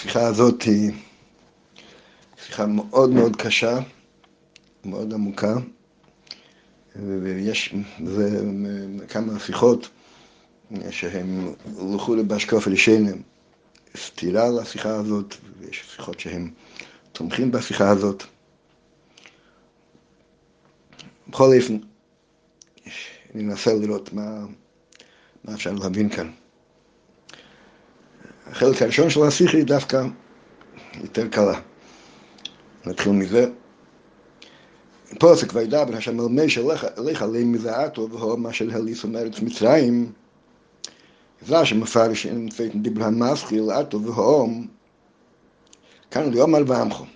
השיחה הזאת היא שיחה מאוד מאוד קשה, מאוד עמוקה, ויש כמה שיחות שהם הולכו לבשקוף אלישנם סתירה לשיחה הזאת, ויש שיחות שהם תומכים בשיחה הזאת. בכל אופן, ננסה לראות מה אפשר להבין כאן. החלק הראשון של השיחה היא דווקא יותר קלה. נתחיל מזה. פוסק וידבר השם אל משה לך עלי מזעתו והוא מה של הליסו מארץ מצרים. זה שמפרש אין פייטן דיבר המסחיל עתו והום כאן ליום על ועמכו.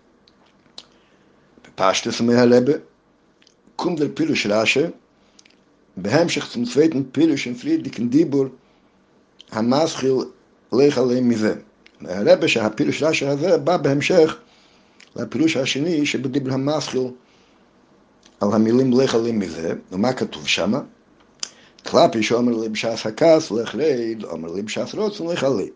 בפשטס מהלבה קום דר פירוש רש"י בהמשך zum zweiten פירוש in פרידיקן דיבור המסחיל לך עלי מזה. מהלבה שהפירוש רש"י הזה בא בהמשך לפירוש השני שבדיבר המסחיל על המילים לך עלי מזה. ומה כתוב שמה? קלפי שאומר לי בשעס הכעס לך רד, אומר לי בשעס רוצן לך עלי.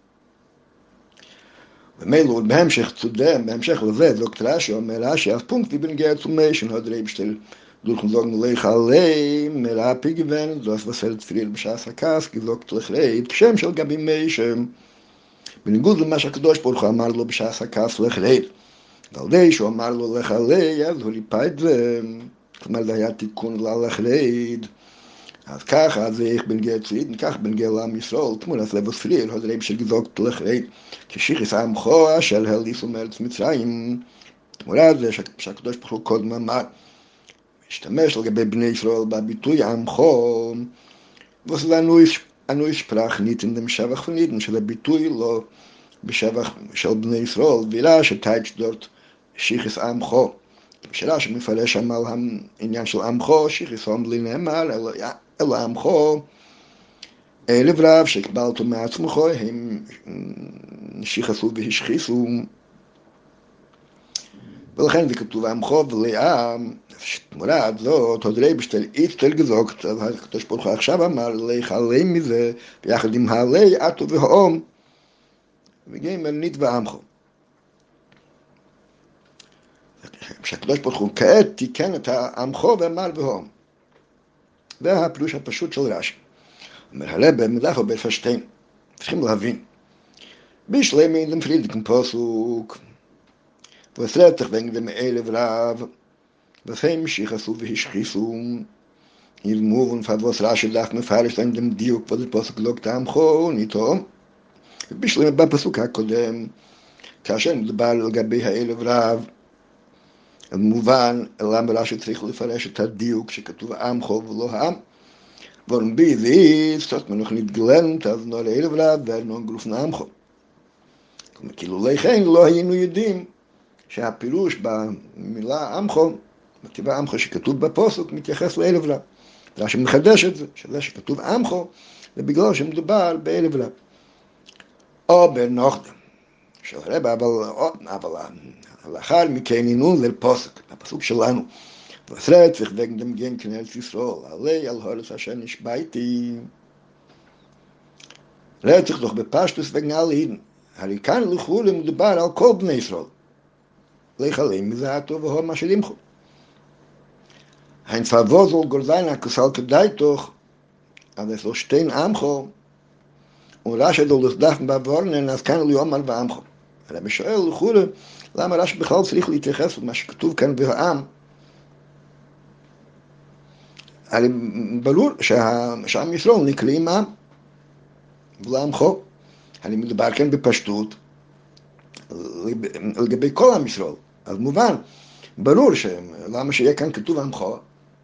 ומילא בהמשך צודם, בהמשך לזה דוקטור רש"י אומר רש"י, אז פונקט wie bin geht zum Menschen hat Rebstel durch und sagen לך עלי, מרפי גוון, das was תפריד בשעס הכעס, gesagt לך רד, כשם של גבי משם. בניגוד למה שהקדוש ברוך הוא אמר לו בשעס הכעס לך רד. ועל די שהוא אמר לו לך עלי, אז הוא ריפא את זה. כלומר זה היה תיקון ללך רד. אז ככה, אז איך בנגיע צעיד, כך בנגיע לעם ישראל, תמונת לב וספריר, עוד רב של גזוק תלך רד, כשיחס עמכו אשר הליסו מארץ מצרים, תמונת זה שהקדוש ברוך הוא קודם אמר, משתמש לגבי בני ישראל בביטוי עמכו, וזה אנו ישפרח ניתן דם שבח וניתן, שזה ביטוי לא בשבח של בני ישראל, ויראה שתייץ' דort שיחס עמכו, שאלה שמפרש שם על העניין של עמכו, שיחס בלי נאמר, אלא עמכו, לברב שקבלתו מעצמך, הם שיחסו והשחיסו, ולכן זה כתוב עמכו ולעם, תמורת זאת, עוד רבשטל איצטל גזוקת, הקדוש ברוך הוא עכשיו אמר, לך עלי מזה, ביחד עם העלי, עתו והאום, וגם נית ועמכו. כשהקדוש ברוך הוא כעת תיקן את העמכו ואמר והאום. זה הפירוש הפשוט של רש"י. אומר הרב מדף בפשטיין, צריכים להבין. בשלמי אין דם פרידיקן פסוק, וסרטך ונג דם אלב רב, וסהם שיחסו והשחיסו, ילמו ונפדוס רש"י דף מפרש אין דם דיוק, וזה פסוק לא כתעמכו, ניתו. ובשלמי בפסוק הקודם, כאשר מדבר לגבי האלב רב, מובן, למה רש"י צריך לפרש את הדיוק שכתוב עמכו ולא העם. Warum bei dies, hat man noch nicht gelernt, als nur אלב רב ואינו גרופן עמכו. כאילו לכן לא היינו יודעים שהפירוש במילה עמכו, בתיבה עמכו שכתוב בפסוק, מתייחס לאלב רב. רש"י מחדש את זה, שזה שכתוב עמכו, זה בגלל שמדובר באלב רב. או בנוחדם, של הרב, אבל לאחר מכן עינו לפסוק, הפסוק שלנו. וסרט וגן דם גן כנרץ ישראל, עלי על הורס אשר נשבעתי. רצח דוח בפשטוס וגן על עידן. הרי כאן לכאורה מדובר על כל בני ישראל. לך עלי מזעתו והוא מה שלימכו. ein verwosel gorzaina kusalke daitoch, aber so stehen amcho, und Rashi soll das dafen bewornen, als kann ליום על ועמכו. הרב שואל לכאורה, למה רש"י בכלל צריך להתייחס למה שכתוב כאן והעם? הרי ברור שעם ישראל נקראים עם ולעמכו. הרי מדובר כאן בפשטות לגבי כל עם ישראל. אז מובן, ברור למה שיהיה כאן כתוב עמכו.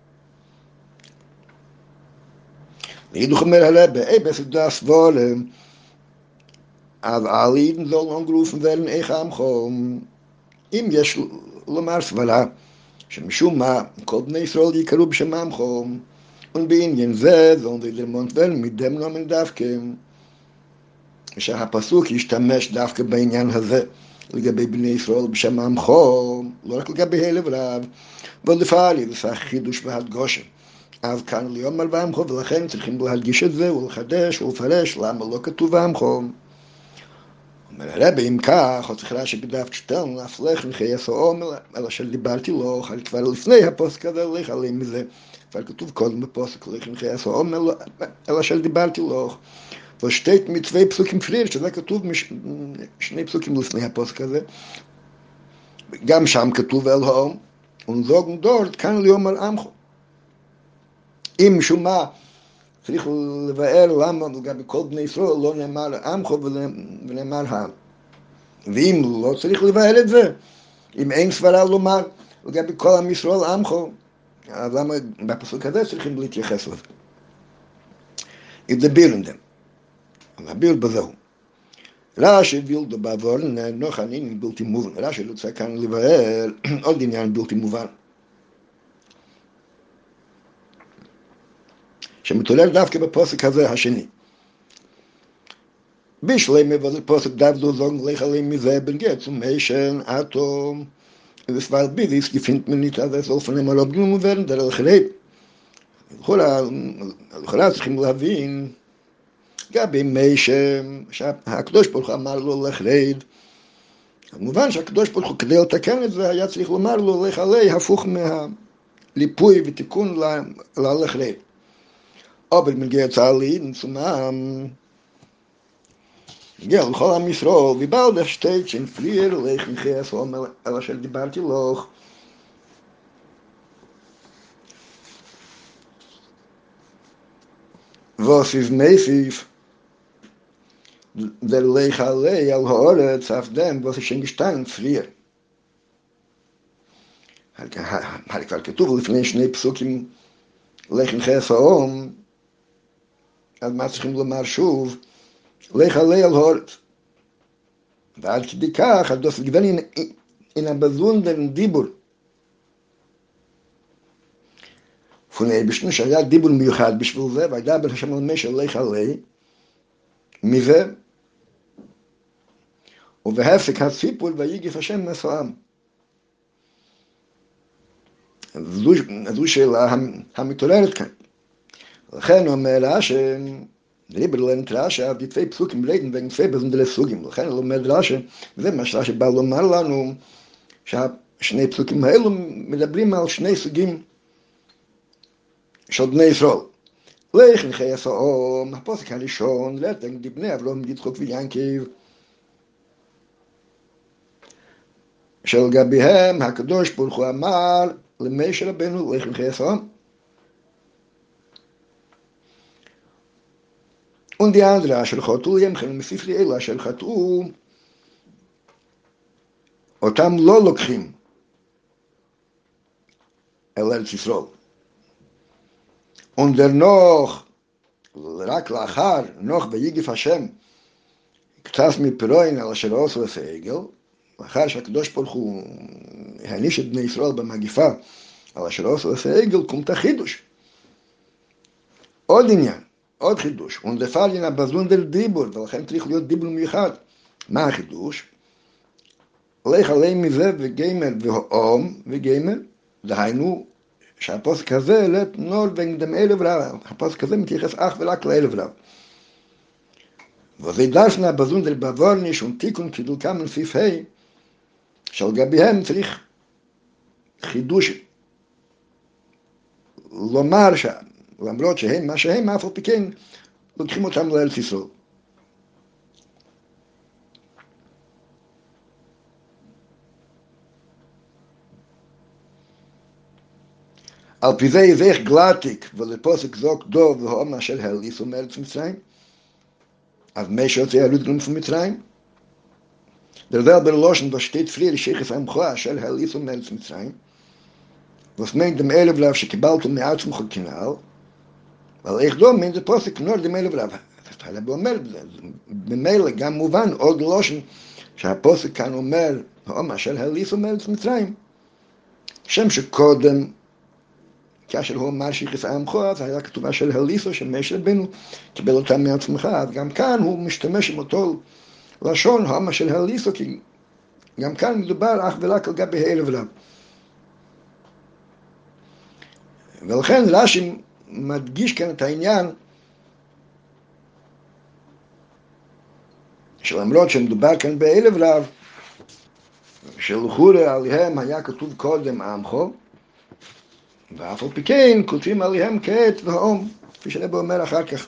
וידוך אומר הרב, בסד das wollen, אבל על עידן soll angerufen werden, איך עמכו. אם יש לומר סברה, שמשום מה כל בני ישראל יקראו בשם עמכו, ובעניין זה sollen sie lernen werden mit dem Namen דווקא, שהפסוק ישתמש דווקא בעניין הזה, לגבי בני ישראל בשם עמכו, לא רק לגבי אלב רב, ולפעלי זה חידוש והדגושה. אז כאן ליום על ועמכו, ולכן צריכים להדגיש את זה ולחדש ולפרש למה לא כתוב עמכו. אומר הרבי אם כך, עוד צריך רש"י בדף שטרן, אף לך נכי הסעום, אלא שדיברתי לו, כבר לפני הפוסק הזה, לך עליהם מזה, כבר כתוב קודם בפוסק, לך נכי הסעום, אלא שדיברתי לו. ושתי מצווי פסוקים פריר, שזה כתוב שני פסוקים לפני הפוסק הזה, גם שם כתוב אל הום, ונזוג דורט, כאן ליומר עמכו. אם משום מה, צריך לבאר למה לגבי כל בני ישראל לא נאמר עמכו ונאמר העם. ואם לא צריך לבאר את זה, אם אין סברה לומר לגבי כל עם ישראל עמכו, אז למה בפסוק הזה צריכים להתייחס לזה? ידביר דם. נביל בזהו. רש"י וילדו בעוורן נוח עניין בלתי מובן. רש"י רוצה כאן לבאר עוד עניין בלתי מובן. שמתעורר דווקא בפוסק הזה השני. בשלמי ובפוסק דווקא זוג לך עליהם מזה בנגיע צומיישן אטום וסבל בידיס גפינט מנית אז אופנים הלא בגלום מובן דרך רב. לכאורה צריכים להבין גבי מיישם שהקדוש ברוך הוא אמר לו לך רד. כמובן שהקדוש ברוך הוא כדי לתקן את זה היה צריך לומר לו לך עלי הפוך מהליפוי ותיקון להלך רד. אבל מגיע צהלי נצומם מגיע לכל עם ישראל ובעל דשתית שנפריר לך נכנס על אשר דיברתי לך ואוסיף מסיף ולך עלי על האורץ אף דם ואוסיף שנגשתיים פריר. כבר כתוב לפני שני פסוקים לך נכנס האום, אז מה צריכים לומר שוב? לך עלי על האורץ. ועד כדי כך, הדוס גוון אין הבזונדן דיבור. פוני בשנו שהיה דיבור מיוחד בשביל זה, וידבר השם על משה לך עלי, מזה, ובהפק הסיפור ויגיף השם מסועם. זו שאלה המתעוררת כאן. לכן אומר רש"י, דיבר לנט רש"י, די צווי פסוקים רeden wegen צווי besondere סוגים. לכן לומד רש"י, וזה מה שרש"י בא לומר לנו, שהשני פסוקים האלו מדברים על שני סוגים של בני ישראל. לך נכי הסעום, הפוסק הראשון, רתק דבני אברהם יצחק ויעקב, של גביהם הקדוש ברוך הוא אמר למשה רבנו לך נכי הסעום. Und die andere, אשר חטאו, ימחל מספרי אלו אשר חטאו, אותם לא לוקחים אל ארץ ישראל. Und noch, רק לאחר, נוח ויגיף השם, קצת מפרוין על אשר עשו את העגל, לאחר שהקדוש ברוך הוא העניש את בני ישראל במגיפה, על אשר עשו את העגל, קום את החידוש. עוד עניין. עוד חידוש, ונדפלין הבזונדר דיבור, ולכן צריך להיות דיבור מיוחד. מה החידוש? לך עליהם מזה וגמר והאום וגמר, דהיינו שהפוסק הזה לת נור ונגדם אלף רב, הפוסק הזה מתייחס אך ורק לאלף רב. וזה דרשנה הבזונדר בוורניש ונתיקון כדלקם לסעיף ה' שעל גביהם צריך חידוש לומר למרות שהם מה שהם, אף על פי כן לוקחים אותם לארץ ישראל. על פי זה יזך גלטיק ולפוסק זוק דוב והאום אשר הליסו מארץ מצרים. אז משה יוצא ירוד גלום מצרים. דרזל בלושן ושתית פריר שכס עמך אשר הליסו מארץ מצרים. וסמין דם אלף רב שקיבלתו מעצמך כנעל. אבל איך דומה זה פוסק נור דם אלף רב. הרב אומר, במילא גם מובן עוד לושן שהפוסק כאן אומר, האום אשר הליסו מארץ מצרים. שם שקודם כאשר הוא אמר שכס עמך, אז היה כתוב אשר הליסו שמשה רבנו קיבל אותם מעצמך, אז גם כאן הוא משתמש עם אותו לשון, האום אשר הליסו, כי גם כאן מדובר אך ורק על גבי אלף רב. ולכן רש"י מדגיש כאן את העניין שלמרות שמדובר כאן באלף רב, שלכאורה עליהם היה כתוב קודם עמכו, ואף על פי כן כותבים עליהם כעת והום, כפי שהרב אומר אחר כך,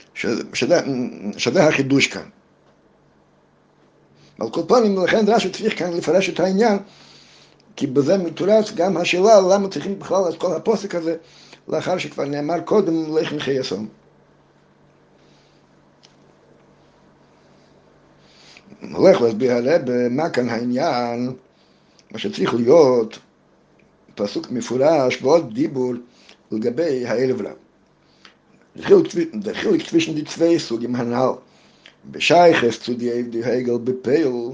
שזה החידוש כאן. על כל פנים, לכן רש"י צריך כאן לפרש את העניין, כי בזה מתורץ גם השאלה למה צריכים בכלל את כל הפוסק הזה, לאחר שכבר נאמר קודם לך נחי אסון. הולך להסביר הרב מה כאן העניין, מה שצריך להיות פסוק מפורש ועוד דיבור לגבי האלף רב. דחילק zwischen die zwei סוגים הנ"ל, בשייכס zu die Evdi Hegel בפייל,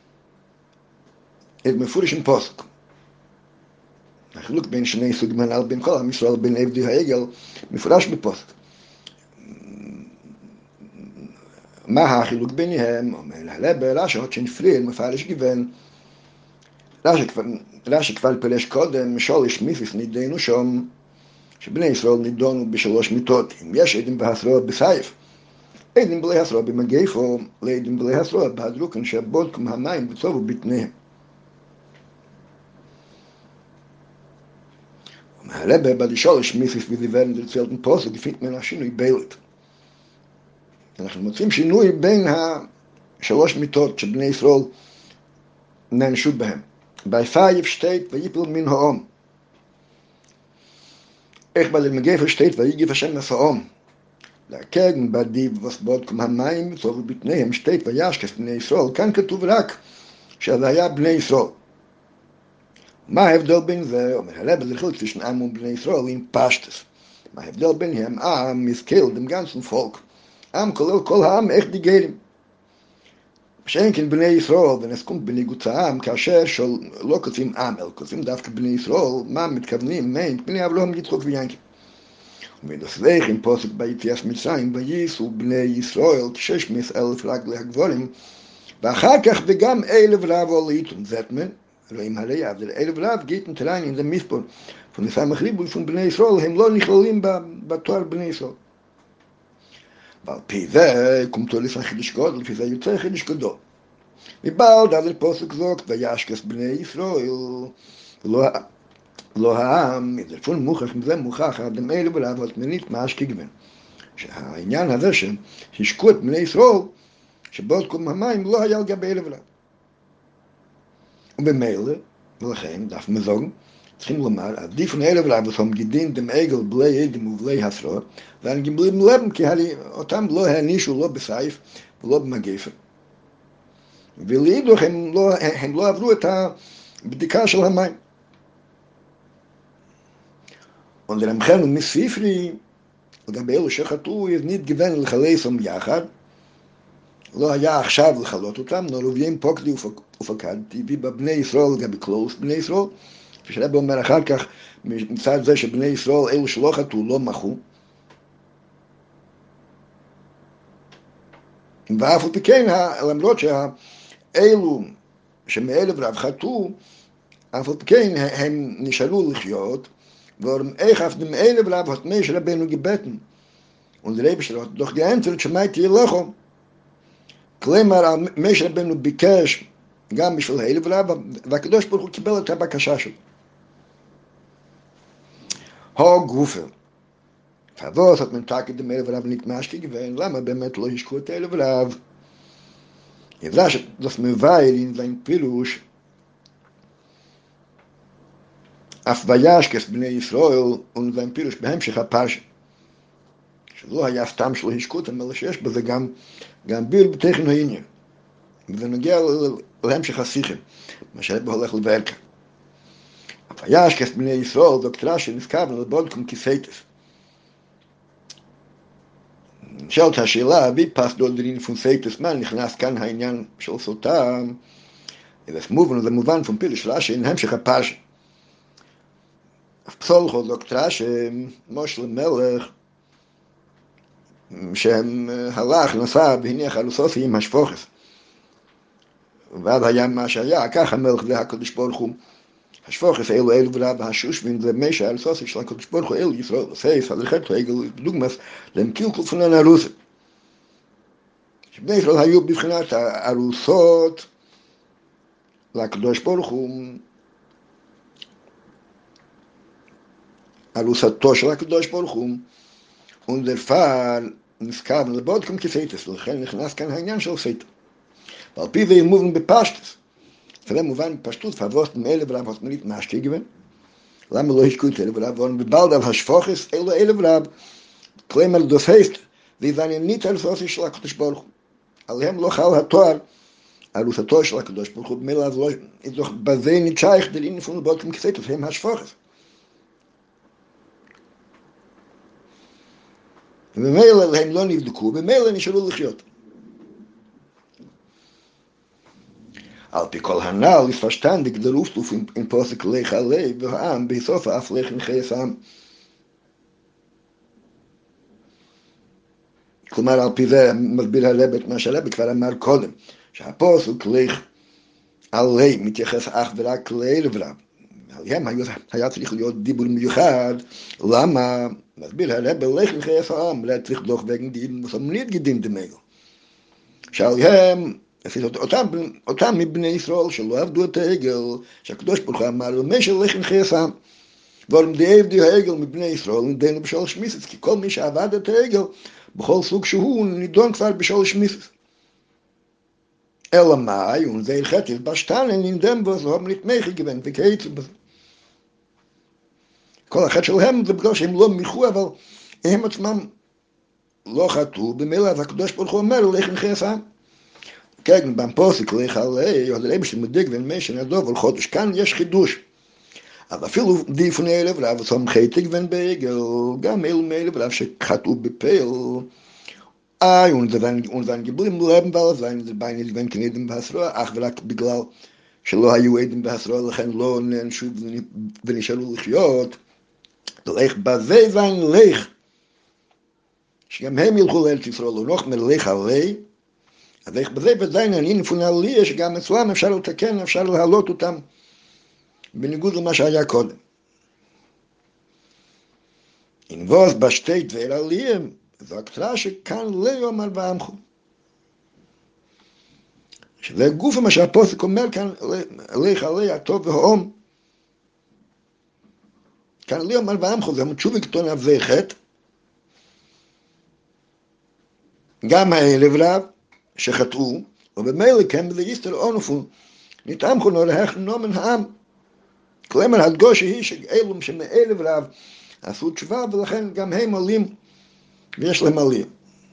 את מפורש עם פוסק. החילוק בין שני סוגים הנ"ל, בין כל עם ישראל, בין Evdi Hegel, מפורש בפוסק. מה החילוק ביניהם? אומר הרב, רש"י hat schon früher מפרש gewesen, רש"י כבר פרש קודם, שולש מיתוס נידונו שם, שבני ישראל נידונו בשלוש מיתות, אם יש עדים בהסרועה בסייף, עדים בלי הסרועה במגפו, לעדים בלי הסרועה בהדרוקן שבודקם המים וצובו בטניהם. הרב בדשולש מיתוס ודיברן דרציילתן פוסק, גפית מן השינוי בילת. אנחנו מוצאים שינוי בין השלוש מיתות שבני ישראל נענשו בהם. בסייף שטייט ויפל מן האום. איך במגפו שטייט ויגיב השם מסעום. להקגן בדיב וסבודקם המים וצובו בטניהם שטייט וישקף בני ישראל. כאן כתוב רק שזה היה בני ישראל. מה ההבדל בין זה? אומר הרב לחילוק zwischen עם ובני ישראל עם פשטס. מה ההבדל ביניהם? עם מסקל dem ganzen Volk. עם כולל כל העם איך דיגרים. שאין כן בני ישראל, ונסקום בניגוד העם, כאשר לא כותבים עם, אלא כותבים דווקא בני ישראל, מה מתכוונים? מיינט, בני אברהם יצחק ויעקב. ומדסלך עם פוסק ביציאת מצרים, וייסעו בני ישראל כ600,000 רגלי הגבורים, ואחר כך וגם אלף רב עליתם, זטמן, רואים הרי אבל אלף רב גיטן תראין אין dem מספור, von der Samachribu von בני ישראל, הם לא נכללים בתואר בני ישראל. ועל פי זה קומתו לפני חידש גודל, לפי זה יוצא חידש גדול. מבעל דל פוסק זוקת וישקס בני ישראל, לא העם, מדלפון מוכח, מזה מוכח, אדם אלו ברב התמנית משקי גוון. שהעניין הזה שהשקו את בני ישראל, שבעוד קום המים לא היה לגבי אלו ברב. ובמילא, ולכן, דף מזוג, צריכים לומר, עדיף נאלב רב וסום גידין דם עגל בלי עדים ובלי הסרות, ואני גמלים לבם, כי אותם לא הענישו לא בסייף ולא במגפר. ולעידוך הם לא עברו את הבדיקה של המים. ולרמכנו מספרי, לגבי אלו שחטאו, יזנית גוון לחלי סום יחד, לא היה עכשיו לחלות אותם, נורוביים פוקדי ופקדתי, ובבני ישראל לגבי קלוס בני ישראל, כשרב אומר אחר כך, מצד זה שבני ישראל, אלו שלא חטאו, לא מחו. ואף על פי כן, למרות שהאלו שמאלף רב חטאו, אף על פי כן הם נשארו לחיות, ואומרים, איך אף דם אלף רב hat מש רבנו gebeten. Und der Rebster hat doch geantwortet, שמעתי לכם. כלומר, מש רבנו ביקש גם בשביל האלף רב, והקדוש ברוך הוא קיבל את הבקשה שלו. גופר. פבוס hat man תקת דם אלף רב נתמשקי גוון, למה באמת לא השקו את האלף רב? ידע שדוס מבייל אין זין פירוש, אף וישקס בני ישראל, und sein פירוש בהמשך הפרשה. שלא היה סתם שלא השקו אותם, אלא שיש בזה גם ביר בתכן העניין. וזה נוגע להמשך השיחם, מה שהרב הולך לבאר כאן. וישקס בני ישראל, דוקטרה שנזכר לבודקום כסייטס. שאלת השאלה, בי פס דודרין פון סייטס, מה נכנס כאן העניין של סוטה? זה מובן פון פירוש רש"י, אין המשך הפרשה. פסולחו דוקטרה שמשה מלך, שהלך, נסע והניח על הסוסי עם השפוכס. ואז היה מה שהיה, כך המלך והקדוש ברוך הוא, השפוכס אלו ורב השושבין זה משה על הסוסי של הקדוש ברוך הוא אלו ישראל, סייס, הלכת רגל, דוגמס, למקילקול פון הנרוסה. שבני ישראל היו בבחינת הארוסות לקדוש ברוך הוא, ארוסתו של הקדוש ברוך הוא, ונדרפל נזכר לבודקם כסייטס, ולכן נכנס כאן העניין של סייטס. ועל פי זה מובן בפשטס, זה מובן בפשטות, פבוסט מאלה ורב הסמלית משתי גוון. למה לא השקו את אלה ורב? ובלד על השפוכס אלו אלה ורב, כלומר דוס heißt, זה זענינית ארוסוסי של הקדוש ברוך הוא. עליהם לא חל התואר, ארוסתו של הקדוש ברוך הוא, במילה אז לא, בזה נצ'ייך דלין נפון לבודקם כסייטס, הם השפוכס. וממילא הם לא נבדקו, וממילא נשארו לחיות. על פי כל הנ"ל, ist verstandig der Rufruf in פוסק לך עלי, והעם בסוף אף לך נכנס העם. כלומר, על פי זה מסביר הרב את מה שהרב כבר אמר קודם, שהפוסק לך עלי מתייחס אך ורק לערב רב. עליהם היה צריך להיות דיבור מיוחד, למה? מסביר הרב, לך נכנס העם, צריך דוח וגן דיון, וסמנית גידין דמייגו. שעליהם, אותם מבני ישראל שלא עבדו את העגל, שהקדוש ברוך הוא אמר, ומשה לך נכנס העם. ואולם עבדו העגל מבני ישראל, נדנו בשלוש מיסס, כי כל מי שעבד את העגל, בכל סוג שהוא, נידון כבר בשלוש מיסס. אלא מאי, וזה הלכת ילבשתן, נדם בו, זו נתמכי גוון, וכייצו בזה. כל החטא שלהם זה בגלל שהם לא מיכו, אבל הם עצמם לא חטאו, במילא אז הקדוש ברוך הוא אומר, לך נכנס העם. כן, בפוסק לך עלי, עוד רבי שמדק ונמי שנדוב על חודש, כאן יש חידוש. אבל אפילו דיפוני אלף רב, וסום חייתק ון בעגל, גם אלו מאלף רב שחטאו בפייל, und geblieben leben, weil es seien dabei nicht wenn Kneten בהסרוע, אך ורק בגלל שלא היו עדים בהסרוע, לכן לא נענשו ונשארו לחיות, לך בזה זין לך, שגם הם ילכו לארץ ישראל, ונוח מלך עלי, אז איך בזה וזין אני נפונה לי, שגם אצלם אפשר לתקן, אפשר להעלות אותם, בניגוד למה שהיה קודם. אינבוס בשתי דבר עליהם, זו הקצרה שכאן לא יאמר בעמכו. שזה גוף מה שהפוסק אומר כאן, לך עלי הטוב והאום. כאן לא יאמר בעמכו, זה תשובה קטונה וזה חטא. גם האלף רב שחטאו, ובמילא כן בזה יסתר אונפו, נתעמכו נורח נומן העם. כלומר, הדגושה היא שאלו שמאלף רב עשו תשובה, ולכן גם הם עולים ויש להם עלייה.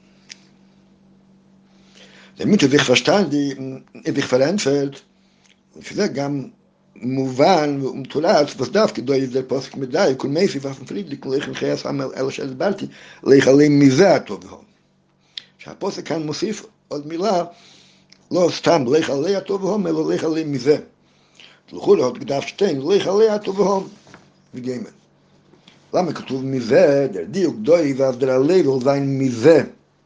damit sich verstanden, sich verändert, שזה גם מובן ומתולץ, וסדף כדוי זה פוסק מדי, כל מייסי ואפן פרידליק, לך לחייס אלה שהסברתי, לך עליהם מזה הטוב והום. שהפוסק כאן מוסיף עוד מילה, לא סתם לך עלי הטוב והום, אלא לך עליהם מזה. תלכו לעוד כדף שתיים, לך עלי הטוב והום, וגיימן. למה כתוב מזה, דר דיוק דוי ועבדר עלי ולזין מזה.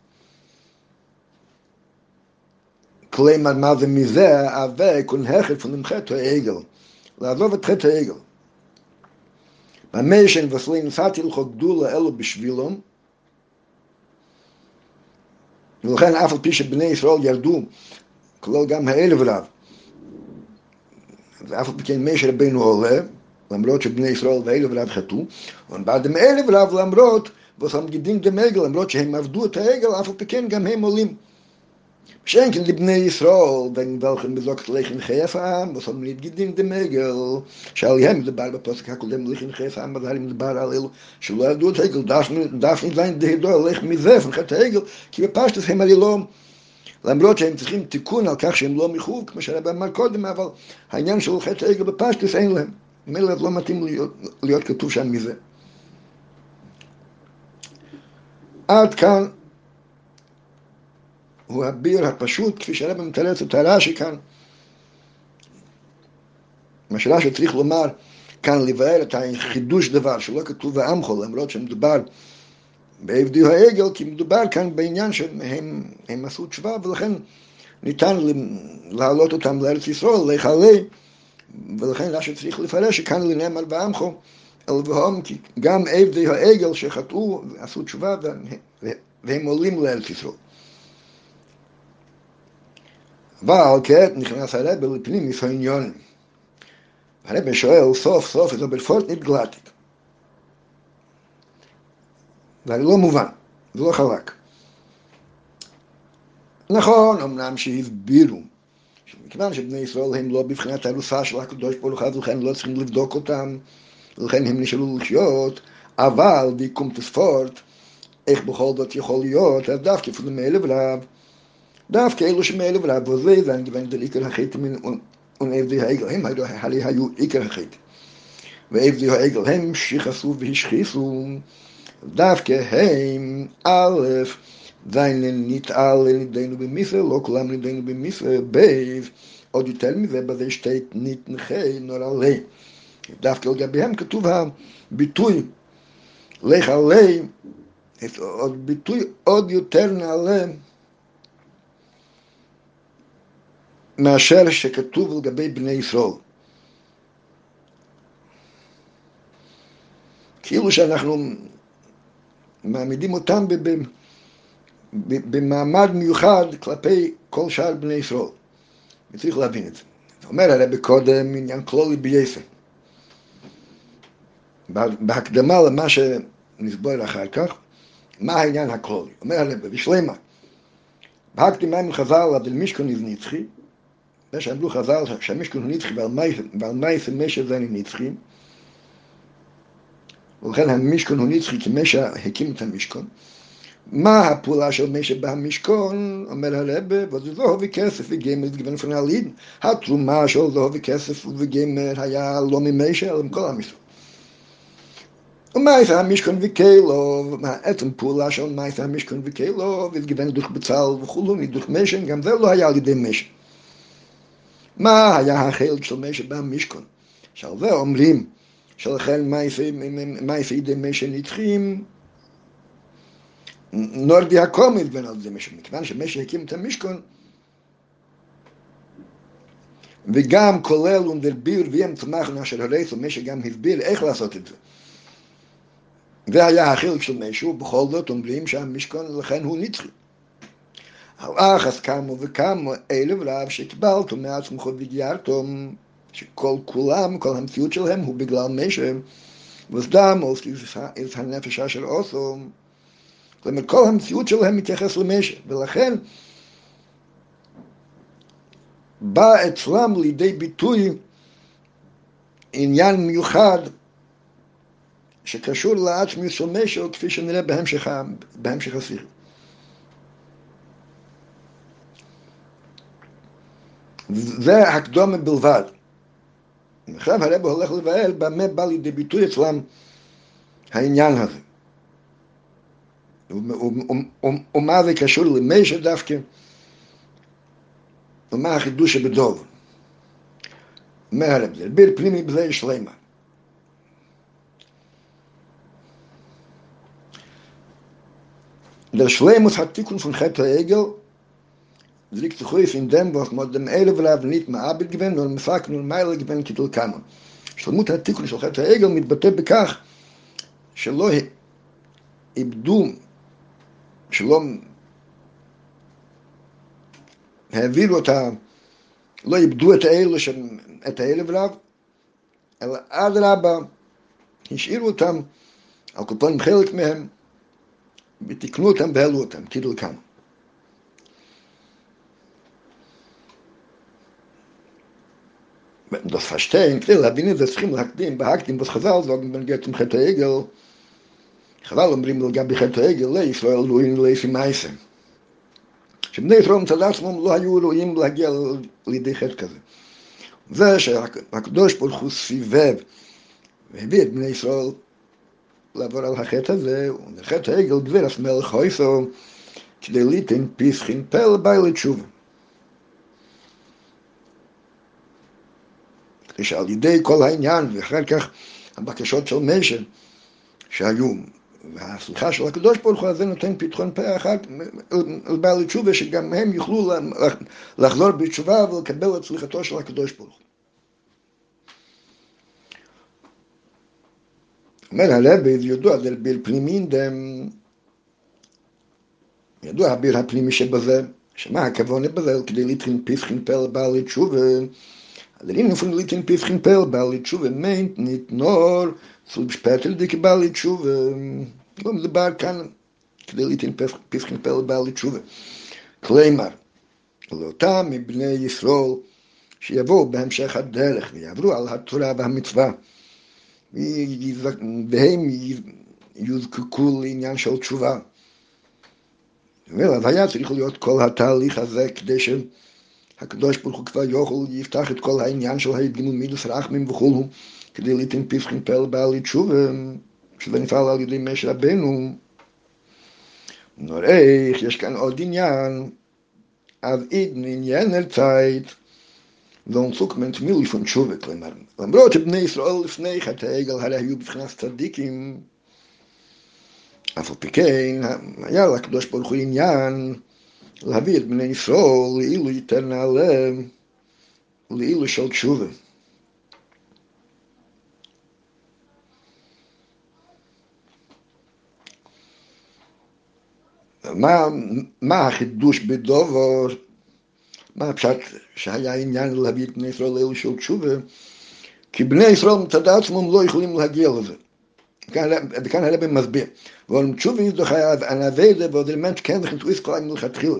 כלומר, מה זה מזה? אבק ונהחת ונמחת העגל. לעזוב את חטא העגל. במיישן וסלי נסעתי לך גדולה אלו בשבילם, ולכן אף על פי שבני ישראל ירדו, כולל גם האלף רב, ואף על פי כן מיישן רבינו עולה, למרות שבני ישראל והאלף רב חטאו, ובעד האלף רב למרות, וסם גידין דם עגל, למרות שהם עבדו את העגל, אף על פי כן גם הם עולים. schenken die Bnei Yisrael, wegen welchen besorgt Lechen Chefam, was haben nicht gedient dem Egel, שעליהם מדבר בפוסק הקודם Lechen Chefam, אבל הם מדבר על אלו שלא ידעו את העגל, דף nicht sein דהדו לך מזה, פנחת העגל, כי בפשטוס הם הרי לא, למרות שהם צריכים תיקון על כך שהם לא מחוב, כמו שהרב אמר קודם, אבל העניין של חטא העגל בפשטוס אין להם, מילא לא מתאים להיות כתוב שם מזה. עד כאן הוא הביר הפשוט, כפי שהרב מתרץ את הרש"י כאן. מה שרש"י צריך לומר כאן, לבאר את החידוש דבר, שלא כתוב ועמכו, למרות שמדובר בעבדי העגל, כי מדובר כאן בעניין שהם עשו תשובה, ולכן ניתן להעלות אותם לארץ ישראל, לך עלי, ולכן רש"י צריך לפרש שכאן לנאמר ועמכו, אל והום, כי גם עבדי העגל שחטאו, עשו תשובה, והם עולים לארץ ישראל. אבל כעת נכנס הרב לפנים העניין. הרב שואל סוף סוף איזו בפורט נתגלתי. זה לא מובן, זה לא חלק. נכון, אמנם שהסבירו, מכיוון שבני ישראל הם לא בבחינת הרוסה של הקדוש ברוך הוא, ולכן לא צריכים לבדוק אותם, ולכן הם נשארו לחיות, אבל ביקום תספורט, איך בכל זאת יכול להיות, אז דווקא אפילו מאלף רב, דווקא אלו שמאלף רב, וזה זה גוון דל עיקר החטא ונעבדי העגל, הם הרי היו עיקר החטא. ועבדי העגל הם שכסו והשחיסו, דווקא הם א' זין נתעל לידינו במצווה, לא כולם לידינו במצווה, בייב, עוד יותר מזה, בזה שתי נתנחי נורא לי. דווקא לגביהם כתוב הביטוי לך עלי, עוד ביטוי עוד יותר נעלה מאשר שכתוב לגבי בני ישראל. כאילו שאנחנו מעמידים אותם במעמד מיוחד כלפי כל שאר בני ישראל. וצריך להבין את זה. אומר הרב קודם עניין כללי בייסר. בהקדמה למה שנסבור אחר כך, מה העניין הכללי? אומר הרב בשלמה, בהקדמה עם חז"ל עד משכן איז נצחי, זה שאמרו חז"ל שהמשכן הוא נצחי ועל מייס משא זה נצחי, ולכן המשכן הוא נצחי כי משא הקים את המשכן. מה הפעולה של משא במשכן? אומר הרב, וזה זוהו וכסף וגמר, זה גוון פרנליד. התרומה של זוהו וכסף וגמר היה לא ממשא, אלא מכל עם ישראל. ומייס המשכן וקלו, עצם פעולה של מייס המשכן וקלו, וזה גוון דרך בצל וכולו, דרך משא, גם זה לא היה על ידי משא. מה היה החלק של משא במשכן? שעל זה אומרים, שלכן מייס ידי משא נדחים, נורדי הקומית בין על זה משא, מכיוון שמשא הקים את המשכן, וגם כולל ונדרביר וים צמח נשר הרייס, ומשא גם הסביר איך לעשות את זה. זה היה החלק של משא, ובכל זאת אומרים שהמשכן לכן הוא נצחי. על אחס כמה וכמה אלף רב שקיבלתו מעצמך וגיירתם, שכל כולם, כל המציאות שלהם הוא בגלל משא, וסדם עושה את הנפש אשר עושו, כלומר כל המציאות שלהם מתייחס למשא, ולכן בא אצלם לידי ביטוי עניין מיוחד שקשור לעצמי של משא, כפי שנראה בהמשך הסיר. זה הקדומה בלבד. עכשיו הרב הולך לבאר במה בא לידי ביטוי אצלם העניין הזה. ומה זה קשור למשא דווקא, ומה החידוש שבדוב. אומר הרב, זה ביר פנימי בזה שלמה. Der Schleimus hat Tikkun von Chet HaEgel, es liegt zu häufig in dem, was man dem Elevrav nicht mehr Abel gewinnt, sondern man sagt nur Meile gewinnt Kittel Kanon. שלמות התיקון של חטא העגל מתבטא בכך שלא איבדו, שלא העבירו לא איבדו את האלף, אלא אדרבה, השאירו אותם, על כל פנים חלק מהם, ותיקנו אותם והעלו אותם, קידל כאן. Das verstehen, כדי להבין את זה צריכים בהקדים וחז"ל זוגן בנגיע zum חטא העגל. חז"ל אומרים לגבי חטא העגל, לישראל ראויים לפי מעשה. שבני ישראל מצד עצמם לא היו ראויים להגיע לידי חטא כזה. זה שהקדוש ברוך הוא סובב והביא את בני ישראל לעבור על החטא הזה, וחטא העגל גבירס מלך הויסו, כדי ליתן פיסחין פה לבעלי תשובה. כדי שעל ידי כל העניין, ואחר כך הבקשות של משא שהיו, והסליחה של הקדוש ברוך הוא הזה נותן פתחון פה אחת לבעלי תשובה, שגם הם יוכלו לחזור בתשובה ולקבל את סליחתו של הקדוש ברוך הוא. אומר הרבי, ידוע זה ביר פנימי, ידוע הביר הפנימי שבזה, שמה הכוונה בזה? כדי ליטרין פיסחין פל בעלי תשובה. Allerin von Litin Pifchen Pel, Bali Tshuve meint nicht nur zu später dicke Bali Tshuve. Der Bar kann Litin Pifchen Pel, Bali Tshuve. Kleimar, לאותם מבני ישראל שיבואו בהמשך הדרך ויעברו על התורה והמצווה והם יזקקו לעניין של תשובה. אז היה צריך להיות כל התהליך הזה כדי הקדוש ברוך הוא כבר יוכל יפתח את כל העניין של ההתגמול מידות רחמים וכולו כדי ליתן פיסחין פל בעלי תשובה שזה נפעל על ידי משה רבנו. נראה יש כאן עוד עניין אז עניין ארצייט זון סוכמנט מילי פון תשובה כלומר למרות שבני ישראל לפני חטא העגל הרי היו בבחינת צדיקים אף על פי כן היה לקדוש ברוך הוא עניין להביא את בני ישראל לאילו ייתן עליהם לאילו של תשובה. מה החידוש בדובר? מה הפשט שהיה עניין להביא את בני ישראל לאילו של תשובה? כי בני ישראל מצד עצמם לא יכולים להגיע לזה. וכאן הרב מסביר. ואולם תשובה יזדוחה הנביא זה ועוד אלמנט כן וכנתו יזכו מלכתחילה.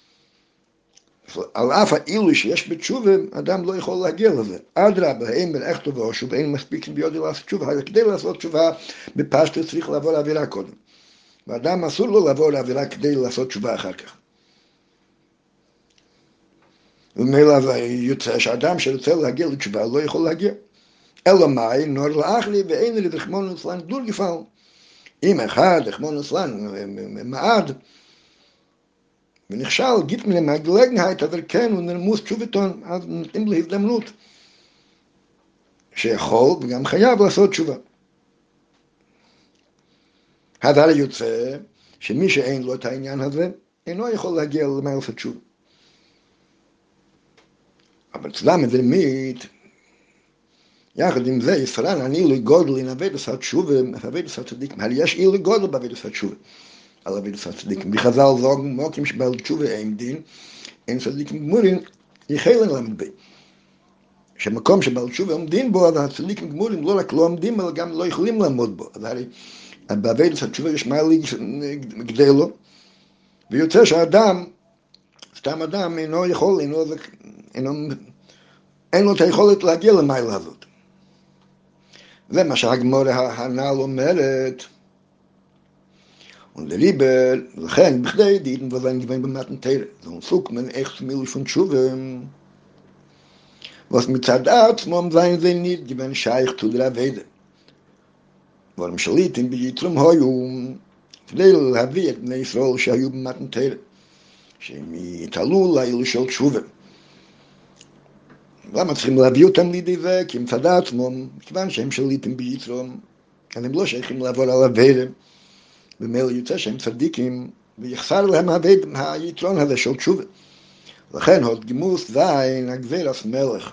על אף האילו שיש בתשובה, אדם לא יכול להגיע לזה. אדרבה, אין בין איך טובה או שוב, אין מספיק ביודע לעשות תשובה. כדי לעשות תשובה, בפשטות צריך לעבור עבירה קודם. ואדם אסור לו לעבור עבירה כדי לעשות תשובה אחר כך. ומילא יוצא שאדם שרוצה להגיע לתשובה לא יכול להגיע. אלא מאי, נור לאחלי ואין לי רחמון וסלן דור גפל. אם אחד רחמון וסלן מעד, ונכשל, גיט מן מהגלגנהייט, אבל כן, הוא נרמוס תשובתון, אז נותנים לו הזדמנות שיכול וגם חייב לעשות תשובה. אבל יוצא שמי שאין לו את העניין הזה, אינו יכול להגיע למה לעשות תשובה. אבל צלם מדמית, יחד עם זה, יספרן, אני לא גודל לנבד עשה תשובה, נבד עשה צדיק, אבל יש אילו גודל בעבד עשה תשובה. על עבד עשה צדיקים. בחז"ל זוגן מוקים שבעל תשובה אין דין, אין צדיקים גמורים, יחלן למד בי. שמקום שבעל תשובה עומדים בו, אז הצדיקים גמורים לא רק לא עומדים, אלא גם לא יכולים לעמוד בו. אז הרי בעבד עשה תשובה יש מעלה גדלו, ויוצא שהאדם, סתם אדם אינו יכול, אין לו את היכולת להגיע למעלה הזאת. זה מה שהגמרא הנ"ל אומרת. Und der Liebe, לכן, בכדי דיתן ולן גוון במתן תרא. זה סוג מן איך מילי פון תשובה. was מצד עצמם sein זה nicht גוון שייך zu der Avede. ואולם שליטים ביתרום היו, כדי להביא את בני ישראל שהיו במתן תרא, שהם יתעלו לאלו של תשובה. למה צריכים להביא אותם לידי זה? כי מצד עצמם, כיוון שהם שליטים ביתרום, אז הם לא שייכים לעבור על Avede. במילא יוצא שהם צדיקים, ויחסר להם היתרון הזה של תשובה. לכן עוד גימוס זין הגזירס מלך.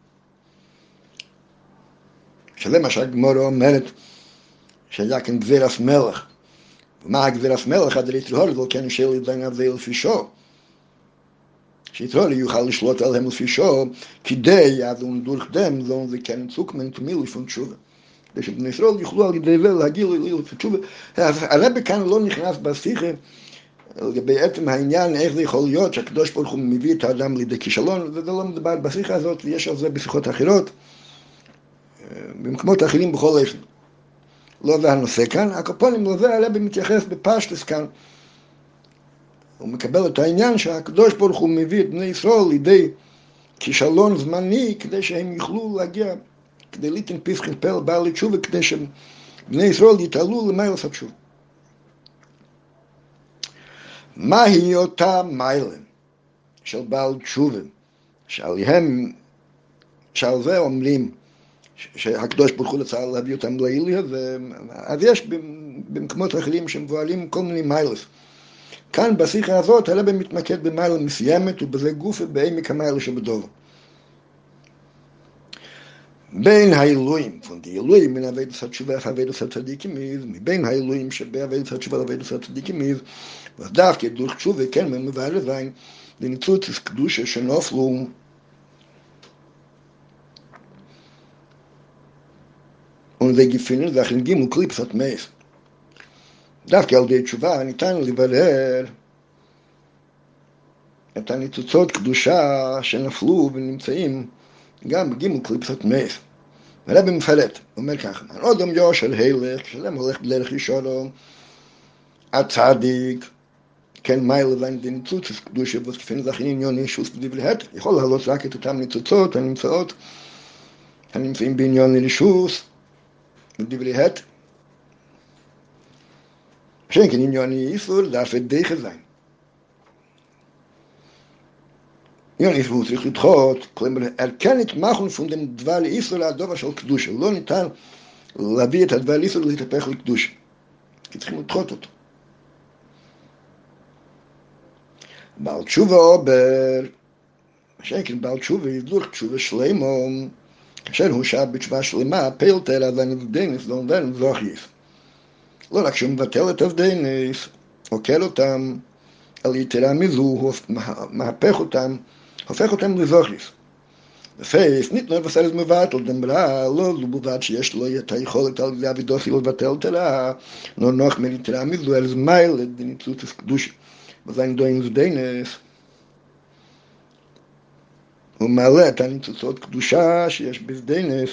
שזה מה שהגמרא אומרת, שהיה כאן גזירס מלך. ומה הגזירס מלך? עד ליתרור זו כן שלי זין הזה לפי שור. שיתרור יוכל לשלוט עליהם לפי שור, כדי יעזון דורך דם, זון זה כן צוקמן תמיל לפון תשובה. שבני ישראל יוכלו על ידי זה להגיע לתשובה. הרב כאן לא נכנס בשיחה לגבי עצם העניין, איך זה יכול להיות שהקדוש ברוך הוא מביא את האדם לידי כישלון, וזה לא מדבר בשיחה הזאת, ויש על זה בשיחות אחרות, במקומות אחרים בכל אופן. לא זה הנושא כאן, הקופונים לזה הרב מתייחס בפשטוס כאן. הוא מקבל את העניין שהקדוש ברוך הוא מביא את בני ישראל לידי כישלון זמני, כדי שהם יוכלו להגיע כדי ליתן פיסחין פל בעלי תשובה, כדי שבני ישראל יתעלו למעלה לעשות תשובה. מהי אותה מעלה של בעל תשובה, שעליהם, שעל זה אומרים שהקדוש ברוך הוא רצה להביא אותם לאיליה, אז יש במקומות אחרים שמבוארים כל מיני מעלות. כאן בשיחה הזאת הרב מתמקד במעלה מסוימת, ובזה גופה בעמק המעלה שבדובר. בין האלוהים, von die אלוהים מן אביידס התשובה ואביידס הצדיקים איז, מבין האלוהים שבאביידס התשובה ואביידס הצדיקים איז, was דווקא durch תשובה כן מבאר זין, די ניצוצות קדושה שנופלו und sie gefunden Sachen Gimel Klipsat Meis. דווקא על ידי תשובה ניתן לברר את הניצוצות קדושה שנפלו ונמצאים גם בגימל קליפסת מייס. הרבי מפרט, אומר ככה, אדם יושר הילך, כשאדם הולך בדרך ישורו, הצדיק, כן מייל לבין די ניצוצות קדושה, וכפין זכין עניון ישוס בדברי הת, יכול להעלות רק את אותם ניצוצות הנמצאים בעניון ישוס בדברי הת, שאין כן עניון איסור, דאף את די חזיים. עניון איסור צריך לדחות, כלומר, erkennt machen von dem דבר איסור לדובר של קדושה. לא ניתן להביא את הדבר איסור להתהפך לקדושה. כי צריכים לדחות אותו. בעל תשובה עובר, שאין כן בעל תשובה ידלוך תשובה שלמה, כאשר הוא שעה בתשובה שלמה, פלטר על הנבדנס, לא נדן זוכיס. לא רק שהוא מבטל את הבדנס, עוקר אותם, על יתרה מזו, הוא מהפך אותם, הופך אותם לזוכיס. ופייס, ניתנו לבשר מבטל, דמרה, לא בלבד שיש לו את היכולת על זה אבידוסי לבטל תרה, לא נוח מליתרה מזו, אז מייל את ניצוצות קדושה. וזה נדוין זדנס. הוא מעלה את הניצוצות קדושה שיש בזדנס.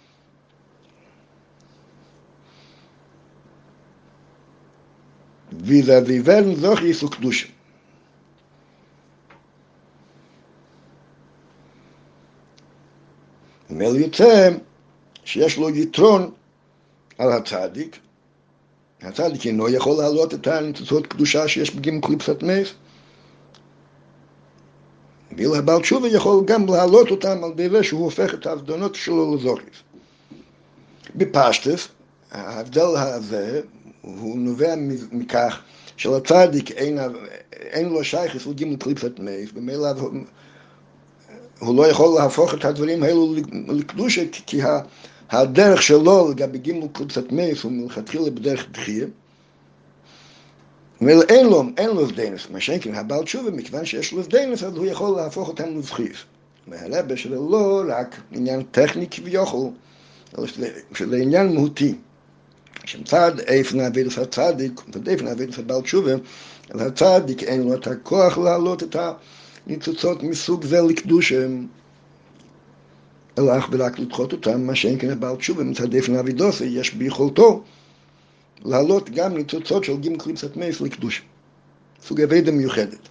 וזה ויבר זוכיס וקדושה. ומאל יוצא שיש לו יתרון על הצדיק. הצדיק אינו יכול להעלות את הניצוצות קדושה שיש בגימל קליפסת מייס. ואילו הבעל תשובה יכול גם להעלות אותם על ידי זה שהוא הופך את ההבדלות שלו לזוכיס. בפשטוס, ההבדל הזה הוא נובע מכך שלצדיק אין לו שייכות לגימל קליפסת מייס, במילא הוא לא יכול להפוך את הדברים האלו לקדושה, כי הדרך שלו לגבי גימל קליפסת מייס הוא מלכתחילה בדרך דחייה. אין לו זדנס, מה שאין כן הבעל תשובה, מכיוון שיש לו זדנס, אז הוא יכול להפוך אותם לזכיס. והרבה שזה לא רק עניין טכני כביכול, אלא שזה עניין מהותי. כשמצד איפן עבודת הצדיק, איפן עבודת הבעל תשובה, אז הצדיק אין לו את הכוח להעלות את הניצוצות מסוג זה לקדושה, אלא אך ורק לדחות אותם, מה שאין כן הבעל תשובה, מצד איפן עבודת יש ביכולתו להעלות גם ניצוצות של גימל קליפסת מייס לקדושה. סוג עבודה מיוחדת.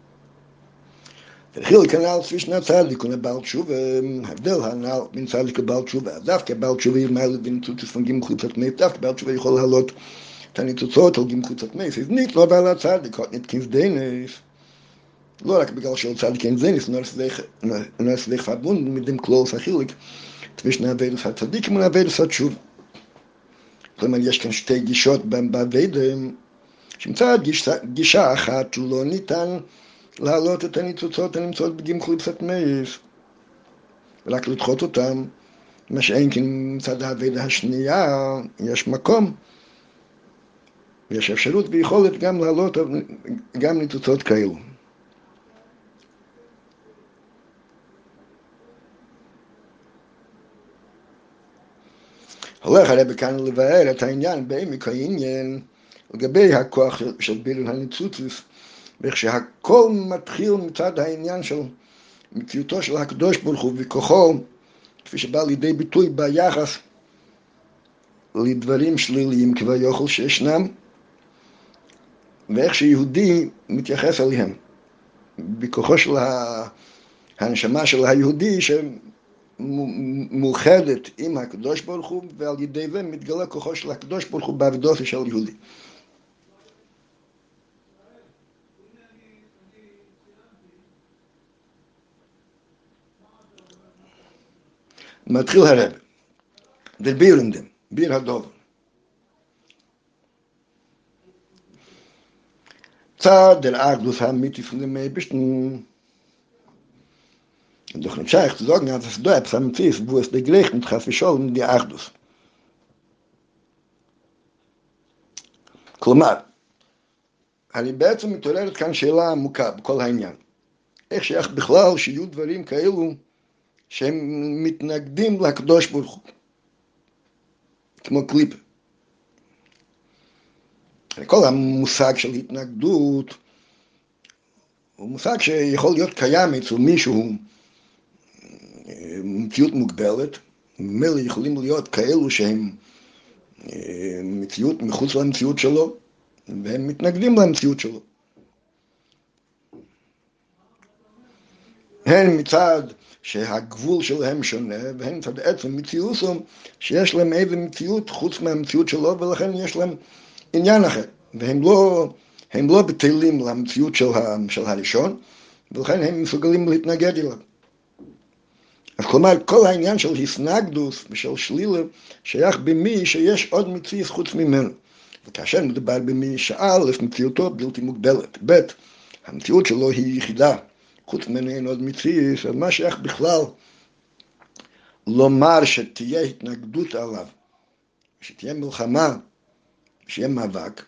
וחילק הנ"ל כפי שני הצדיק ולבעל תשובה, ההבדל הנ"ל בין צדיק לבעל תשובה. דווקא בעל תשובה ימעל בניצוצות של גימל קליפסת מייס, דווקא בעל תשובה יכול להעלות את הניצוצות על גימל קליפסת מייס. אז ניט לא בעל הצדיק, ניט כזדנס. לא רק בגלל של צדיק אין זדנס, נור סליח פאבון מדם כלולס החילק, כפי שני עבודת הצדיק ולעבודת התשובה. כלומר, יש כאן שתי גישות בעבודה, שמצד גישה אחת לא ניתן להעלות את הניצוצות הנמצאות בגימל קליפסת מייס, רק לדחות אותם, מה שאין כן מצד העבודה השנייה, יש מקום, ויש אפשרות ויכולת גם להעלות גם ניצוצות כאלו. הולך הרבי כאן לבאר את העניין בעמק העניין לגבי הכוח של בירור הניצוצות, ואיך שהכל מתחיל מצד העניין של מציאותו של הקדוש ברוך הוא וכוחו, כפי שבא לידי ביטוי ביחס לדברים שליליים כביכול שישנם, ואיך שיהודי מתייחס אליהם, בכוחו של הנשמה של היהודי שמאוחדת עם הקדוש ברוך הוא, ועל ידי זה מתגלה כוחו של הקדוש ברוך הוא בעבודתו של יהודי. מתחיל הרב, der Bierendem, Bier הדוב. צד der Agdus המית von dem Eibischten. Doch nicht scheich zu sagen, dass es da etwas am Zies, wo es der Gericht mit Chas V'Sholem die Agdus. כלומר, אני בעצם מתעוררת כאן שאלה עמוקה בכל העניין. איך שייך בכלל שיהיו דברים כאלו שהם מתנגדים לקדוש ברוך הוא, כמו קליפה. כל המושג של התנגדות הוא מושג שיכול להיות קיים אצל מישהו, מציאות מוגבלת, ממילא יכולים להיות כאלו שהם מציאות מחוץ למציאות שלו, והם מתנגדים למציאות שלו. הן מצד שהגבול שלהם שונה, והן מצד עצם מציאות שיש להם איזה מציאות חוץ מהמציאות שלו, ולכן יש להם עניין אחר, והם לא בטלים למציאות של הראשון, ולכן הם מסוגלים להתנגד אליו. אז כלומר, כל העניין של הסנגדוס ושל שלילה שייך במי שיש עוד מציאות חוץ ממנו. וכאשר מדובר במי שא' מציאותו בלתי מוגבלת, ב' המציאות שלו היא יחידה, חוץ ממנו אין עוד מציאות, אז מה שייך בכלל לומר שתהיה התנגדות עליו, שתהיה מלחמה, שיהיה מאבק.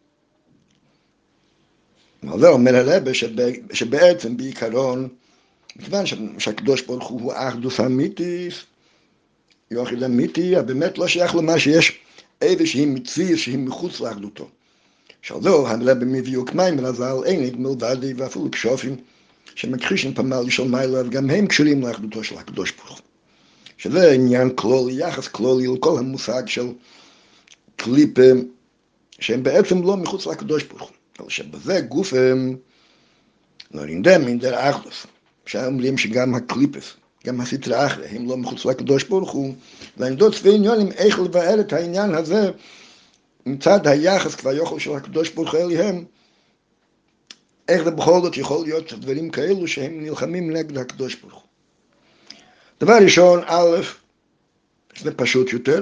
אבל זה אומר הרבה שבעצם בעיקרון, מכיוון שהקדוש ברוך הוא האחדוס האמיתית, יחיד אמיתי, באמת לא שייך למה שיש איזושהי מציאות שהיא מחוץ לאחדותו. שעל זו הרבי מביא וקמיים רז"ל אין מלבד ואפילו כשופים שמכחישים פמל של מעלה, וגם הם קשורים לאחדותו של הקדוש ברוך הוא. שזה עניין כללי, יחס כללי לכל המושג של קליפה, שהם בעצם לא מחוץ לקדוש ברוך הוא. אבל שבזה גוף לא רינדם אין דר אחדוס. שאומרים שגם הקליפס, גם הסטרא אחרא, הם לא מחוץ לקדוש ברוך הוא, והעמדות צווי עניונים איך לבאר את העניין הזה מצד היחס כבר יוכל של הקדוש ברוך הוא אליהם, איך זה בכל זאת יכול להיות דברים כאלו שהם נלחמים נגד הקדוש ברוך הוא. דבר ראשון, א', זה פשוט יותר,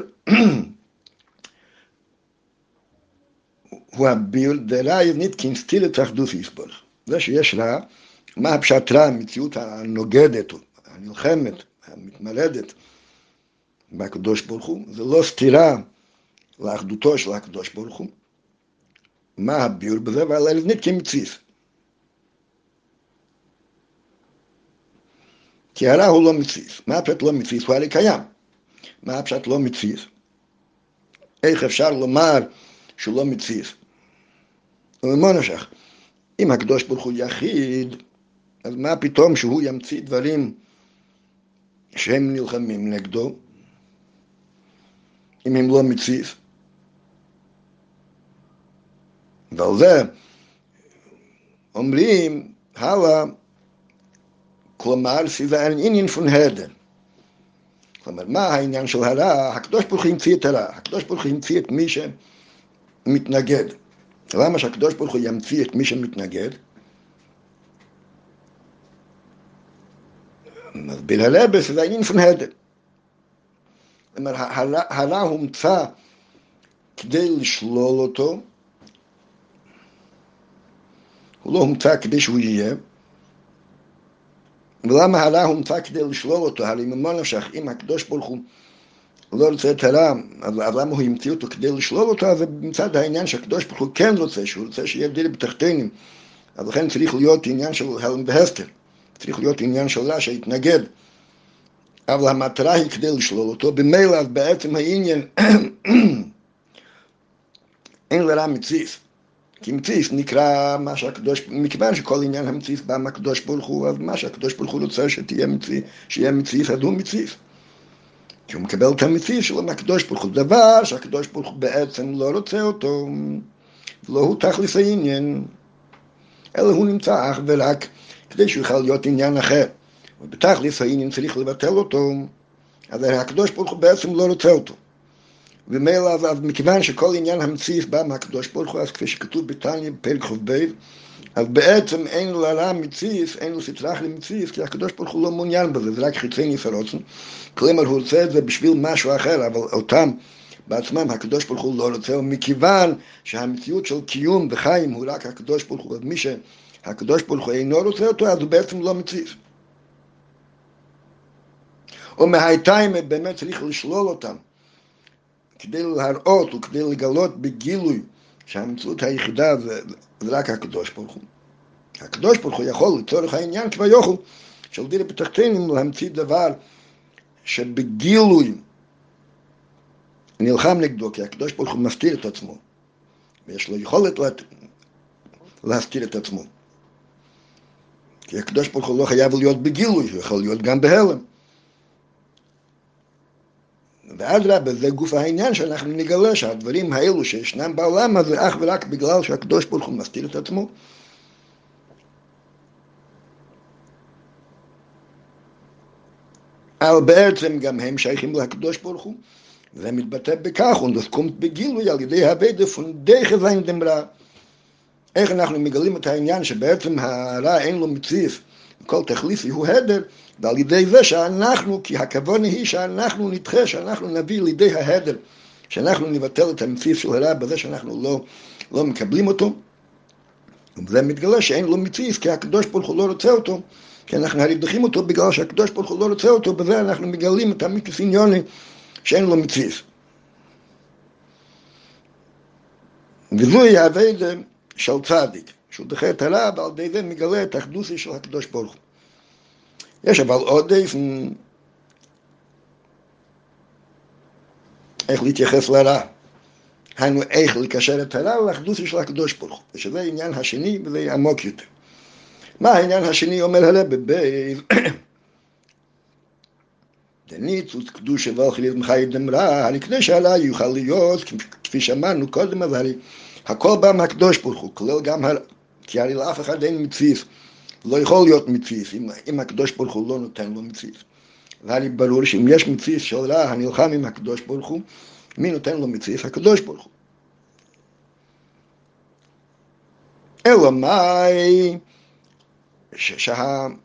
הוא הביר דרע יבנית כנסתיל את אחדות יסבורך. זה שיש רע, מה הפשט רע, המציאות הנוגדת, הנלחמת, המתמרדת בקדוש ברוך הוא, זה לא סתירה לאחדותו של הקדוש ברוך הוא. מה הביור בזה? ועל הלבנית כמציף. כי הרע הוא לא מציף. מה הפשט לא מציף? הוא הרי קיים. מה הפשט לא מציף? איך אפשר לומר שהוא לא מציף? ומה נשך? אם הקדוש ברוך הוא יחיד, אז מה פתאום שהוא ימציא דברים שהם נלחמים נגדו, אם הם לא מציף? ועל זה אומרים הלאה, כלומר, זה עניין פון הרדן. כלומר, מה העניין של הרע? הקדוש ברוך הוא המציא את הרע, הקדוש ברוך הוא המציא את מי שמתנגד. למה שהקדוש ברוך הוא ימציא את מי שמתנגד? מסביר הרבי שזה עניין פון הרדן. כלומר, הרע הומצא כדי לשלול אותו, הוא לא הומצא כדי שהוא יהיה. ולמה הרע הומצא כדי לשלול אותו? הרי ממה נפשך, אם הקדוש ברוך הוא לא רוצה את הרע, אז למה הוא ימציא אותו כדי לשלול אותו? אז מצד העניין שהקדוש ברוך הוא כן רוצה, שהוא רוצה שיהיה דיר בתחתינים, אז לכן צריך להיות עניין של הלם והסתר, צריך להיות עניין של רע שיתנגד. אבל המטרה היא כדי לשלול אותו, במילא אז בעצם העניין אין לרע מציף. כי מציף נקרא מה שהקדוש, מכיוון שכל עניין המציף בא מהקדוש ברוך הוא, אז מה שהקדוש ברוך הוא רוצה שיהיה מציף, אז הוא מציף. כי הוא מקבל את המציף שלו מהקדוש ברוך הוא, דבר שהקדוש ברוך הוא בעצם לא רוצה אותו, לא הוא תכלס העניין, אלא הוא נמצא אך ורק כדי שהוא יוכל להיות עניין אחר. ובתכלס העניין צריך לבטל אותו, אז הקדוש ברוך הוא בעצם לא רוצה אותו. ומילא, אז מכיוון שכל עניין המציף בא מהקדוש ברוך הוא, אז כפי שכתוב בתניא בפרק ח"ב, אז בעצם אין לו לרע מציף, אין לו סטרא אחרא מציף, כי הקדוש ברוך הוא לא מעוניין בזה, זה רק חיצי נפרוצן. כלומר, הוא רוצה את זה בשביל משהו אחר, אבל אותם בעצמם הקדוש ברוך הוא לא רוצה, ומכיוון שהמציאות של קיום וחיים הוא רק הקדוש ברוך הוא, אז מי שהקדוש ברוך הוא אינו רוצה אותו, אז הוא בעצם לא מציף. ומהייתיים באמת צריך לשלול אותם, כדי להראות וכדי לגלות בגילוי שהמציאות היחידה זה רק הקדוש ברוך הוא. הקדוש ברוך הוא יכול לצורך העניין כביכול של דירה בתחתינים להמציא דבר שבגילוי נלחם נגדו, כי הקדוש ברוך הוא מסתיר את עצמו, ויש לו יכולת להסתיר את עצמו. כי הקדוש ברוך הוא לא חייב להיות בגילוי, הוא יכול להיות גם בהלם. ואדרבה, זה גוף העניין שאנחנו נגלה שהדברים האלו שישנם בעולם הזה אך ורק בגלל שהקדוש ברוך הוא מסתיר את עצמו. אבל בעצם גם הם שייכים לקדוש ברוך הוא, זה מתבטא בכך, und kommt בגילוי על ידי הווידה von דרך sein dem רע. איך אנחנו מגלים את העניין שבעצם הרע אין לו מציף, כל תחליפי הוא הדר, ועל ידי זה שאנחנו, כי הכוונה היא שאנחנו נדחה, שאנחנו נביא לידי ההדר, שאנחנו נבטל את המציף של הרע בזה שאנחנו לא מקבלים אותו, וזה מתגלה שאין לו מציף, כי הקדוש ברוך הוא לא רוצה אותו, כי אנחנו הרי דוחים אותו בגלל שהקדוש ברוך הוא לא רוצה אותו, בזה אנחנו מגלים את המיתוס עניוני שאין לו מציף. וזוהי הווידה של צדיק, שהוא דוחה את הרע, ועל ידי זה מגלה את האחדוסי של הקדוש ברוך הוא. יש אבל עוד דפן איך להתייחס לרע. היינו איך לקשר את הרע לאחדוסי של הקדוש ברוך הוא, ושזה העניין השני וזה עמוק יותר. מה העניין השני אומר הרב בבייב? דניצוץ קדושה והלכריז מחי דמרא, הרי כדי שהרע יוכל להיות, כפי שאמרנו קודם, אז הרי הכל בא מהקדוש ברוך הוא, כולל גם הרע, כי הרי לאף אחד אין מציף, לא יכול להיות מציף, אם הקדוש ברוך הוא לא נותן לו מציף. והרי ברור שאם יש מציף של רע הנלחם עם הקדוש ברוך הוא, מי נותן לו מציף? הקדוש ברוך הוא. אלא מאי, שהעניין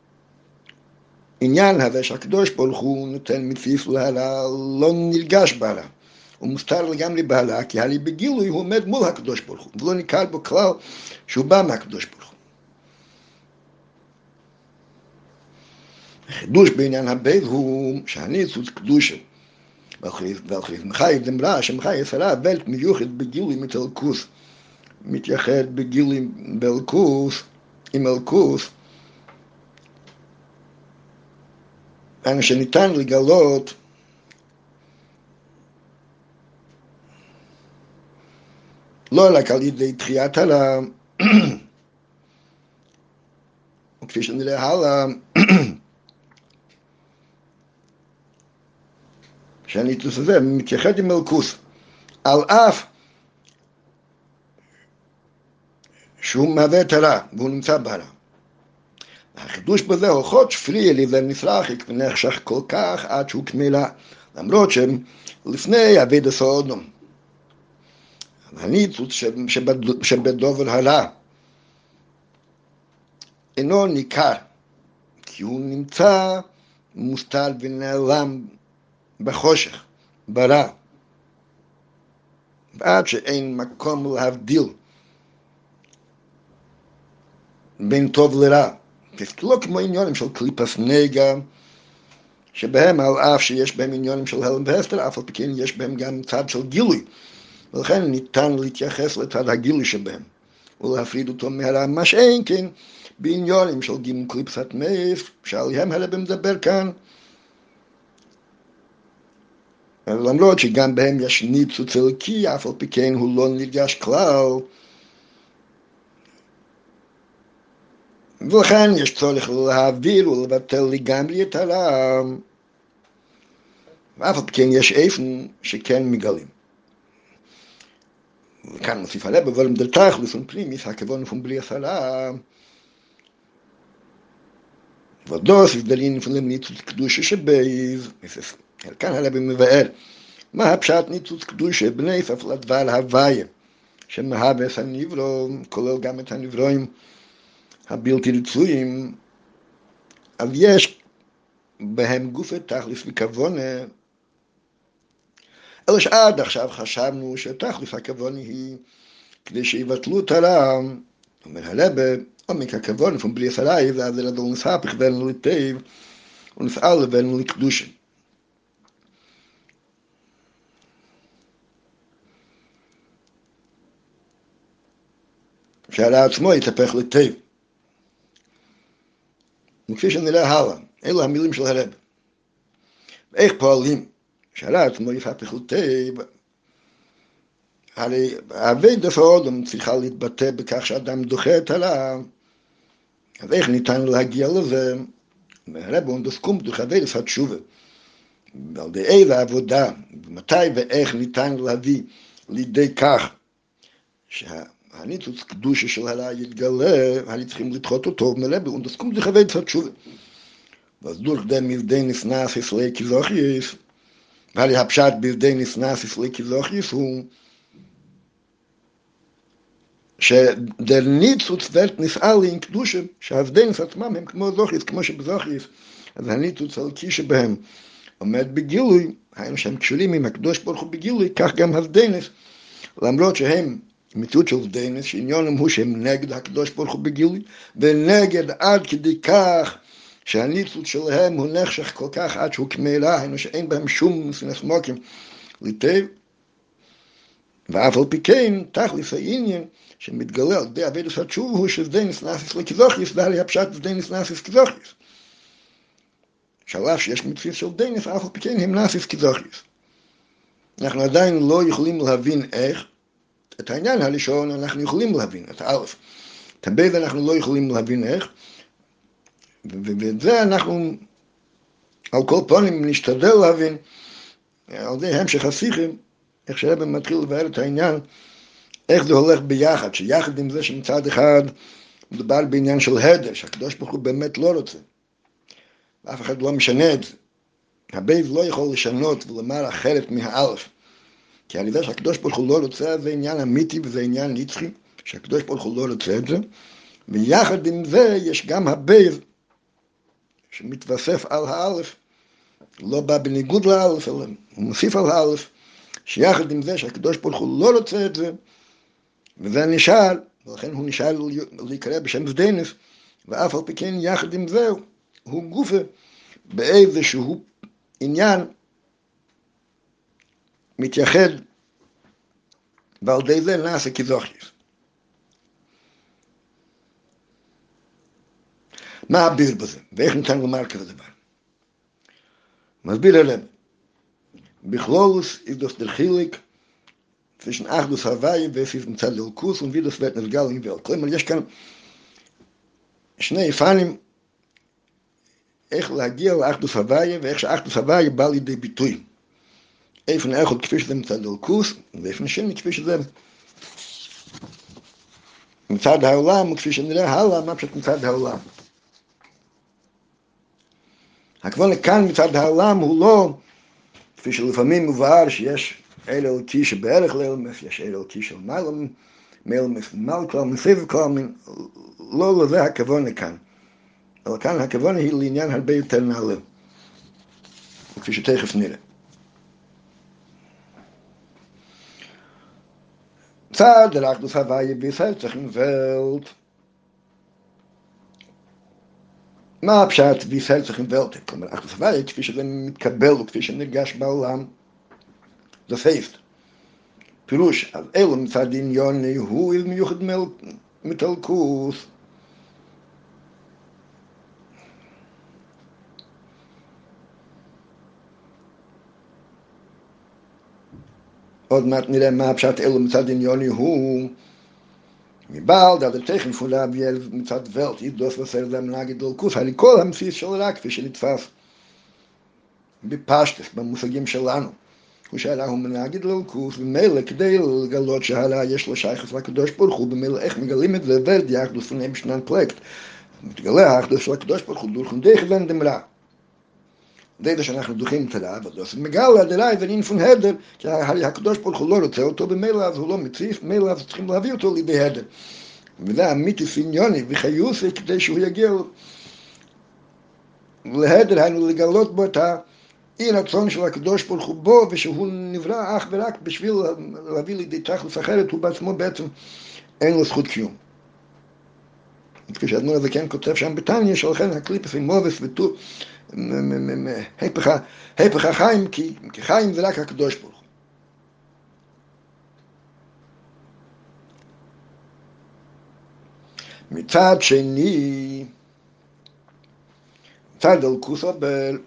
הזה שהקדוש ברוך הוא נותן מציף להרע לא נרגש בהרע, הוא מוסתר לגמרי בהרע, כי הרי בגילוי הוא עומד מול הקדוש ברוך הוא, ולא ניכר בו כלל שהוא בא מהקדוש ברוך הוא. החידוש בעניין הבית הוא שהניצוץ קדושה והלכריז מחי דמרא, שמחי יסרה ולט מיוחד בגילוי מתלכוס, מתייחד בגילוי באלכוס, עם אלכוס, שניתן לגלות לא רק על ידי תחיית הרע, וכפי שנראה הלאה, שהניצוץ הזה מתייחד עם אלכוס, על אף שהוא מהווה את הרע, והוא נמצא בהרע. החידוש בזה הוא חוד שפרי אליו נפרחק ונחשך כל כך עד שהוא כמילה, למרות שהם לפני אביד הסודום. הניצוץ שבדובר הרע אינו ניכר, כי הוא נמצא מוסתר ונעלם בחושך, ברע, ועד שאין מקום להבדיל בין טוב לרע. לא כמו עניונים של קליפס נגע, שבהם על אף שיש בהם עניונים של הלם והסתר, אף על פי כן יש בהם גם צד של גילוי, ולכן ניתן להתייחס לצד הגילוי שבהם, ולהפריד אותו מהרע, מה שאין כן בעניונים של גימול קליפסת מייף, שעליהם הרב מדבר כאן, למרות שגם בהם יש ניצוץ אלוקי, אף על פי כן הוא לא נרגש כלל, ולכן יש צורך להעביר ולבטל לגמרי את הרע, ואף על פי כן יש איפן שכן מגלים. וכאן מוסיף הרב, אבל מדלתך לפון פנימיס, הכוון לפון בריאס הרע, ודוס הסדרין לפון ניצוץ קדושה שבייב, כאן הרב מבאר, מה הפשט ניצוץ קדושה בני סף לדבר הוויה, שמהווה הנברו, כולל גם את הנברואים, הבלתי רצויים, אז יש בהם גופי תכלס וכוונה, אלא שעד עכשיו חשבנו שתכלס הכוונה היא כדי שיבטלו את הרע, אומר הרב, עומק הכוונה מבריאס הרע, זה לדל נסהפך ואין לטייב, ונסעל ואין לקדושה. שהרע עצמו יתהפך לטייב. וכפי שנראה הלאה, אלו המילים של הרב. ואיך פועלים? שאלה עצמו יפת פחותי, הרי עבודת האדם צריכה להתבטא בכך שאדם דוחה את הרע, אז איך ניתן להגיע לזה? הרב אונדסקום דוחה עבודת התשובה. ועל די איזה עבודה, מתי ואיך ניתן להביא לידי כך שהניצוץ קדושה של הרע יתגלה, הרי צריכים לדחות אותו, מרב אונדסקום דוחה עבודת התשובה. אז durch den Mildenis Nasis Leikizochis, weil ich Pshat Mildenis Nasis Leikizochis שדר ניצוץ ואת נסעל עם קדושה, שהבדנס עצמם הם כמו זוכיס, כמו שבזוכיס, אז הניצוץ הלקי שבהם עומד בגילוי, היינו שהם קשורים עם הקדוש ברוך הוא בגילוי, כך גם הבדנס, למרות שהם מציאות של הבדנס, שעניונם הוא שהם נגד הקדוש ברוך הוא בגילוי, ונגד עד כדי כך שהניצוץ שלהם הוא נחשך כל כך עד שהוא כמהרה, היינו שאין בהם שום סמוקים ליטב, ואף על פי כן, תכלס העניין שמתגלה על ידי עבודת התשובה הוא שדנס נאסיס לכזוכיס, והרי הפשט דנס נאסיס כזוכיס. שעל שיש מצוות של דנס, אף על פי כן הם נאסיס כזוכיס. אנחנו עדיין לא יכולים להבין איך, את העניין הראשון אנחנו יכולים להבין, את האלף. את הבית אנחנו לא יכולים להבין איך, ואת זה אנחנו על כל פנים נשתדל להבין, על ידי המשך השיחים, איך שהרב מתחיל לבאר את העניין, איך זה הולך ביחד, שיחד עם זה שמצד אחד מדובר בעניין של הדר, שהקדוש ברוך הוא באמת לא רוצה, ואף אחד לא משנה את זה. הבית לא יכול לשנות ולומר אחרת מהאלף, כי על ידי שהקדוש ברוך הוא לא רוצה, זה עניין אמיתי וזה עניין נצחי, שהקדוש ברוך הוא לא רוצה את זה, ויחד עם זה יש גם הבית שמתווסף על האלף, לא בא בניגוד לאלף, אלא הוא מוסיף על האלף, שיחד עם זה שהקדוש ברוך הוא לא רוצה את זה, וזה נשאר, ולכן הוא נשאר להיקרא בשם זדנס, ואף על פי כן יחד עם זה הוא גופה באיזשהו עניין מתייחד, ועל די זה נעשה כזוכיס. מה הביר בזה? ואיך ניתן לומר כזה דבר? מסביר הרב, בכלולוס ist das der Chilik zwischen Achdus Hawaii und מצד אלוקוס und wie das wird נרגל in Welt. כלומר, יש כאן שני פנים איך להגיע לאחדוס הוויה ואיך שאחדוס הוויה בא לידי ביטוי. איפן אחד כפי שזה מצד אלוקוס ואיפן שני כפי שזה מצד העולם וכפי שנראה הלאה מה פשוט מצד העולם. הכוונה כאן מצד העולם הוא לא כפי שלפעמים מבואר שיש אל אלוקי שבערך לאלמס, יש אל אלוקי של מאלמס ומלכה ומסביב כל מין, לא לזה הכוונה כאן. אבל כאן הכוונה היא לעניין הרבה יותר נעלה, כפי שתכף נראה. צד der Achdus Hawaii בישראל צריכים ולט. מה הפשט בישראל צריכים ולט? כלומר, Achdus Hawaii כפי שזה מתקבל וכפי שנרגש בעולם, זה פייסט. פירוש, אז אלו מצד עניוני הוא איזה מיוחד מתלכוס. עוד מעט נראה מה הפשט אלו מצד עניוני הוא. מבעל דעת התכן פולה ביאל מצד ולט, ידוס וסר להם נגד דלכוס, הרי כל המציאות של רק כפי שנתפס בפשטס, במושגים שלנו. הוא שהרע הוא מנגד ללכוס, ומילא כדי לגלות שהרע יש לו שייכות לקדוש ברוך הוא, במילא איך מגלים את זה ורד יחדוס פני בשנן פלקט. מתגלה האחדוס של הקדוש ברוך הוא דורכם די כוון דמרע. די זה שאנחנו דוחים את הרע, ודוס מגלה דרעי ונינפון הדר, כי הרי הקדוש ברוך הוא לא רוצה אותו, במילא אז הוא לא מציף, במילא אז צריכים להביא אותו לידי הדר. וזה אמיתיס עניוני וחיוסי כדי שהוא יגיע להדר, היינו לגלות בו את אי רצון של הקדוש ברוך הוא בו, ושהוא נברא אך ורק בשביל להביא לידי תכלס אחרת, הוא בעצמו בעצם אין לו זכות קיום. כפי שהאדמו"ר הזה כן כותב שם בתניא, שלכן הקליפס עם מובס וטו, היפך החיים, כי חיים זה רק הקדוש ברוך הוא. מצד שני, מצד אלוקוס אבל,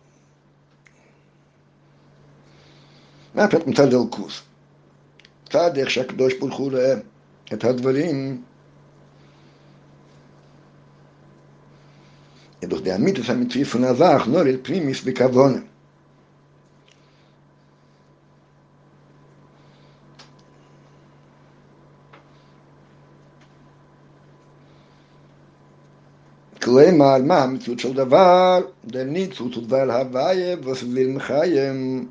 מה פשוט מצד אלוקוס? מצד איך שהקדוש ברוך הוא ראה את הדברים, durch die Amitis המצווי von der Sache, nur il primis בכוונה. כלומר, מה המציאות של דבר? der ניצוץ ודבר הוויה וסביל מחיים.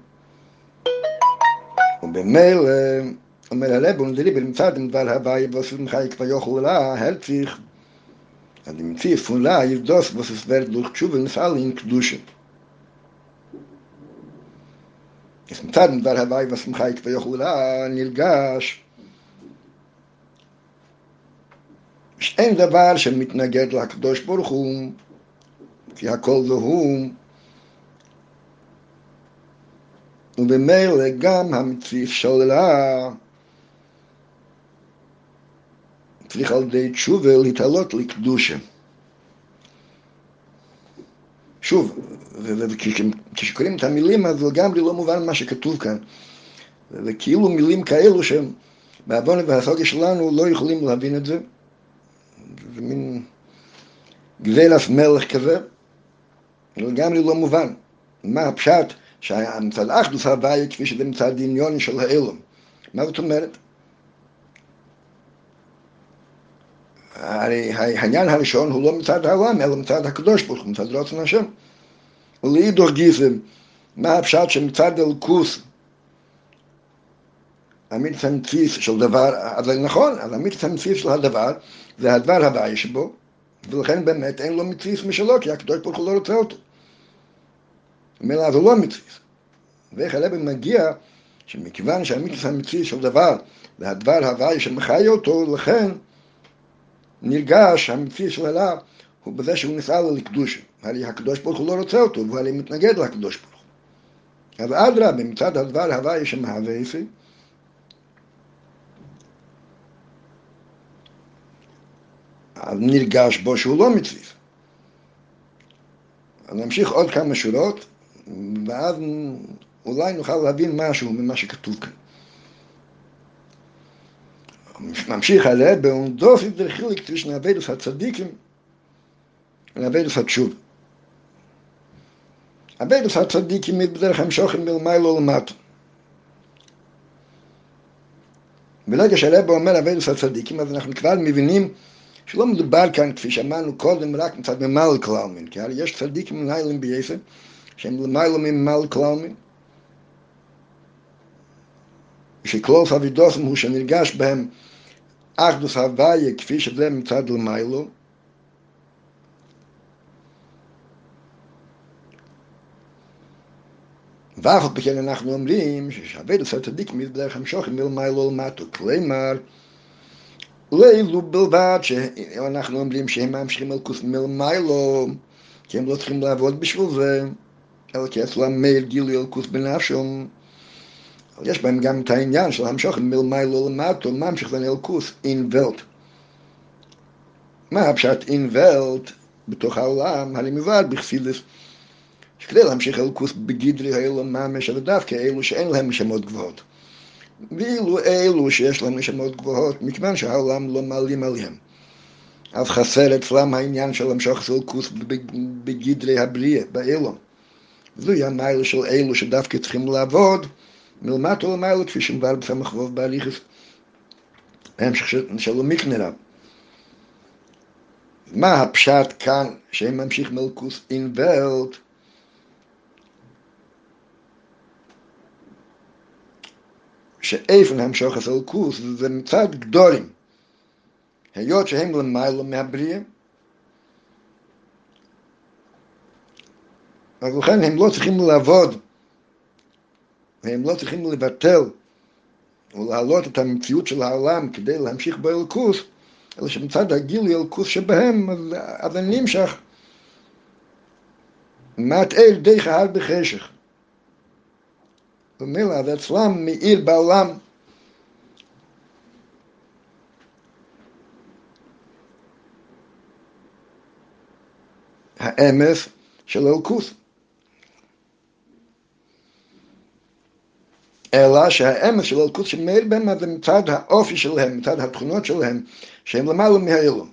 ובמילא, אומר הרב, ונדליבר מצד דבר הוויה וסביל מחיים כבר יוכל לה, הלציך, אז אם ציף von לה, ירדוס וססבר durch תשובה נפעל עם קדושה. אז מצד דבר הוויה וסביל מחיים כבר יוכל לה, נרגש, שאין דבר שמתנגד לקדוש ברוך הוא, כי הכל זה הוא, ובמילא גם המציף שלה צריך על ידי תשובה להתעלות לקדושה. שוב, כשקוראים את המילים אז לגמרי לא מובן מה שכתוב כאן. וכאילו מילים כאלו שהם בעוון והסוגיה שלנו לא יכולים להבין את זה. זה מין גזלת מלך כזה, לגמרי לא מובן. מה הפשט שהמצד אחדוס הוויה כפי שזה מצד דמיון של האלום. מה זאת אומרת? הרי העניין הראשון הוא לא מצד העולם, אלא מצד הקדוש ברוך הוא, מצד רצון השם. ולאידור גיסא, מה הפשט שמצד אלוקוס, המיתוס המציף של דבר, אז זה נכון, אז המיתוס המציף של הדבר, זה הדבר הוויה שבו, ולכן באמת אין לו מציף משלו, כי הקדוש ברוך הוא לא רוצה אותו. ומילא זה לא מציף. ואיך הרב מגיע, שמכיוון שהמיתוס המציף של דבר, זה הדבר הוויה שמחיה אותו, לכן נרגש המציף של הלה, הוא בזה שהוא נפעל לקדושה. הרי הקדוש ברוך הוא לא רוצה אותו, והוא הרי מתנגד לקדוש ברוך הוא. אז אדרבה, מצד הדבר הוויה שמהווה איפה, אז נרגש בו שהוא לא מציף. אז נמשיך עוד כמה שורות, ואז אולי נוכל להבין משהו ממה שכתוב כאן. ממשיך הלאה, באונדוס דרחיליק תשנה עבודת הצדיקים לעבודת התשובה. עבודת הצדיקים היא בדרך המשוכן מלמעלה למטה. ברגע שהרב אומר עבודת הצדיקים, אז אנחנו כבר מבינים שלא מדובר כאן, כפי שאמרנו קודם, רק מצד ממעל כל העלמין, כי הרי יש צדיקים מנהלים ביסוד, שהם למעלה ממעל כל העלמין, שכלול אבידוסם הוא שנרגש בהם אחדוס הוויה כפי שזה מצד למעלה, ואף על פי כן אנחנו אומרים שעבודת הצדיקים היא בדרך המשוכן מלמעלה למטה, כלומר לאלו בלבד שאנחנו אומרים שהם ממשיכים אלוקוס מלמעלה, כי הם לא צריכים לעבוד בשביל זה, אלא כי אצלם מאיר גילוי אלוקוס בנפשם. אבל יש בהם גם את העניין של המשוכן מלמעלה למטה, ממשיך בין אלוקוס אין ולט. מה הפשט אין ולט בתוך העולם? הרי מבואר בחסידות שכדי להמשיך אלוקוס בגדרי העולם ממש, אבל דווקא אלו שאין להם נשמות גבוהות. ואילו אלו שיש להם נשמות גבוהות, מכיוון שהעולם לא מעלים עליהם. אז חסר אצלם העניין של המשוך אלוקוס בגדרי הבריאה, באלום. זוהי המיילה של אלו שדווקא צריכים לעבוד, מלמטה למעלה, כפי שמבואר בסמ"ך ו' באריכות, בהמשך של המקנה. מה הפשט כאן שהם ממשיך מלכוס אין ולט? שאיפן המשוך אלוקוס זה מצד גדולים, היות שהם למעלה מהבריאה, אז לכן הם לא צריכים לעבוד, והם לא צריכים לבטל ולהעלות את המציאות של העולם כדי להמשיך באלוקוס, אלא שמצד הגילוי אלוקוס שבהם, אז זה נמשך מטעה די חהר בחשך. ומילא, אז אצלם מאיר בעולם. האמס, של אלוקות. אלא שהאמס של אלוקות שמאיר בהם זה מצד האופי שלהם, מצד התכונות שלהם, שהם למעלה מהאלום.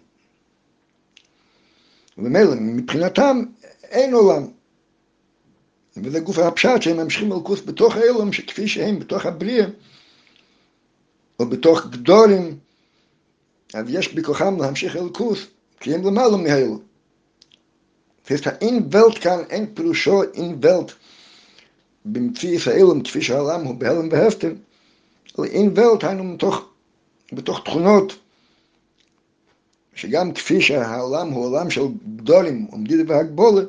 ומילא, מבחינתם אין עולם. וזה גוף הפשט שהם ממשיכים אלוקות בתוך האלום, שכפי שהם בתוך הבריאה, או בתוך גדולים, אז יש בכוחם להמשיך אלוקות, כי הם למעלה מהאלום. זאת אומרת, אין ולט כאן, אין פירושו אין ולט, במציאות האלום, כפי שהעולם הוא בהלם והפטר, אלא אין ולט היינו בתוך תכונות, שגם כפי שהעולם הוא עולם של גדולים, עומדידה והגבולה,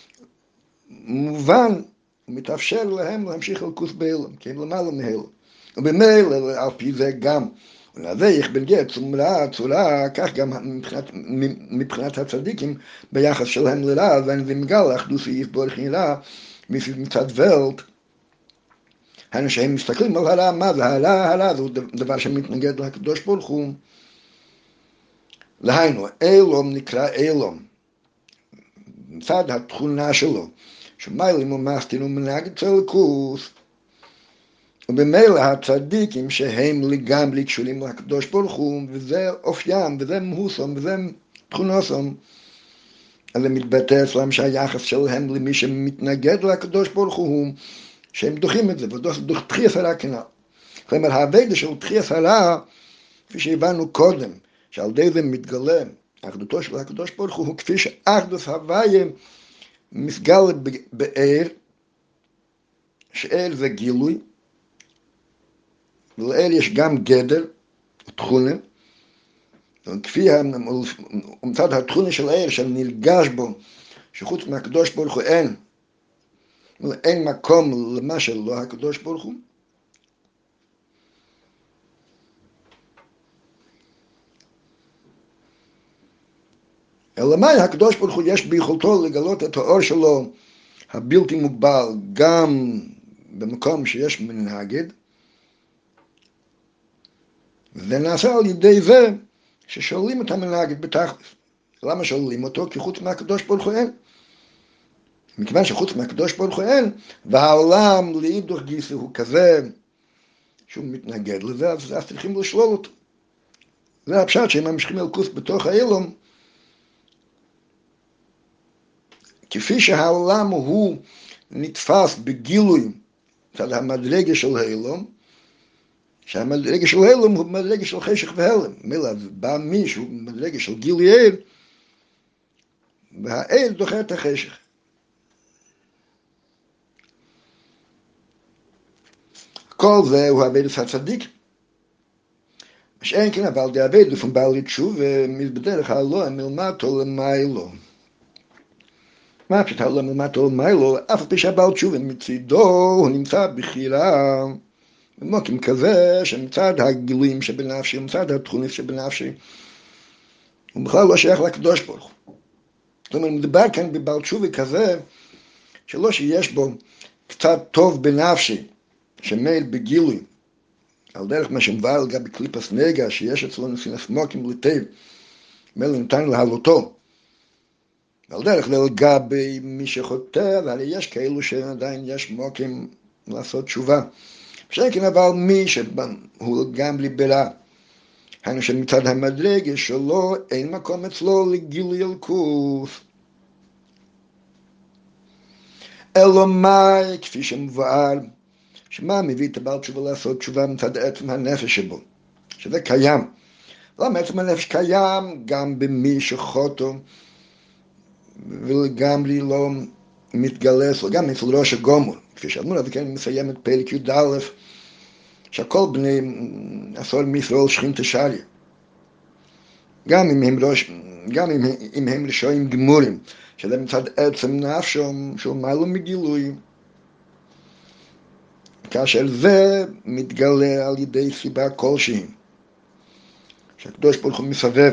מובן ומתאפשר להם להמשיך אלוקות באלום, כי הם למעלה מהאלום. ובמילא, על פי זה גם, ולהזייך בנגיע צורה, כך גם מבחינת הצדיקים, ביחס שלהם לרע, ואין זה מגל אחדות ויסבורך נראה, מצד ולט, היינו שהם מסתכלים על הרע, מה זה הרע, זה דבר שמתנגד לקדוש ברוך הוא. להיינו, אילום נקרא אילום, מצד התכונה שלו, שמיילים ומסתין ומנהג אצל אלוקות, ובמילא הצדיקים שהם לגמרי קשורים לקדוש ברוך הוא, וזה אופיים, וזה מהוסם, וזה תכונוסם, אז זה מתבטא אצלם שהיחס שלהם למי שמתנגד לקדוש ברוך הוא, שהם דוחים את זה, ודוח תחייה סרה כנ"ל. כלומר, העבודה של תחייה סרה, כפי שהבנו קודם, שעל ידי זה מתגלה אחדותו של הקדוש ברוך הוא, כפי שאחדות הוויה מסגל באר, שאר זה גילוי, ולאל יש גם גדר, תכונה, כפי מצד התכונה של האר, שנרגש בו, שחוץ מהקדוש ברוך הוא אין מקום למה שלא הקדוש ברוך הוא. אלא מה, הקדוש ברוך הוא יש ביכולתו לגלות את האור שלו הבלתי מוגבל, גם במקום שיש מנגד, וזה נעשה על ידי זה ששואלים את המנגד בתכלס. למה שואלים אותו? כי חוץ מהקדוש ברוך הוא אין. מכיוון שחוץ מהקדוש ברוך הוא אין, והעולם לאידוך גיסא הוא כזה שהוא מתנגד לזה, אז צריכים לשלול אותו. זה הפשט שהם ממשיכים אלוקות בתוך האילום, כפי שהעולם הוא נתפס בגילוי מצד המדרגה של האילום, שהמדרגה של האילום הוא מדרגה של חשך והלם. מילא בא מישהו במדרגה של גילוי אל, והאל דוחה את החשך. כל זה הוא עבודת הצדיק. שאין כן אבל די עבודה לפעמים בעל לתשובה בדרך הלא מלמטו למיילו. מה פשוט הלא מלמטו למיילו? אף על פי שהבעל תשובה מצידו הוא נמצא בחירה במוקים כזה שמצד הגילויים שבנפשי, מצד התכונות שבנפשי, הוא בכלל לא שייך לקדוש ברוך הוא. זאת אומרת, מדובר כאן בבעל תשובה כזה שלא שיש בו קצת טוב בנפשי, שמייל בגילוי, על דרך מה שמבאר לגבי קליפס נגע, שיש אצלנו סינס מוקים לטב, מייל ניתן להעלותו. על דרך לגבי מי שחוטא, והרי יש כאלו שעדיין יש מוקים לעשות תשובה. שכן אבל מי שהוא גם ליברא, היינו שמצד המדרגה שלו אין מקום אצלו לגילוי אלוקות. אלא מאי, כפי שמבואר, שמה מביא את הבעל תשובה לעשות תשובה מצד עצם הנפש שבו, שזה קיים. למה עצם הנפש קיים גם במי שחוטא, ולגמרי לא מתגלס, גם אצל ראש הגומר, כפי שאמרו, וכן מסיים את פרק י"א, שהכל בני עשור מישראל שכינתא שריא. גם אם הם רשעים גמורים, שזה מצד עצם נפשם, שהוא מעלה מגילוי. כאשר זה מתגלה על ידי סיבה כלשהי, שהקדוש ברוך הוא מסבב.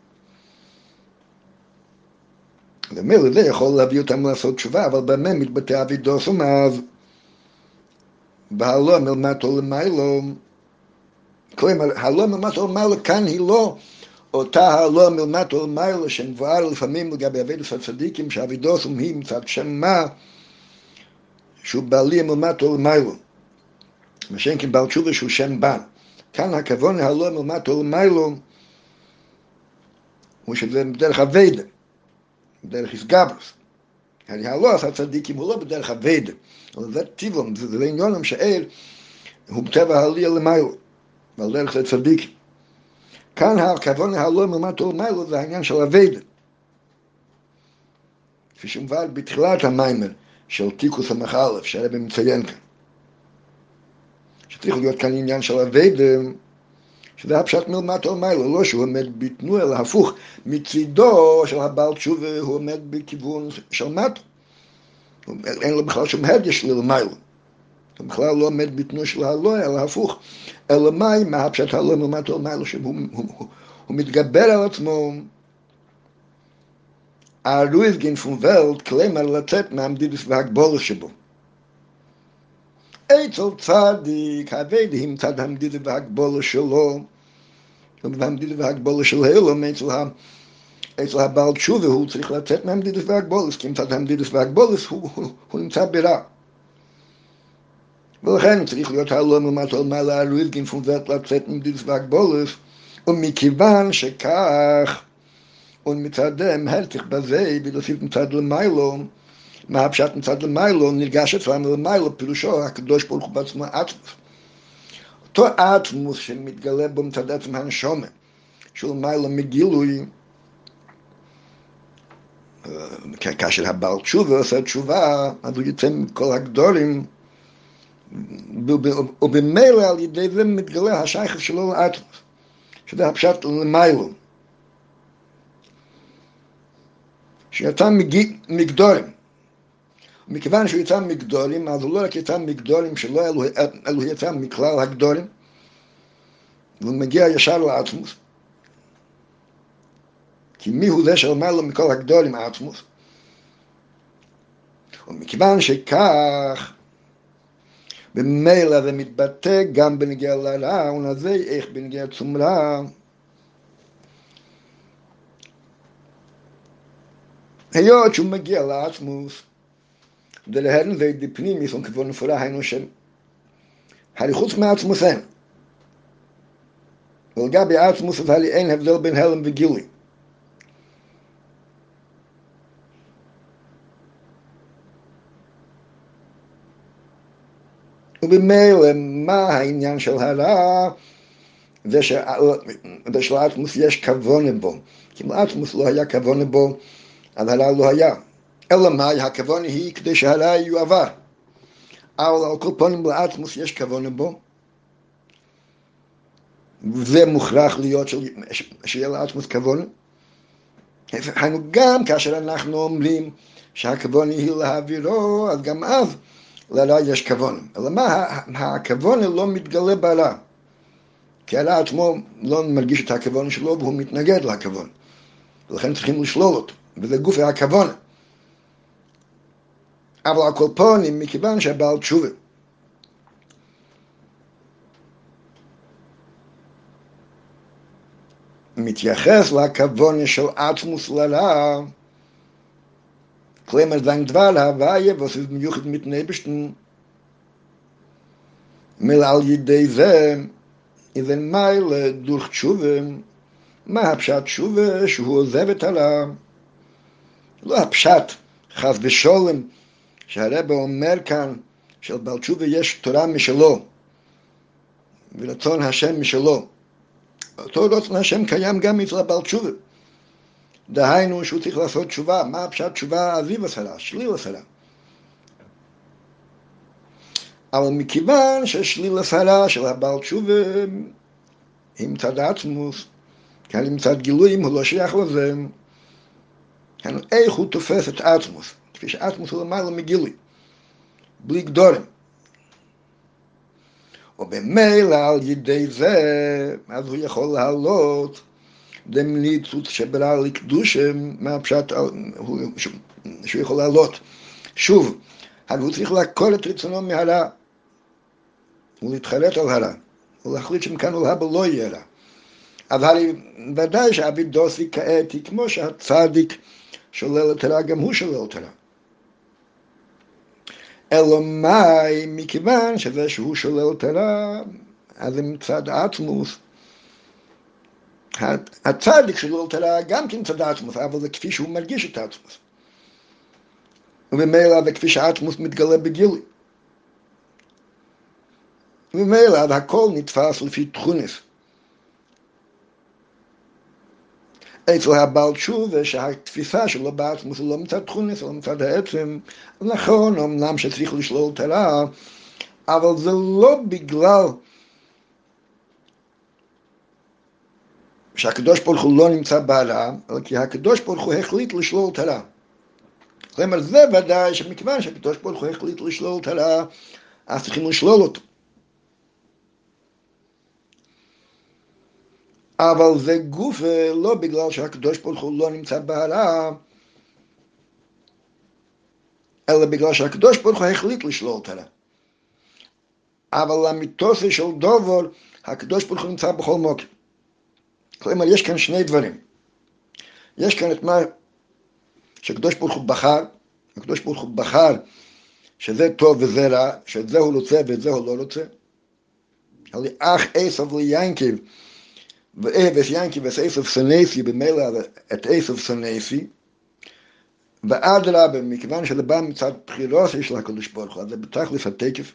ומילא זה יכול להביא אותם לעשות תשובה, אבל במה מתבטא אבידוס ומאב, והלא מלמטו למיילו. כלומר, הלא מלמטו למיילו כאן היא לא אותה הלא מלמטו למעלה שמבואר לפעמים לגבי אבדות הצדיקים שאבידוסם היא מצד שם מה שהוא בעלי מלמטו למעלה ושאין כן בעל תשובה שהוא שם בן. כאן הכוונה הלא מלמטו למעלה הוא שזה בדרך אבדה, בדרך איסגברוס. הלא עשה צדיקים הוא לא בדרך אבדה, אבל זה טיבלום, זה עניונם שאל הוא בטבע העלייה למעלה ועל דרך זה צדיקים. כאן הכוונה הלא מלמטו למעלה זה העניין של אבדה. כפי שמובא בתחילת המיימר של תיקוס המחלף שהרבא מציין כאן. שצריך להיות כאן עניין של אבדה, שזה הפשט מלמטו למעלה, לא שהוא עומד בתנועה, אלא הפוך, מצידו של הבעל תשובה הוא עומד בכיוון של מטו. אין לו בכלל שום הרגש למעלה. הוא בכלל לא עומד בתנועה של הלא, אלא הפוך. אלא מה הפשט הלא מלמטו למעלה, שהוא מתגבר על עצמו. הרויזגין פון ולט, כלומר לצאת מהמדידוס והגבולת שבו. אצל צדיק, הוודים צד המדידוס והגבולת שלו, והמדידוס והגבולת של הלום, אצל הבעל תשובה הוא צריך לצאת מהמדידוס והגבולת, כי מצד המדידוס והגבולת הוא נמצא ברע. ולכן צריך להיות הלום ומטו למעלה הרויזגין פון ולט לצאת מהמדידוס והגבולת, ומכיוון שכך, ומצדם הרתיך בזה, ולהוסיף מצד למיילו, מה הפשט מצד למיילו, נרגש אצלם למיילו, פירושו הקדוש ברוך הוא בעצמו אטמוס. אותו אטמוס שמתגלה בו מצד עצם הנשומה, שהוא למיילו מגילוי, כאשר הבעל תשובה עושה תשובה, אז הוא יצא מכל הגדולים, ובמילא על ידי זה מתגלה השייכות שלו לאטמוס, שזה הפשט למיילו. שיצא מגדולים. מכיוון שהוא יצא מגדולים, אז הוא לא רק יצא מגדולים שלא אלו יצא מכלל הגדולים, והוא מגיע ישר לאטמוס. כי מי הוא זה שאומר לו מכל הגדולים האטמוס? ומכיוון שכך, במילא זה מתבטא גם בנגיע לרע, ונזה איך בנגיע צומרה, היות שהוא מגיע לאטמוס, דלהרן זה דפנים יסון כבון נפורה היינו שם. הרי חוץ מעצמוס אין. ולגבי עצמוס אז הרי אין הבדל בין הלם וגילוי. ובמילא מה העניין של הרע? זה שלעצמוס יש כוונה בו. כי אם לעצמוס לא היה כוונה בו, אז הרע לא היה. אלא מה? הכוונה היא כדי שהרע יועבר. אבל על כל פנים לעצמוס יש כוונה בו. וזה מוכרח להיות שיהיה לעצמוס כוונה. היינו גם כאשר אנחנו אומרים שהכוונה היא להעבירו, אז גם אז לרע יש כוונה. אלא מה? הכוונה לא מתגלה ברע. כי הרע עצמו לא מרגיש את הכוונה שלו והוא מתנגד לכוונה. ולכן צריכים לשלול אותו. וזה גוף הכוונה. אבל על כל פנים, מכיוון שהבעל תשובה מתייחס לכוונה של עצמוס לרע, כלומר זין דבר הוויה, ועושה מיוחד מתנבשתן, מלא על ידי זה, איזן מיילה דורך תשובה, מה הפשט תשובה? שהוא עוזב את הרע. לא הפשט, חס ושולם, שהרבא אומר כאן, של בעל תשובה יש תורה משלו, ורצון השם משלו. אותו רצון השם קיים גם אצל הבעל תשובה. דהיינו שהוא צריך לעשות תשובה. מה הפשט תשובה? עזיב הסרה, שליל הסרה. אבל מכיוון ששליל הסרה של הבעל תשובה, עם צד עצמוס, כאן עם צד גילויים, הוא לא שייך לזה. איך הוא תופס את עצמוס? כפי שעצמוס הוא למעלה מגילוי, בלי גדורים. ובמילא על ידי זה, אז הוא יכול להעלות דמליצות שברא לקדושם, מה הפשט שהוא יכול להעלות. שוב, הוא צריך לעקור את רצונו מהרע, ולהתחרט על הרע, ולהחליט שמכאן ולהבא לא יהיה רע. אבל ודאי שהאבידוסי כעת היא כמו שהצדיק שולל תורה, גם הוא שולל תורה. אלא מאי, מכיוון שזה שהוא שולל תורה, אז זה מצד עצמוס. הצדיק שולל תורה גם כן מצד עצמוס, אבל זה כפי שהוא מרגיש את עצמוס. וממילא זה כפי שהעצמוס מתגלה בגילוי. וממילא הכל נתפס לפי תכונס. אצל הבעל תשובה שהתפיסה שלו בעצמוס הוא לא מצד תכונס, אלא מצד העצם. נכון, אמנם שצריך לשלול תורה, אבל זה לא בגלל שהקדוש ברוך הוא לא נמצא בהרע, אלא כי הקדוש ברוך הוא החליט לשלול תורה. כלומר, זה ודאי שמכיוון שהקדוש ברוך הוא החליט לשלול תורה, אז צריכים לשלול אותו. אבל זה גוף לא בגלל שהקדוש ברוך הוא לא נמצא בהרע, אלא בגלל שהקדוש ברוך הוא החליט לשלול תורה. אבל המיתוסי של דובר, הקדוש ברוך הוא נמצא בכל מוקר. כלומר, יש כאן שני דברים. יש כאן את מה שהקדוש ברוך הוא בחר, הקדוש ברוך הוא בחר שזה טוב וזה רע, שאת זה הוא רוצה ואת זה הוא לא רוצה. אבל אך עשב ליינקיב, ואבס ינקיב ועשב סנסי, במילא את עשב סנסי, ואדרבה, מכיוון שזה בא מצד בחירות של הקדוש ברוך הוא, אז זה בתכלס התקף.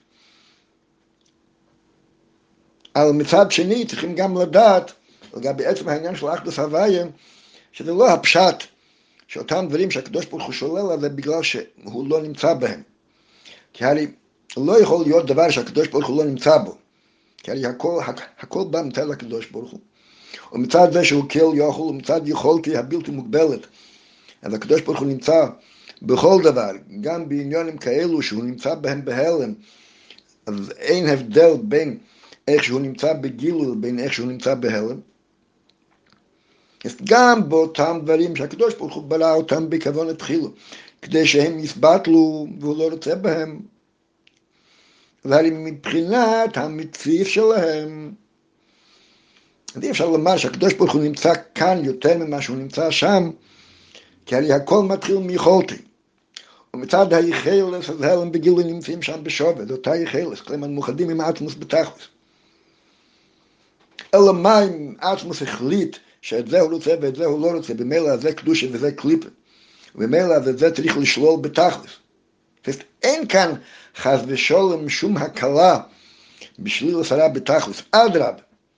אבל מצד שני צריכים גם לדעת, לגבי עצם העניין של אחדות הוויה, שזה לא הפשט, שאותם דברים שהקדוש ברוך הוא שולל, אז זה בגלל שהוא לא נמצא בהם. כי הרי לא יכול להיות דבר שהקדוש ברוך הוא לא נמצא בו. כי הרי הכל בא מצד הקדוש ברוך הוא. ומצד זה שהוא כל יכול, ומצד יכולתי הבלתי מוגבלת. אז הקדוש ברוך הוא נמצא בכל דבר, גם בעניונים כאלו שהוא נמצא בהם בהלם. אז אין הבדל בין איך שהוא נמצא בגילוי לבין איך שהוא נמצא בהלם. גם באותם דברים שהקדוש ברוך הוא ברא אותם בכוונה תחילה, כדי שהם יסבטלו והוא לא רוצה בהם. והרי מבחינת המציף שלהם, אי אפשר לומר שהקדוש ברוך הוא נמצא כאן יותר ממה שהוא נמצא שם, כי הרי הכל מתחיל מיכולתי. ומצד היחלס, אז הלם בגילוי נמצאים שם בשובד, אותה יחלס, כלומר מוחדים עם עצמוס בתכלס. אלא מה אם עצמוס החליט שאת זה הוא רוצה ואת זה הוא לא רוצה, במילא זה קדושה וזה קליפה, ובמילא זה צריך לשלול בתכלס. אין כאן חס ושלום שום הקלה בשליל הסרה בתכלס, אדרבה.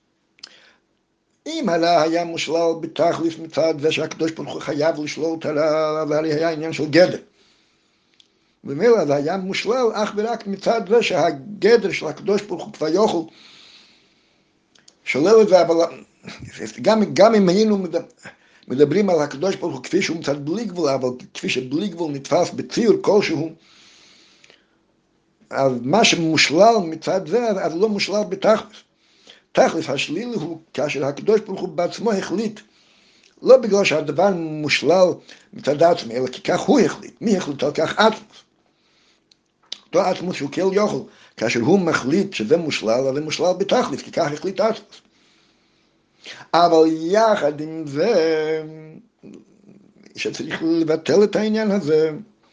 אם הרע היה מושלל בתכלס מצד זה שהקדוש ברוך הוא חייב לשלול את הרע, והרי היה עניין של גדר. במילא זה היה מושלל אך ורק מצד זה שהגדר של הקדוש ברוך הוא כבר יוכל שולל את זה, אבל גם אם היינו מדברים על הקדוש ברוך הוא כפי שהוא מצד בלי גבול, אבל כפי שבלי גבול נתפס בציור כלשהו, אז מה שמושלל מצד זה, אז לא מושלל בתכלס. תכלס השליל הוא כאשר הקדוש ברוך הוא בעצמו החליט, לא בגלל שהדבר מושלל מצד עצמו, אלא כי כך הוא החליט. מי החליט על כך? עצמוס. אותו עצמוס שהוא כל יכול, כאשר הוא מחליט שזה מושלל, אז זה מושלל בתכלס, כי כך החליט עצמוס. אבל יחד עם זה, שצריך לבטל את העניין הזה,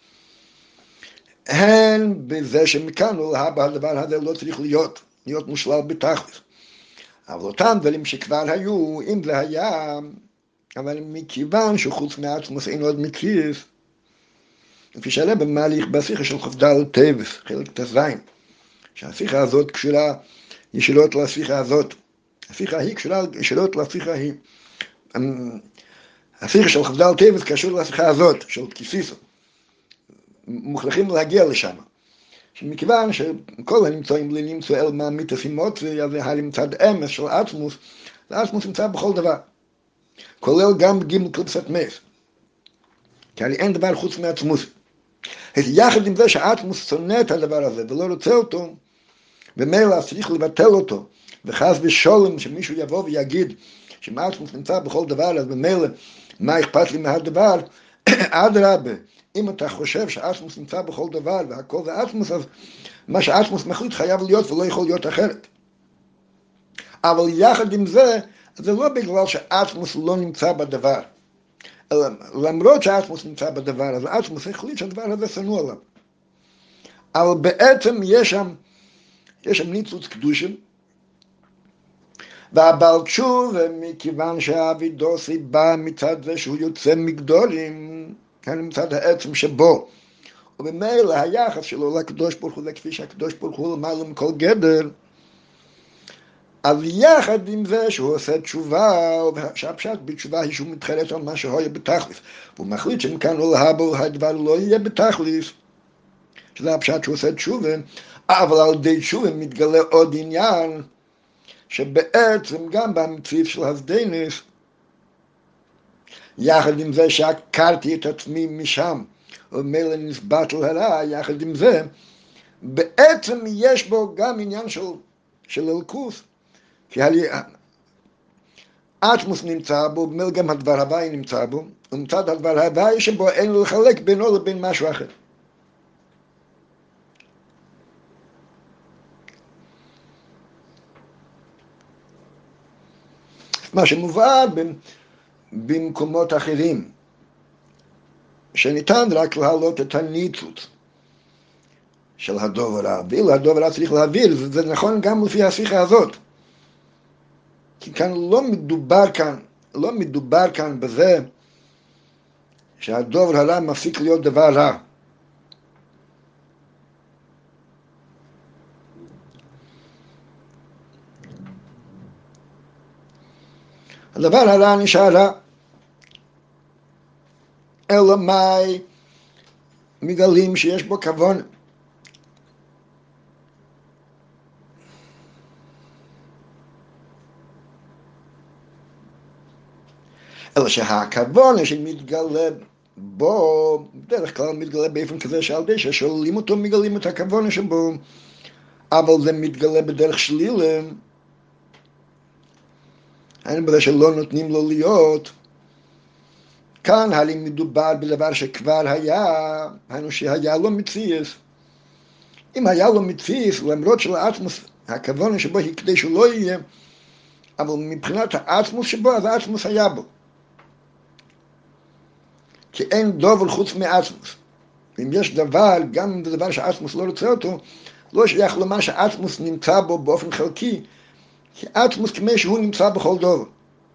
הן בזה שמכאן ולהבא הדבר הזה לא צריך להיות מושלל בתכלס. אבל אותם דברים שכבר היו, אם זה היה, אבל מכיוון שחוץ מעצמוס אין עוד מציאות, כפי שהרבא מעריך בשיחה של כ"ד טבת, חלק ט"ז, שהשיחה הזאת קשורה ישירות לשיחה הזאת. השיחה היא קשורה ישירות לשיחה היא. השיחה של כ"ד טבת קשור לשיחה הזאת, של כיסיסו. מוכרחים להגיע לשם. שמכיוון שכל הנמצאים בלי למצוא אל מה מתעשימות, זה המצד אמס של עצמוס, ועצמוס נמצא בכל דבר. כולל גם בגימל קליפסת מס. כי הרי אין דבר חוץ מעצמוס. יחד עם זה שעצמוס שונא את הדבר הזה ולא רוצה אותו, ומילא צריך לבטל אותו, וחס ושלום שמישהו יבוא ויגיד שמעצמוס נמצא בכל דבר, אז במילא מה אכפת לי מהדבר? אדרבה, אם אתה חושב שעצמוס נמצא בכל דבר והכל זה עצמוס, אז מה שעצמוס מחליט חייב להיות ולא יכול להיות אחרת. אבל יחד עם זה, אז זה לא בגלל שהאטמוס לא נמצא בדבר, אלא למרות שהאטמוס נמצא בדבר, אז האטמוס החליט שהדבר הזה שנוא עליו. אבל בעצם יש שם ניצוץ קדושים, והבעל תשובה, מכיוון שהאבידוסי בא מצד זה שהוא יוצא מגדולים, כאן מצד העצם שבו, ובמילא היחס שלו לקדוש ברוך הוא, כפי שהקדוש ברוך הוא למעלה מכל גדר, אז יחד עם זה שהוא עושה תשובה, שהפשט בתשובה היא שהוא מתחרט על מה שהוא היה בתכלס, והוא מחליט שמכאן ולהבא הדבר לא יהיה בתכלס, שזה הפשט שהוא עושה תשובה, אבל על ידי תשובה מתגלה עוד עניין, שבעצם גם במציאות של הסדינס, יחד עם זה שעקרתי את עצמי משם, ומילא נסבט להרע, יחד עם זה, בעצם יש בו גם עניין של אלקוס, כי האטמוס נמצא בו, במילא גם הדבר הוואי נמצא בו, ומצד הדבר הוואי שבו אין לו לחלק בינו לבין משהו אחר. מה שמובא במקומות אחרים, שניתן רק להעלות את הניצוץ של הדובר, ואילו הדובר צריך להעביר, זה נכון גם לפי השיחה הזאת. כי כאן לא מדובר כאן בזה שהדובר הרע מפסיק להיות דבר רע. הדבר הרע נשאר רע. אלא מאי מגלים שיש בו כוון. אלא שהכוון שמתגלה בו, בדרך כלל מתגלה באופן כזה שעל ידי ששוללים אותו מגלים את הכוון שבו, אבל זה מתגלה בדרך שלילה, אין בזה שלא נותנים לו להיות. כאן הרי מדובר בדבר שכבר היה, היינו שהיה לו מציאס. אם היה לו מציאס, למרות שלאטמוס, הכוון שבו היא כדי שהוא לא יהיה, אבל מבחינת האטמוס שבו, אז האטמוס היה בו. כי אין דובר חוץ מאטמוס. אם יש דבר, גם אם זה דבר שהאטמוס לא רוצה אותו, לא שייך לומר שהאטמוס נמצא בו באופן חלקי, כי אטמוס כמי שהוא נמצא בכל דובר.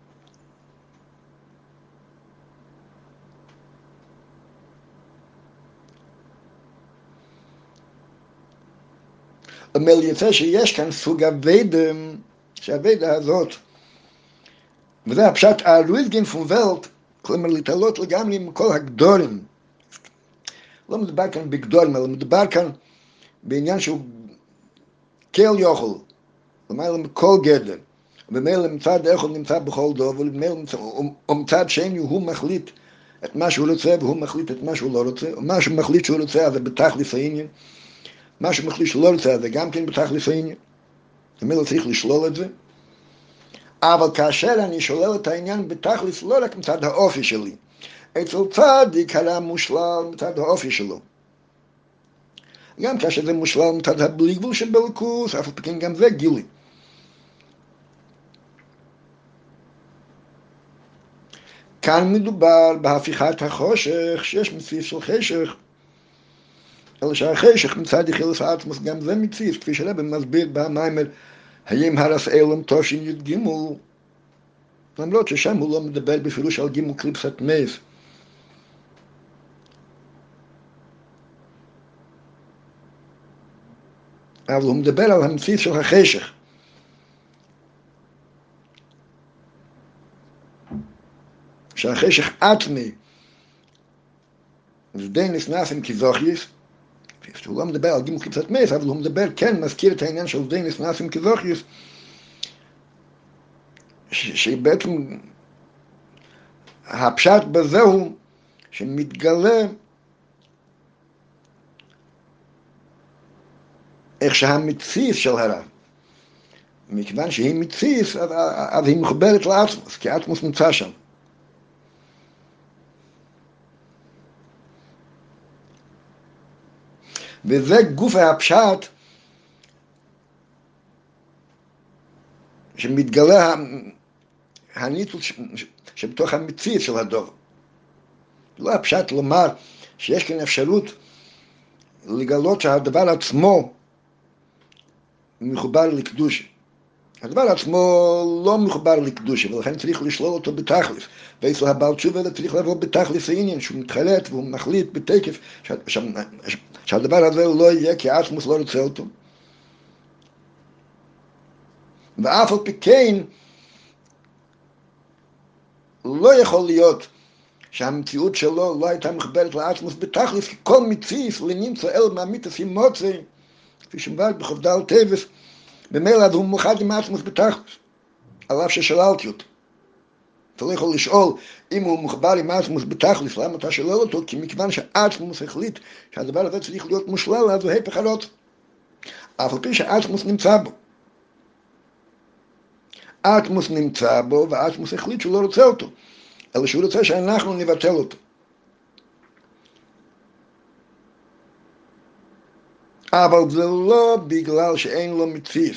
אומר יוצא שיש כאן סוג הווידה, שהווידה הזאת, וזה הפשט הרויזגין פון ולט, כלומר להתעלות לגמרי עם כל הגדורים. לא מדובר כאן בגדורים, אלא מדובר כאן בעניין שהוא כל יוכל, למעלה מכל גדר, ובמילא מצד אחד נמצא בכל דוב, ומצד שני הוא מחליט את מה שהוא רוצה, והוא מחליט את מה שהוא לא רוצה, ומה שהוא מחליט שהוא רוצה, אז זה בתכלס העניין, מה שהוא מחליט שהוא לא רוצה, אז זה גם כן בתכלס העניין, במילא צריך לשלול את זה, אבל כאשר אני שולל את העניין בתכלס, לא רק מצד האופי שלי, אצל צדיק הרע מושלל מצד האופי שלו. גם כאשר זה מושלל מצד הבלי גבול שבלכוס, אף פקין גם זה גילי. כאן מדובר בהפיכת החושך, שיש מציף של חשך, אלא שהחשך מצד יחילס האטמוס גם זה מציף, כפי שרבי מסביר במיימר, האם הרס אילם תושין י"ג, למרות ששם הוא לא מדבר בפירוש על ג' קליפסת מייס. אבל הוא מדבר על המציף של החשך. שהחשך עצמי, די נסנסים כזוכיס, הוא לא מדבר על ג' קליפסת מייס, אבל הוא מדבר, כן, מזכיר את העניין של די נסנסים כזוכיס, שבעצם הפשט בזה הוא שמתגלה איך שהמציף של הרע, מכיוון שהיא מציף, אז היא מחוברת לאטמוס, כי האטמוס נמצא שם. וזה גוף הפשט שמתגלה הניצוץ שבתוך המציאות של הדבר. לא הפשט לומר שיש כאן אפשרות לגלות שהדבר עצמו מחובר לקדושה. הדבר עצמו לא מחובר לקדושה, ולכן צריך לשלול אותו בתכלס. ואצל הבעל תשובה צריך לבוא בתכלס העניין, שהוא מתחלט והוא מחליט בתקף שהדבר הזה לא יהיה כי עצמוס לא רוצה אותו. ואף על פי כן לא יכול להיות שהמציאות שלו לא הייתה מחברת לעצמוס בתכלס, כי כל מציאות לנמצא אל מאמיתוס עם מוצא, כפי שמובא בכ"ד טבת, במילא הוא מאוחד עם עצמוס בתכלס, על אף ששללתי אותו. אתה לא יכול לשאול אם הוא מחובר עם עצמוס בתכלס, למה אתה שולל אותו? כי מכיוון שעצמוס החליט שהדבר הזה צריך להיות מושלל, אז הוא הפך הרוצה. אף על פי שעצמוס נמצא בו. עצמוס נמצא בו, ועצמוס החליט שהוא לא רוצה אותו, אלא שהוא רוצה שאנחנו נבטל אותו. אבל זה לא בגלל שאין לו מציאות.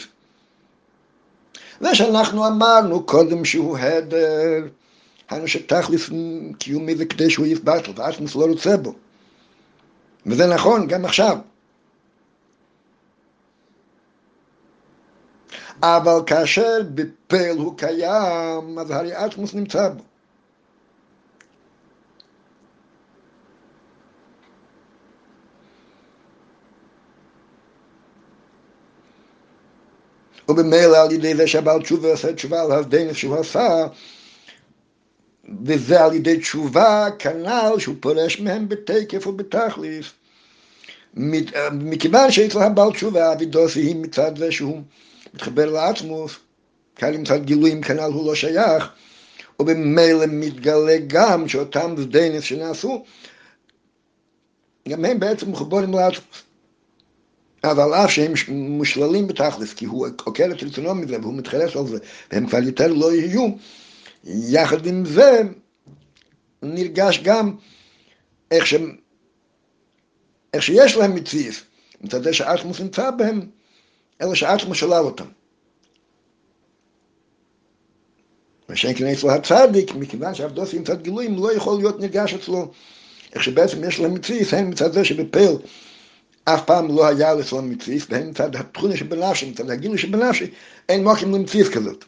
ושאנחנו אמרנו קודם שהוא הדר, היינו שתכלס קיומי זה כדי שהוא יתבטל, ועצמוס לא רוצה בו. וזה נכון גם עכשיו. אבל כאשר בפעל הוא קיים, אז הרי עצמוס נמצא בו. ובמילא על ידי זה שהבעל תשובה עושה תשובה על הדין שהוא עשה, וזה על ידי תשובה כנ"ל שהוא פורש מהם בתקף ובתכלס. מכיוון שאצל הבעל תשובה אבידוסי היא מצד זה שהוא מתחבר לעצמוס, כאן מצד גילויים כנ"ל הוא לא שייך, ובמילא מתגלה גם שאותם דינס שנעשו, גם הם בעצם מחוברים לעצמוס. אבל אף שהם מושללים בתכלס, כי הוא עוקר את רצונו מזה והוא מתחלש על זה, והם כבר יותר לא יהיו, יחד עם זה נרגש גם איך שיש להם מציאות, מצד זה שעצמוס נמצא בהם, אלא שעצמוס שולל אותם. ושאין כן אצלו הצדיק, מכיוון שהאבדוסי מצד גילויים לא יכול להיות נרגש אצלו, איך שבעצם יש להם מציאות, הן מצד זה שבפעל אף פעם לא היה אצלו מציאות, והן מצד התכונה שבנפשי, מצד הגילוי שבנפשי, אין מוקים למציאות כזאת.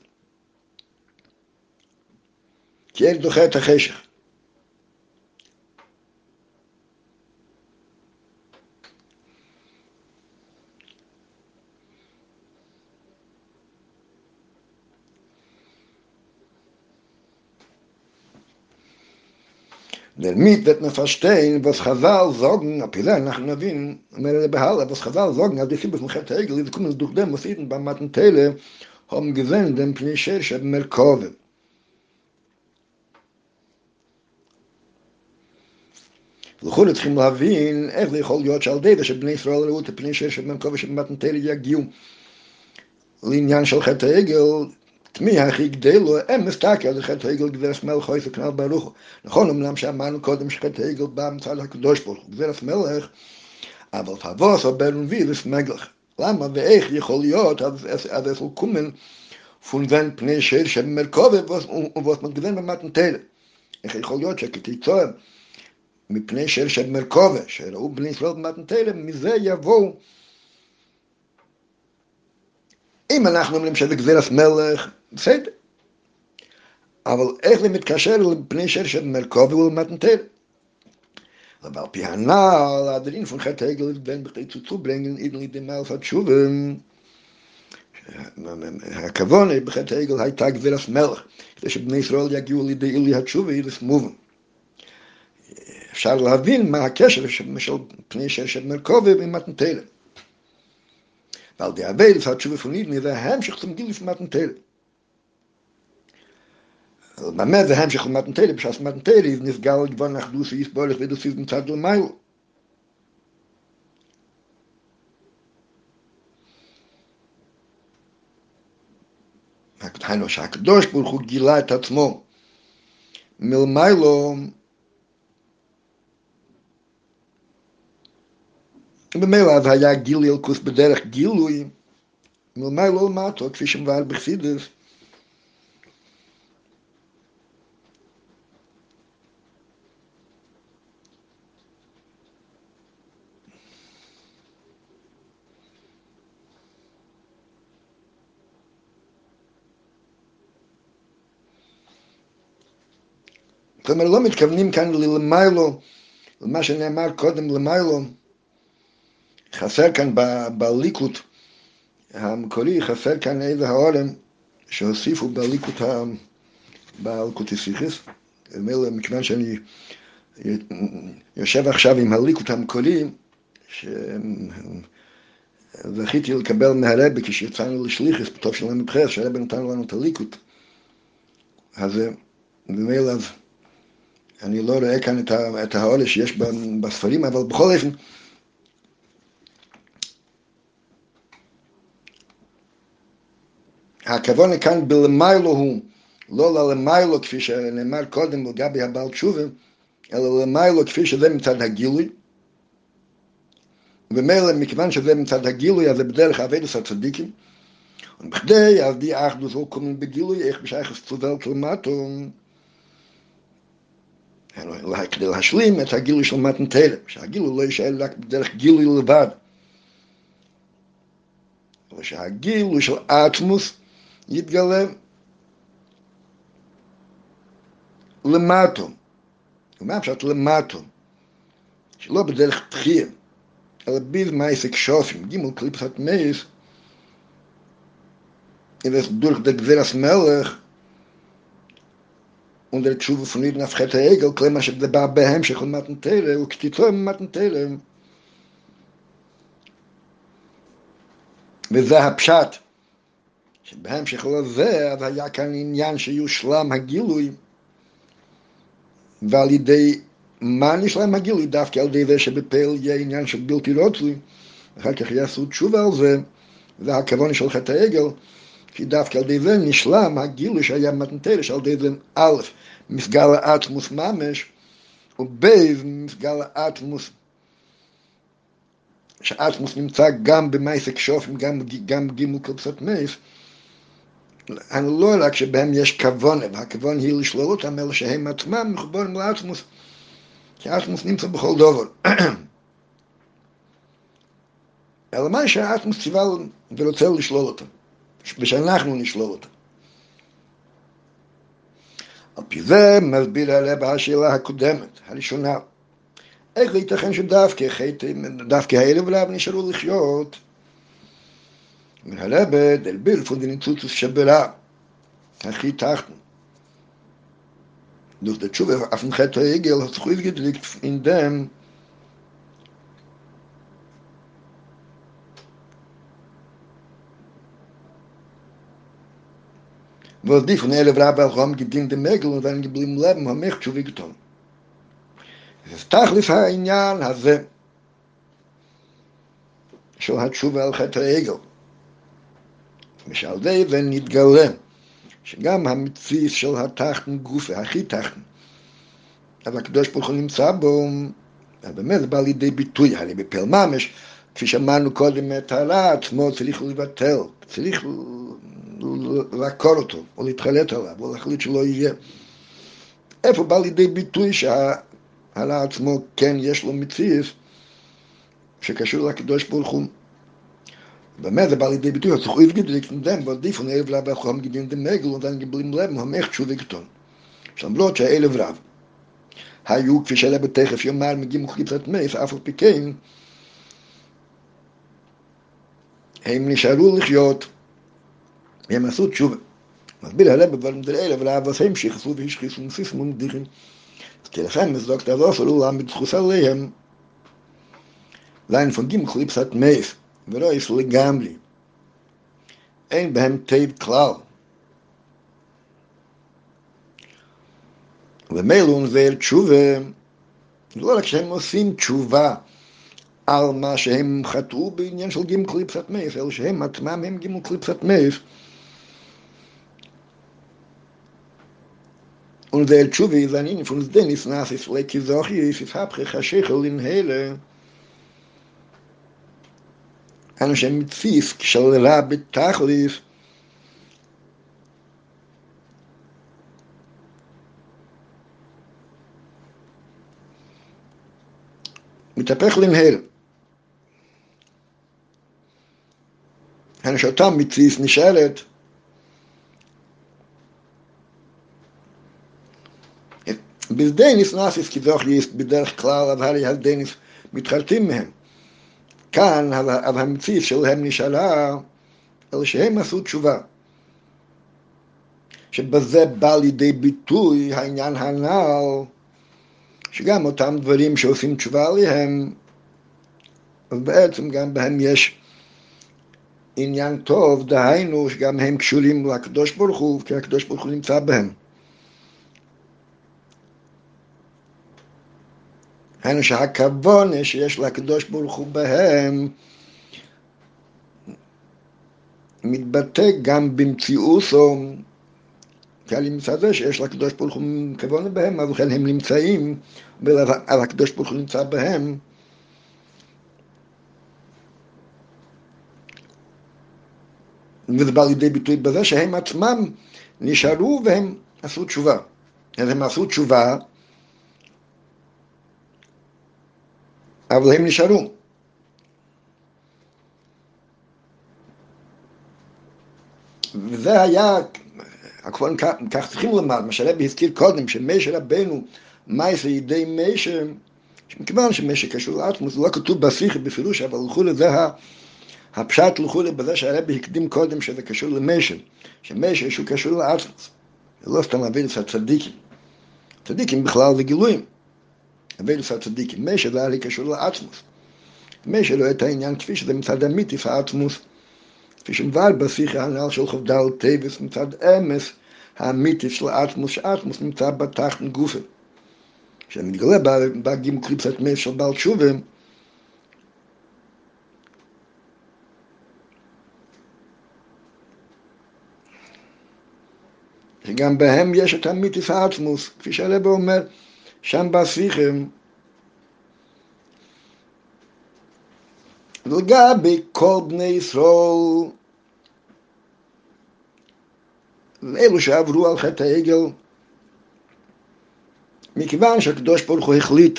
כי אין דוחה את החשך. Damit wird man verstehen, was Chazal sagen, apile, אנחנו נבין, אומר אלה בהלאה, was Chazal sagen, על דיסיבוס מחט העגל, זה קומץ durch dem, was ihnen beim Matentele, haben gesehen, dem פני שש במרכבה. לכן צריכים להבין איך זה יכול להיות שעל די ושבני ישראל ראו את הפני שש במרכבה שבמתנתלה יגיעו לעניין של חטא העגל, תמי הכי גדלו, הם מסתכל על חטא העגל גזרת מלך חויס וכנל ברוך הוא. נכון, אמנם שאמרנו קודם שחטא העגל בא מצד הקדוש ברוך הוא, גזרת מלך, אבל תבוס או ברנבי וסמגלך. למה ואיך יכול להיות, אז אצל קומן פונבן פני שש במרכבה ובוס מגזן במתנתלה. איך יכול להיות שכתיצור מפני שש במרכבה, שראו בני ישראל במתנתלה, מזה יבואו אם אנחנו אומרים שזה גזירת מלך, בסדר. אבל איך זה מתקשר לפני שש במרכבה ולמתנתלה? ועל פי הנ"ל, הדין von חטא העגל בין בכדי צוצו ברנגן אידן לידי מלך התשובה. הכוונה בחטא העגל הייתה גזירת מלך, כדי שבני ישראל יגיעו לידי אילי התשובה, אילי סמובן. אפשר להבין מה הקשר של פני שש במרכבה ומתנתלה. ועל די אביידס התשובה von אידן זה ההמשך zum גילוי von מתנתלה. באמת זה המשך למתנתלה, בשעת מתנתלה נפגע על גבון אחדוס ויסבורך ודוסיף מצד למיילו. היינו שהקדוש ברוך הוא גילה את עצמו מלמיילו, במילא אז היה גילוי אלוקוס בדרך גילוי מלמיילו למטו, כפי שמבאר בחסידות. כלומר, לא מתכוונים כאן למיילו, למה שנאמר קודם למיילו, חסר כאן בליקוט המקורי, חסר כאן איזה העולם שהוסיפו בליקוט באלקוטיסיכס, מכיוון שאני יושב עכשיו עם הליקוט המקורי, שזכיתי לקבל מהרבי כשיצאנו לשליחס, בטוב שלנו מבחר, שהרבי נתן לנו את הליקוט. אז במילא אני לא רואה כאן את העולה שיש בספרים, אבל בכל אופן, הכוונה כאן בלמיילו הוא, לא ללמיילו כפי שנאמר קודם לגבי הבעל תשובה, אלא למיילו כפי שזה מצד הגילוי, ומילא מכיוון שזה מצד הגילוי, אז זה בדרך עבודת הצדיקים, ובכדי להביא אחדות ולקום בגילוי, איך בשייך צובל כלמטו, כדי להשלים את הגילוי של מתן תורה, שהגילוי לא יישאר רק בדרך גילוי לבד, אלא שהגילוי של אטמוס יתגלה למטו. ומה פשוט למטו? שלא בדרך תחייה, אלא במעשה שופים, גימל קליפסת מייס, אלא durch der Gzeras Melech und der Tshuva von Iden auf Chet HaEgel, כלומר שבא בהמשך על מתן תורה, וכתיתו מתן תורה. וזה הפשט, שבהמשך לזה, אז היה כאן עניין שיושלם הגילוי, ועל ידי מה נשלם הגילוי? דווקא על ידי זה שבפעיל יהיה עניין של בלתי רוצוי, אחר כך יעשו תשובה על זה, זה הכוונה של חטא העגל, כי דווקא על ידי זה נשלם הגילוי שהיה מתן תורה, שעל ידי זה א', מסגל האטמוס ממש, וב' מסגל האטמוס, שהאטמוס נמצא גם במעשה שופים, גם גימל קליפסת מייס, לא רק שבהם יש כוונה, והכוונה היא לשלול אותם, אלא שהם עצמם מחוברים לאטמוס, כי האטמוס נמצא בכל דבר. אלא מה שהאטמוס ציווה ורוצה לשלול אותם, ושאנחנו נשלול אותם. על פי זה מסביר הרב השאלה הקודמת, הראשונה, איך ייתכן שדווקא האלה ולאו נשארו לחיות? הרב דלביר פון די ניצוצוס שברה, הכי תחתן. Durch die Tshuva auf dem Chet HaEgel hat sich ausgedrückt in dem, wo die von Elef Rabbi haben gedient dem Megel und dann geblieben leben, haben mich Tshuva getan. Es ist Tachlis העניין הזה, של התשובה על חטא העגל. ושעל זה נתגלה, שגם המציאות של התחתן גופה, הכי תחתן, אז הקדוש ברוך הוא נמצא בו, באמת זה בא לידי ביטוי, הרי בפעל ממש, כפי שאמרנו קודם, את הרע עצמו צריך לבטל, צריך לעקור אותו, או להתחלט עליו, או להחליט שלא יהיה. איפה בא לידי ביטוי שהרע עצמו כן יש לו מציאות, שקשור לקדוש ברוך הוא. באמת זה בא לידי ביטוי, אז הוא יפגיד לקדם, ועדיף הוא נערב רב אנחנו המגידים דמגל, ודן גבלים לב, מהמך תשובה קטון. למרות שהאלף רב, היו, כפי שאלה בתכף יאמר, מגיעים קליפסת מייס, אף על פי כן, הם נשארו לחיות, הם עשו תשובה. מסביר הרב, אבל מדר אלף רב, אז הם שחסו והשחיסו נסיסמו מדיחים. אז תלכם, אז דוקטור זופר, הוא לעמד דחוס עליהם, להם פונגים קליפסת מייס, ולא יש לגמרי. אין בהם טייב כלל. ומילון זה תשובה, לא רק שהם עושים תשובה על מה שהם חטאו בעניין של גימל קליפסת מייס, אלא שהם עצמם הם גימל קליפסת מייס. Und der Tshuva ist an ihnen von uns denn ist nach ist lecky Sache ist habche Schechel in Hele. An shem mitzif shel rab tachlis. מתהפך למהל. שאותם מציף נשארת בזדניס נאסיס כזוך ליסט בדרך כלל, אבל הרי הזדניס מתחרטים מהם. כאן המציאות שלהם נשאלה, אלא שהם עשו תשובה. שבזה בא לידי ביטוי העניין הנ"ל, שגם אותם דברים שעושים תשובה עליהם, אז בעצם גם בהם יש עניין טוב, דהיינו שגם הם קשורים לקדוש ברוך הוא, כי הקדוש ברוך הוא נמצא בהם. היינו שהכוונה שיש לקדוש ברוך הוא בהם, מתבטא גם במציאותו, כי על מצד זה שיש לקדוש ברוך הוא כוונה בהם, אז לכן הם נמצאים, אבל הקדוש ברוך הוא נמצא בהם. וזה בא לידי ביטוי בזה שהם עצמם נשארו והם עשו תשובה. אז הם עשו תשובה, אבל הם נשארו. וזה היה, כך צריכים לומר, מה שהרבי הזכיר קודם, שמשה רבנו, מייס לידי משה, מכיוון שמשה קשור לעצמוס, זה לא כתוב בשיחה בפירוש, אבל לכולי זה הפשט לכולי בזה שהרבי הקדים קודם שזה קשור למשה, שמשה שהוא קשור לעצמוס. זה לא סתם אבילוס הצדיקים. צדיקים בכלל זה גילויים. אבילוס הצדיקים, משה זה היה קשור לעצמוס. משה לא את העניין כפי שזה מצד אמיתיס העצמוס, כפי שמבואר בשיחה הנ"ל של חובדל טייבס מצד אמס האמיתיס של העצמוס, שהעצמוס נמצא בתחתית גופה. שמתגלה בגימול קליפת מס של בעל תשובה, שגם בהם יש את אמיתיס העצמוס, כפי שהרבי אומר, שם בשיחה, לגבי כל בני ישראל, אלו שעברו על חטא העגל, מכיוון שהקדוש ברוך הוא החליט,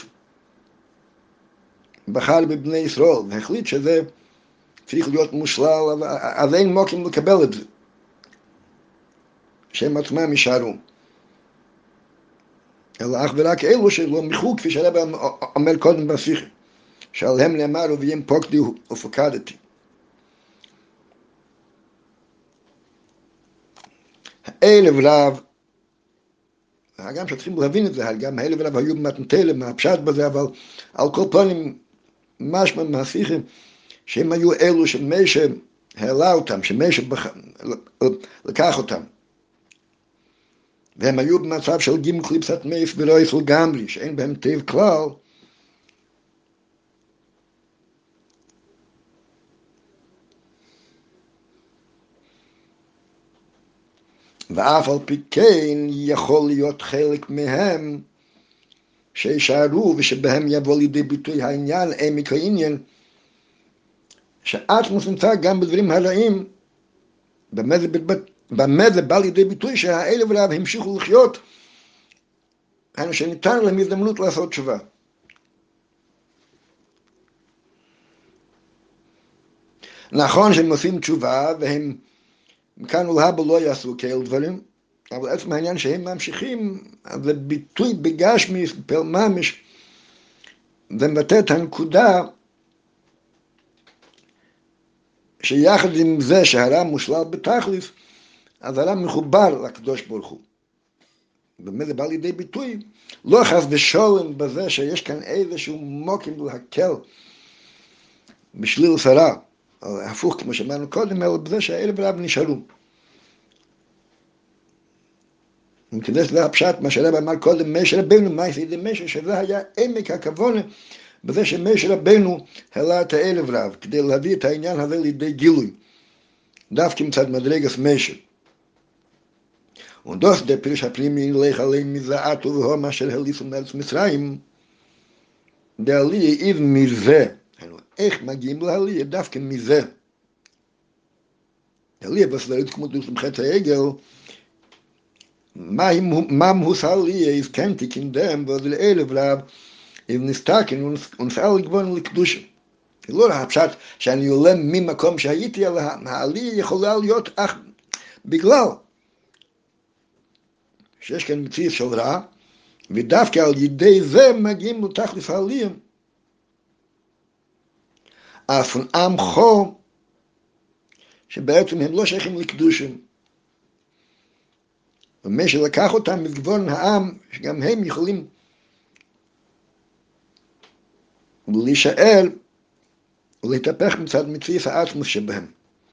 בחר בבני ישראל, והחליט שזה צריך להיות מושלל, אז אין מוקים לקבל את זה, שהם עצמם יישארו. אלא אך ורק אלו שלא מיחו, כפי שהרבי אומר קודם בשיחה, שעליהם נאמר וביים פוקדי ופקדתי. אלף רב, גם שצריכים להבין את זה, גם אלף רב היו במתנתלם, מהפשט בזה, אבל על כל פנים משמע מהשיחה, שהם היו אלו שמשה העלה אותם, שמשה לקח אותם. והם היו במצב של גימול קליפת מס ולא יסול גמרי, שאין בהם טב כלל, ואף על פי כן יכול להיות חלק מהם שישארו ושבהם יבוא לידי ביטוי העניין, עמק העניין, שעצמוס נמצא גם בדברים הרעים, במה זה בא לידי ביטוי שהאלף רב המשיכו לחיות, שניתן להם הזדמנות לעשות תשובה. נכון שהם עושים תשובה והם מכאן ולהבא לא יעשו כאלה דברים, אבל עצם העניין שהם ממשיכים, זה ביטוי בגשמיס, בפעל ממש, זה מבטא את הנקודה שיחד עם זה שהרם מושלל בתכלס, אז הרם מחובר לקדוש ברוך הוא. באמת זה בא לידי ביטוי, לא חס ושולם בזה שיש כאן איזשהו מוקים להקל בשליל שרה, הפוך כמו שאמרנו קודם, אלא בזה שהאלף רב נשארו. וכדי שזה הפשט, מה שהרב אמר קודם, משה רבנו, מה ידי משה, שזה היה עמק הכוונה, בזה שמשה רבנו העלה את האלף רב, כדי להביא את העניין הזה לידי גילוי, דווקא מצד מדרגת משה. ודוס דה פירוש הפנימי לך עליהם מזעת ובהום אשר הליסו מארץ מצרים, דעליה איב מזה, איך מגיעים לעליה דווקא מזה. עליה בסדרת כמו דוסם חטא העגל, מה מהוס עליה הזכנתי כנדם ועוד לאלף רב, אם נסתכן ונסעל לגבון לקדושה. לא רק הפשט שאני עולה ממקום שהייתי, אלא העליה יכולה להיות אך בגלל שיש כאן מציאות של רע, ודווקא על ידי זה מגיעים לתכלית העלייה. אף עם חו, שבעצם הם לא שייכים לקדושים. ומי שלקח אותם מגוון העם, שגם הם יכולים להישאל ולהתהפך מצד מציאות העצמוס שבהם.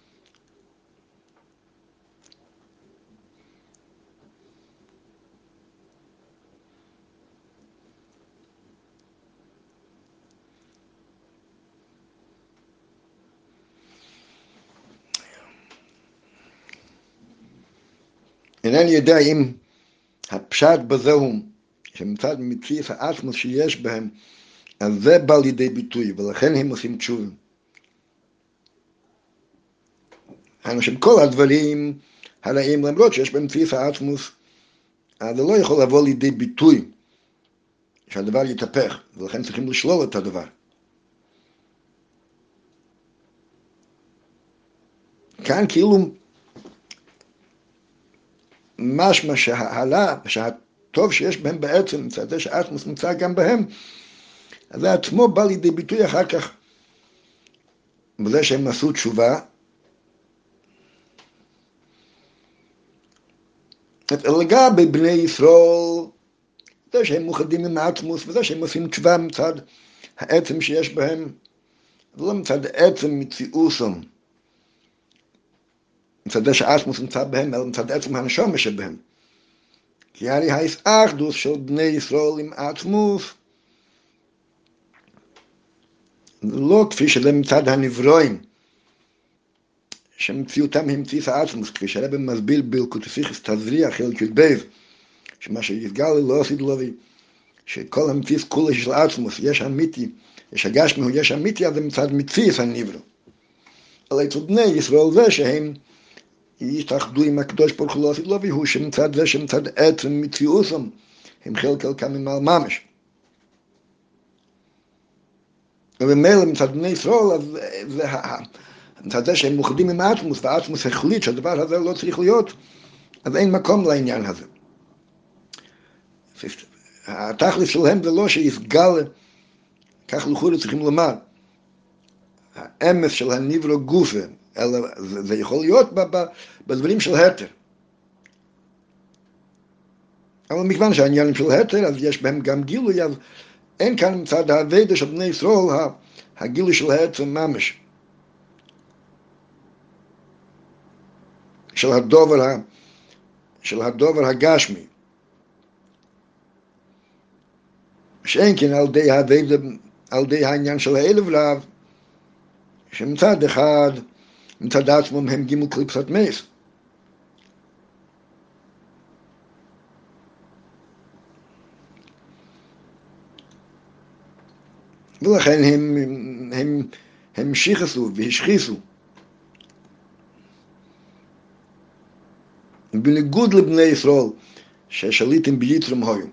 אינני יודע אם הפשט בזה הוא שמצד מציאות העצמוס שיש בהם, אז זה בא לידי ביטוי, ולכן הם עושים תשובה. אנשים כל הדברים הרעים, למרות שיש בהם מציאות העצמוס, אז זה לא יכול לבוא לידי ביטוי שהדבר יתהפך, ולכן צריכים לשלול את הדבר. כאן כאילו משמע שהטוב שיש בהם בעצם, מצד זה שהאטמוס נמצא גם בהם, אז זה עצמו בא לידי ביטוי אחר כך, בזה שהם עשו תשובה, לגבי בני ישראל, זה שהם מוחדים עם האטמוס, וזה שהם עושים תשובה מצד העצם שיש בהם, ולא מצד עצם מציאוסם, מצד זה שהאטמוס נמצא בהם, אלא מצד עצם הנשמה שבהם. כי הרי האחדות של בני ישראל עם האטמוס, לא כפי שזה מצד הנברואים, שמציאותם היא מציאות האטמוס, כפי שהרבא מסביר בילקוט תזריע חלק י"ב, שמה שיסגל לא עשית לוי, שכל המציאות כולה של האטמוס, יש אמיתי, יש הגשמי, יש אמיתי, אז זה מצד מציאות הנברו. אבל אצל בני ישראל זה שהם יתאחדו עם הקדוש ברוך הוא לא עשית לוי, הוא שמצד זה שמצד עצם מציאוסם, הם חלק אלקם ממעל ממש. ובמילא מצד בני ישראל, אז זה מצד זה שהם מוחדים עם האטמוס, והאטמוס החליט שהדבר הזה לא צריך להיות, אז אין מקום לעניין הזה. התכלית שלהם זה לא שיסגל, כך לכאורה צריכים לומר, האמס של הנברו גופה, אלא זה יכול להיות בדברים של התר. אבל מכיוון שהעניינים של התר, אז יש בהם גם גילוי, אז אין כאן מצד העבודה של בני ישראל, הגילוי של העצם ממש. של הדובר הגשמי. שאין כן על די העניין של האלף רב, שמצד אחד, מצד עצמם הם גימל קליפסת מס. ולכן הם שיחסו והשחיסו. בניגוד לבני ישראל, ששליטים ביצרם היו.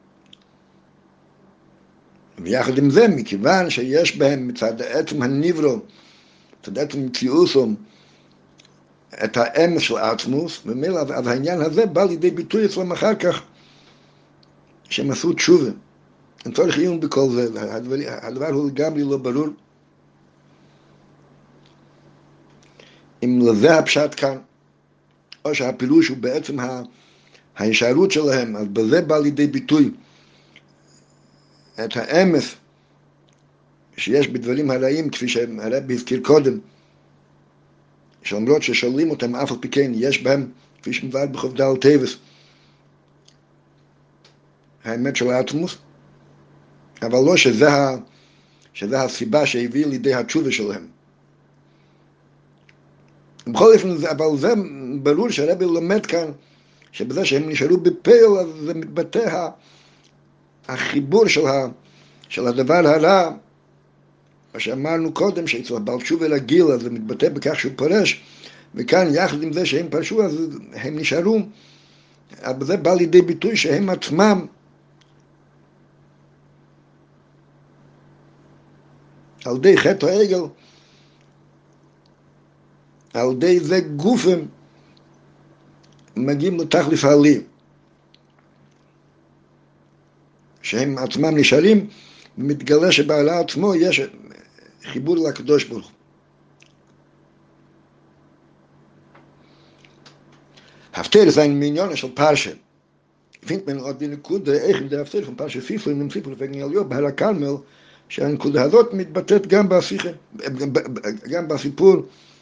ויחד עם זה, מכיוון שיש בהם מצד עצם הנברו, מצד עצם מציאוסום, את האמס של עצמוס, ומילא, אז העניין הזה בא לידי ביטוי אצלם אחר כך, שהם עשו תשובה. אין צורך עיון בכל זה, הדבר הוא לגמרי לא ברור. אם לזה הפשט כאן, או שהפילוש הוא בעצם ההישארות שלהם, אז בזה בא לידי ביטוי את האמס שיש בדברים הרעים, כפי שהרב הזכיר קודם, שלמרות ששואלים אותם אף על פי כן, יש בהם, כפי שמבאר בחובדל טייבס, האמת של האטמוס, אבל לא שזה הסיבה שהביא לידי התשובה שלהם. בכל אופן, אבל זה ברור שהרבי לומד כאן, שבזה שהם נשארו בפייל, אז זה מתבטא החיבור של הדבר הרע, מה שאמרנו קודם, שאצל הבעל תשובה רגיל, אז זה מתבטא בכך שהוא פורש, וכאן יחד עם זה שהם פרשו, אז הם נשארו, אבל זה בא לידי ביטוי שהם עצמם, על די חטא העגל, על די זה גופם, מגיעים לתכלית העלייה. שהם עצמם נשארים, מתגלה שבעלה עצמו יש חיבור לקדוש ברוך הוא. הפטר זה מיניון של פרשה. findet man auch die Nekude, איך der Haftel von פרשה סיפור, in dem סיפור wegen Eliyahu בהר הכרמל, שהנקודה הזאת מתבטאת גם בסיפור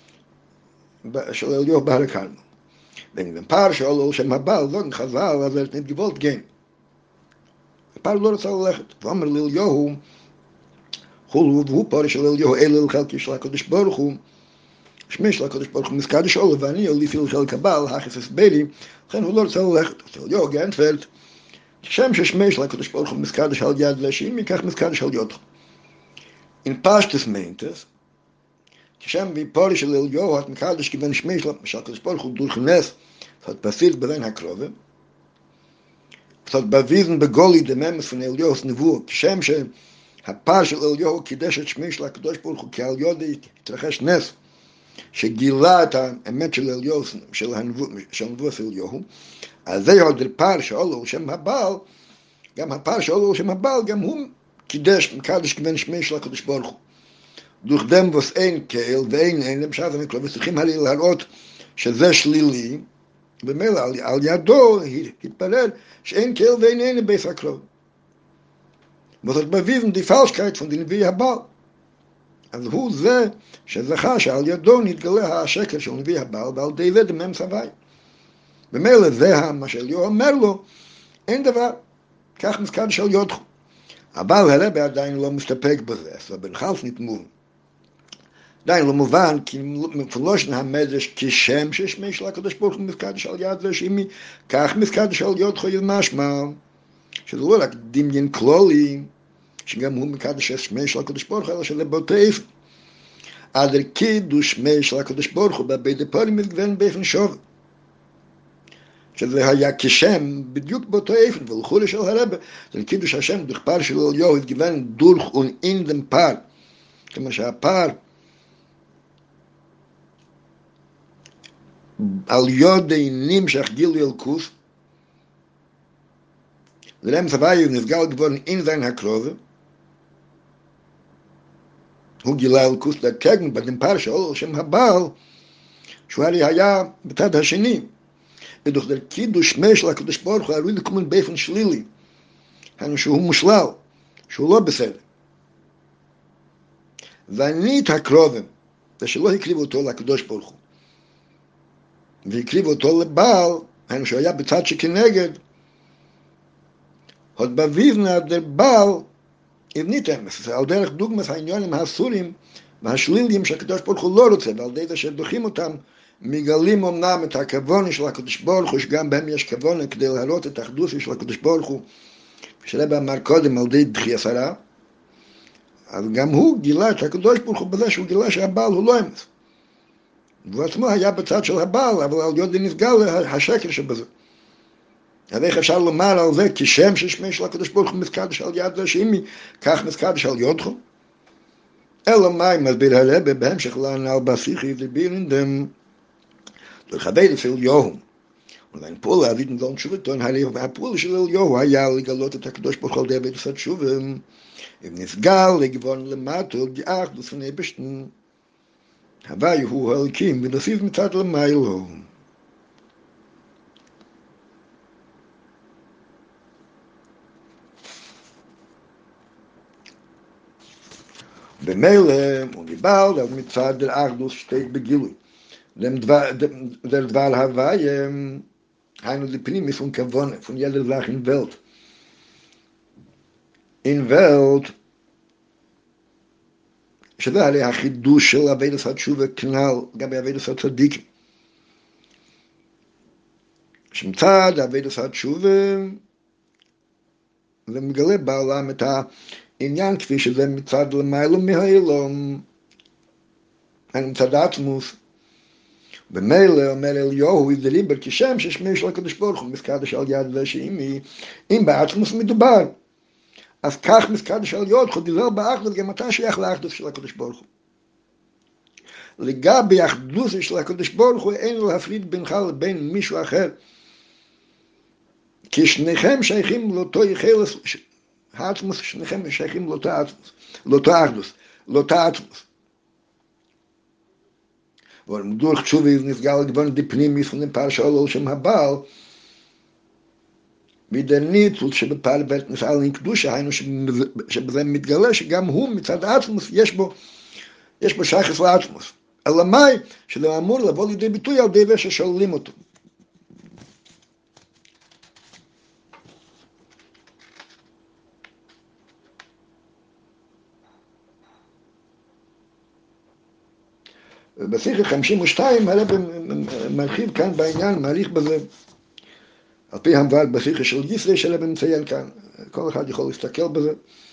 של אליהו בהר הכרמל. wegen dem פרשה, או שם הבעל, לא חז"ל, אז זה nicht gewollt gehen. הפעל לא רצה ללכת. ואומר לאליהו, הוא פרש של אליהו, אלה לחלקי של הקדוש ברוך הוא, שמי של הקדוש ברוך הוא מסקדש עולה, ואני אוליפי לחלק הבעל, החפש בילי, לכן הוא לא רצה ללכת. אליהו גנפלד, כשם ששמי של הקדוש ברוך הוא מסקדש על יד ושם, ייקח מסקדש על יודך. In Pashtus meint es, כשם בפרש של אליהו, את מקדש כיוון שמי של הקדוש ברוך הוא דורך נס, זאת פסיל בין הקרובה, זאת בוויזן בגולי דממס von אליהוס נבוא, כשם שהפר של אליהו קידש את שמי של הקדוש ברוך הוא, כעל יודי התרחש נס, שגילה את האמת של אליהוס, של הנבוא של אליהו, אז זה עוד הפר שעולו שם הבעל, גם הפר שעולו שם הבעל, גם הוא קידש, מקדש כיוון שמי של הקדוש ברוך הוא. דוך דם ווס אין קהל ואין אין, למשל זה מקלוב, וצריכים להראות שזה שלילי, במילא על ידו התפלל שאין קהל ואין אין בייס הקרוב. וזאת בוויזן די פלשקייט von די הבעל. אז הוא זה שזכה שעל ידו נתגלה השקר של נביא הבעל, ועל די זה דמם סבי. במילא זה מה שאליהו אומר לו, אין דבר, כך מזכר של יודחו. אבל הרבי עדיין לא מסתפק בזה, אז בן חלף נתמוב. עדיין לא מובן, כי מפלושן המדרש כשם ששמי של הקדוש ברוך הוא מפקדש על יד ושמי, כך מפקדש על יודחו משמע, שזה לא רק דמיין כלולי, שגם הוא מקדש את שמי של הקדוש ברוך הוא, אלא שזה באותו איפן. עד קידוש שמי של הקדוש ברוך הוא, בבית הפורים מתגוון באופן שווה. שזה היה כשם בדיוק באותו איפן, ולחולי של הרבי, זה קידוש השם דרך פר של אליהו, התגוון דורך אין דם פר, כמו שהפר, על יודי נמשך גילוי אלקוס, ולהם סביו נסגל גבורן אין זין הקרובה, הוא גילה אלקוס דקגן בדם פר שעול שם הבעל, שהוא הרי היה בצד השני, ודוך דר קידוש שמי של הקדוש ברוך הוא עלול לקומן באופן שלילי, שהוא מושלל, שהוא לא בסדר. וענית הקרובה, ושלא הקריבו אותו לקדוש ברוך הוא, והקריבו אותו לבעל, שהוא היה בצד שכנגד, עוד בוויזנה דר בעל, הבניתם, על דרך דוגמס העניונים הסורים והשלילים שהקדוש ברוך הוא לא רוצה, ועל ידי זה שדוחים אותם, מגלים אמנם את הכוונה של הקדוש ברוך הוא, שגם בהם יש כוונה כדי להראות את האחדות של הקדוש ברוך הוא, כשרבי אמר קודם על ידי דחי עשרה, אז גם הוא גילה את הקדוש ברוך הוא בזה שהוא גילה שהבעל הוא לא אמס. והוא עצמו היה בצד של הבעל, אבל על ידי נסגל השקר שבזה. אז איך אפשר לומר על זה, כשם ששמי של הקדוש ברוך הוא מסקדש על יד ושמי, כך מסקדש על יודחו? אלא מה מסביר הרבי בהמשך לענל בשיחי ובילנדם, לכבד את אליהו. ולכן פועל להבין זון תשובתון, הרי הפועל של אליהו היה לגלות את הקדוש ברוך הוא על ידי עבודת תשובה, ונסגל לגבון למטה, גאח לפני בשטן. הווי הוא הלקים ונוסיף מצד למיילו. במילא הוא ניבאל, אבל מצד דר אחדוס שתית בגילוי. Der Dwal Hawaii, היינו לפנימי von Kavone, von jeder Sache in Welt. In Welt, שזה הרי החידוש של עבודת התשובה כנ"ל, גם בעבודת הצדיקים. שמצד עבודת התשובה, זה מגלה בעולם את העניין כפי שזה מצד למיילו מהאילום, מצד העצמוס. במילא אומר אליהו ידליבר כשם ששמי של הקדוש ברוך הוא מסקדש על יד ושמי, אם בעצמוס מדובר, אז כך מסקדש על יודחו דיבר באחדות, גם אתה שייך לאחדות של הקדוש ברוך הוא. לגבי האחדות של הקדוש ברוך הוא אין להפריד בינך לבין מישהו אחר, כי שניכם שייכים לאותו יחל העצמוס, שניכם שייכים לאותה עצמוס, לאותה אחדוס, לאותה עצמוס. Und durch Tshuva ist nicht gar geworden, die Pnimis von dem Parsha Olol Shem Habal, wie der ניצוץ שבפעל בית נפעל עם קדושה, היינו שבזה מתגלה שגם הוא מצד העצמוס, יש בו שייכות לעצמוס. אלא מאי, שזה אמור לבוא לידי ביטוי על ידי ששוללים אותו. בשיחה 52, הרב מרחיב כאן בעניין, מעריך בזה, על פי המבואר בשיחה של גיסרי שהרב מציין כאן, כל אחד יכול להסתכל בזה.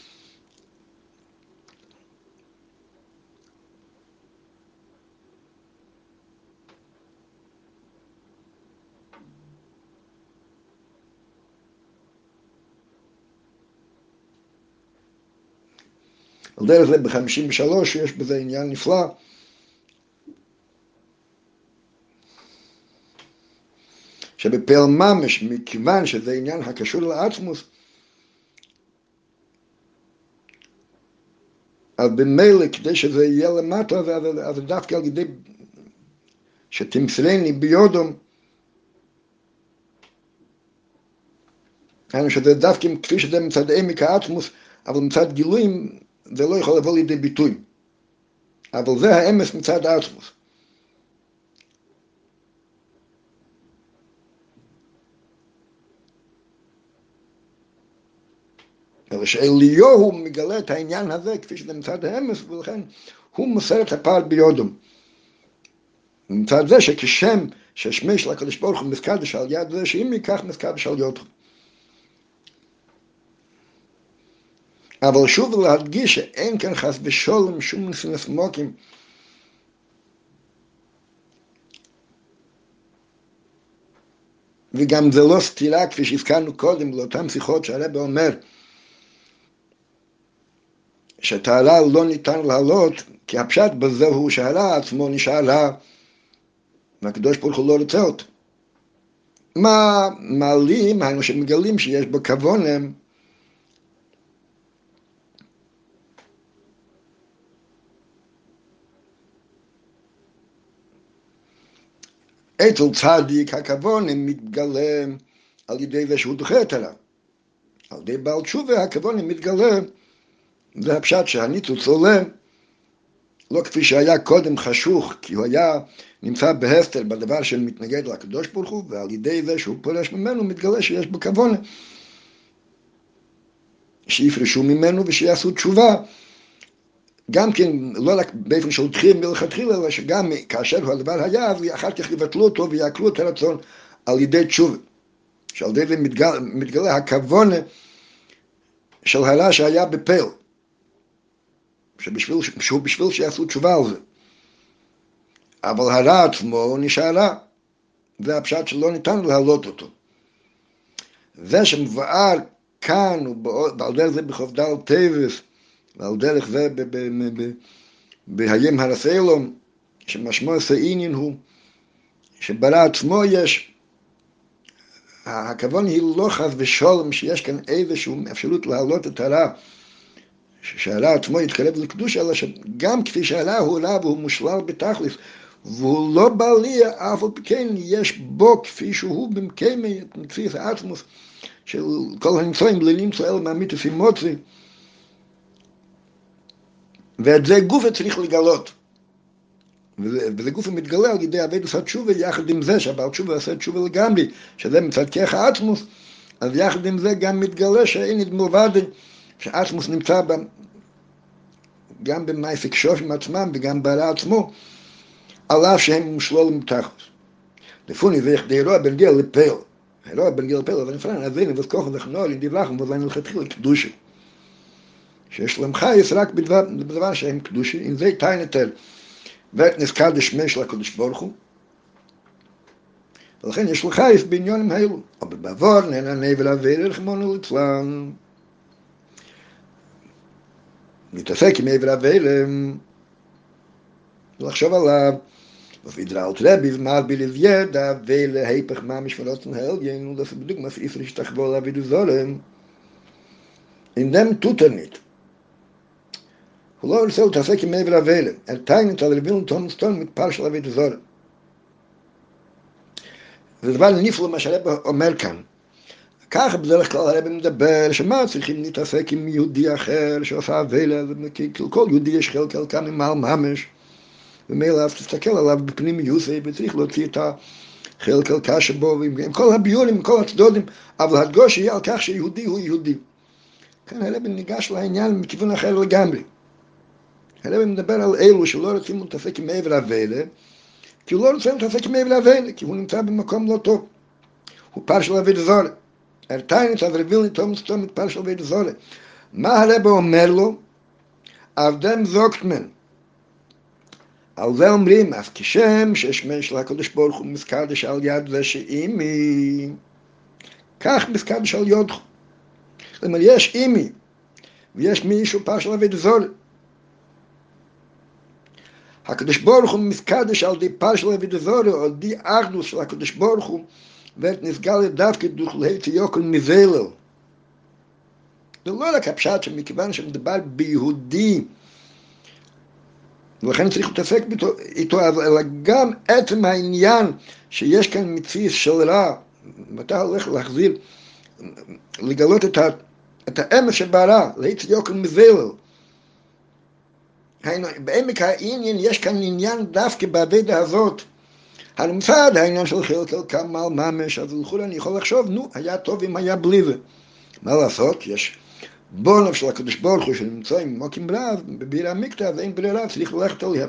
על דרך זה ב-53 יש בזה עניין נפלא, שבפעל ממש, מכיוון שזה עניין הקשור לעצמוס, אז במילא כדי שזה יהיה למטה, אז דווקא על ידי שתמסרני ביודום, שזה דווקא כפי שזה מצד עמק העצמוס, אבל מצד גילויים זה לא יכול לבוא לידי ביטוי. אבל זה האמס מצד העצמוס. אלא שאליהו מגלה את העניין הזה כפי שזה מצד האמס, ולכן הוא מוסר את הפעל ביודום. מצד זה שכשם ששמי של הקדוש ברוך הוא מסקדש על יד זה, שאם ייקח מסקדש על יודו. אבל שוב להדגיש שאין כאן חס ושולם שום נסינס מוקים, וגם זה לא סתירה כפי שהזכרנו קודם לאותן שיחות שהרב אומר שאת הרע לא ניתן להעלות, כי הפשט בזה הוא שהרע עצמו נשאר רע והקדוש ברוך הוא לא רוצה אותו. מה מעלים, היינו שמגלים שיש בו כוונם, אצל צדיק הכוונם מתגלה על ידי זה שהוא דוחה את הרע. על ידי בעל תשובה הכוונם מתגלה, זה הפשט שהניצוץ עולה, לא כפי שהיה קודם חשוך, כי הוא היה נמצא בהסתר בדבר שמתנגד לקדוש ברוך הוא, ועל ידי זה שהוא פורש ממנו מתגלה שיש בו כוונה, שיפרשו ממנו ושיעשו תשובה, גם כן לא רק באופן של תחיל מלכתחילה, אלא שגם כאשר הדבר היה, אז אחר כך יבטלו אותו ויעקלו את הרצון על ידי תשובה, שעל ידי זה מתגלה הכוונה של הרע שהיה בפעל, שבשביל שיעשו תשובה על זה. אבל הרע עצמו נשאר רע, זה הפשט שלא ניתן להעלות אותו. זה שמבואר כאן, ועל דרך זה בחובדל טבס, ועל דרך זה בהיים הרסאילום, שמשמעו סעינין הוא, שברע עצמו יש, הכוון היא לא חס ושולם שיש כאן איזשהו אפשרות להעלות את הרע, שהרע עצמו יתקרב לקדושה, אלא שגם כפי שהרע הוא רע והוא מושלל בתכלס, והוא לא בעלייה, אף על פי כן יש בו כפי שהוא במקיימי מציאות העצמוס, של כל הנמצאים לנמצוא אלה מהמיתוס אימוצי, ואת זה גופה צריך לגלות. וזה גופה מתגלה על ידי עבודת התשובה, יחד עם זה שהבעל תשובה עושה תשובה לגמרי, שזה מצד כרך העצמוס, אז יחד עם זה גם מתגלה שאין מלבד שהעצמוס נמצא גם במעשה קשופים עצמם וגם ברע עצמו, על אף שהם מושללים בתכלס. לפוני זה כדי אירוע בנגיע לפעל. אירוע בנגיע לפעל, אבל נפרן, אז הנה, וכוח אנחנו לא נדיווחנו, וזה נלכתחילה קדושה. שיש להם חייס רק בדבר שהם קדושה, אם זה תיינתל, ואת נזכר דשמי של הקדוש ברוך הוא, ולכן יש לו חייס בעניונים האלו. אבל בעבור נהנה ולעבר רחמנו ליצלן. להתעסק עם עבר הוולם, ולחשוב עליו, ופדרלת רבי ומעביל ידע, ולהיפך מה משמרות נהל, ינו לעשות בדיוק מה סעיף להשתחוו עליו ודזורם. in dem tut nicht. הוא לא רוצה להתעסק עם מעבר הווילה, אל תיינית על רבינו תום סטון מתפר של אבי דזור. זה דבר נפלא מה שהרב אומר כאן. ככה בדרך כלל הרב מדבר, שמה צריכים להתעסק עם יהודי אחר שעושה הווילה, כל יהודי יש חלק כאן עם מעל ממש, ומילא אז תסתכל עליו בפנים יוסי, וצריך להוציא את החלק הלקה שבו, עם כל הביורים, עם כל הצדודים, אבל הדגוש יהיה על כך שיהודי הוא יהודי. כאן הרב ניגש לעניין מכיוון אחר לגמרי. הרב מדבר על אלו שלא רוצים להתעסק עם מעבר הווילה, כי הוא לא רוצה להתעסק עם מעבר הווילה, כי הוא נמצא במקום לא טוב. הוא פר של אבי דזור. ארטיינית אז רביל תום סטום מתפר של אבי דזור. מה הרב אומר לו? אבדם זוקטמן. על זה אומרים, אף כשם ששמן של הקדוש ברוך הוא מסקדש על יד זה שאימי, כך מסקדש על יודך. זאת אומרת, יש אימי, ויש מישהו פר של אבי דזור. הקדוש ברוך הוא מסקדש על די פר של אבי דזור, או די אחדוס של הקדוש ברוך הוא, ואת נסגל דווקא דרך להיטיוקל מזלל. זה לא רק הפשט שמכיוון שמדבר ביהודי, ולכן צריך להתעסק איתו, אלא גם עצם העניין שיש כאן מציאות של רע, ואתה הולך להחזיר, לגלות את האמת שברע, להיטיוקל מזלל. בעמק העניין יש כאן עניין דווקא בעבודה הזאת. המצד העניין של חלק כמה ממש, אז לכאורה אני יכול לחשוב, נו, היה טוב אם היה בלי זה. מה לעשות? יש בונב של הקדוש ברוך הוא שנמצא עם מוקים רב, בביר המקטע, ואין ברירה, צריך ללכת עליהם.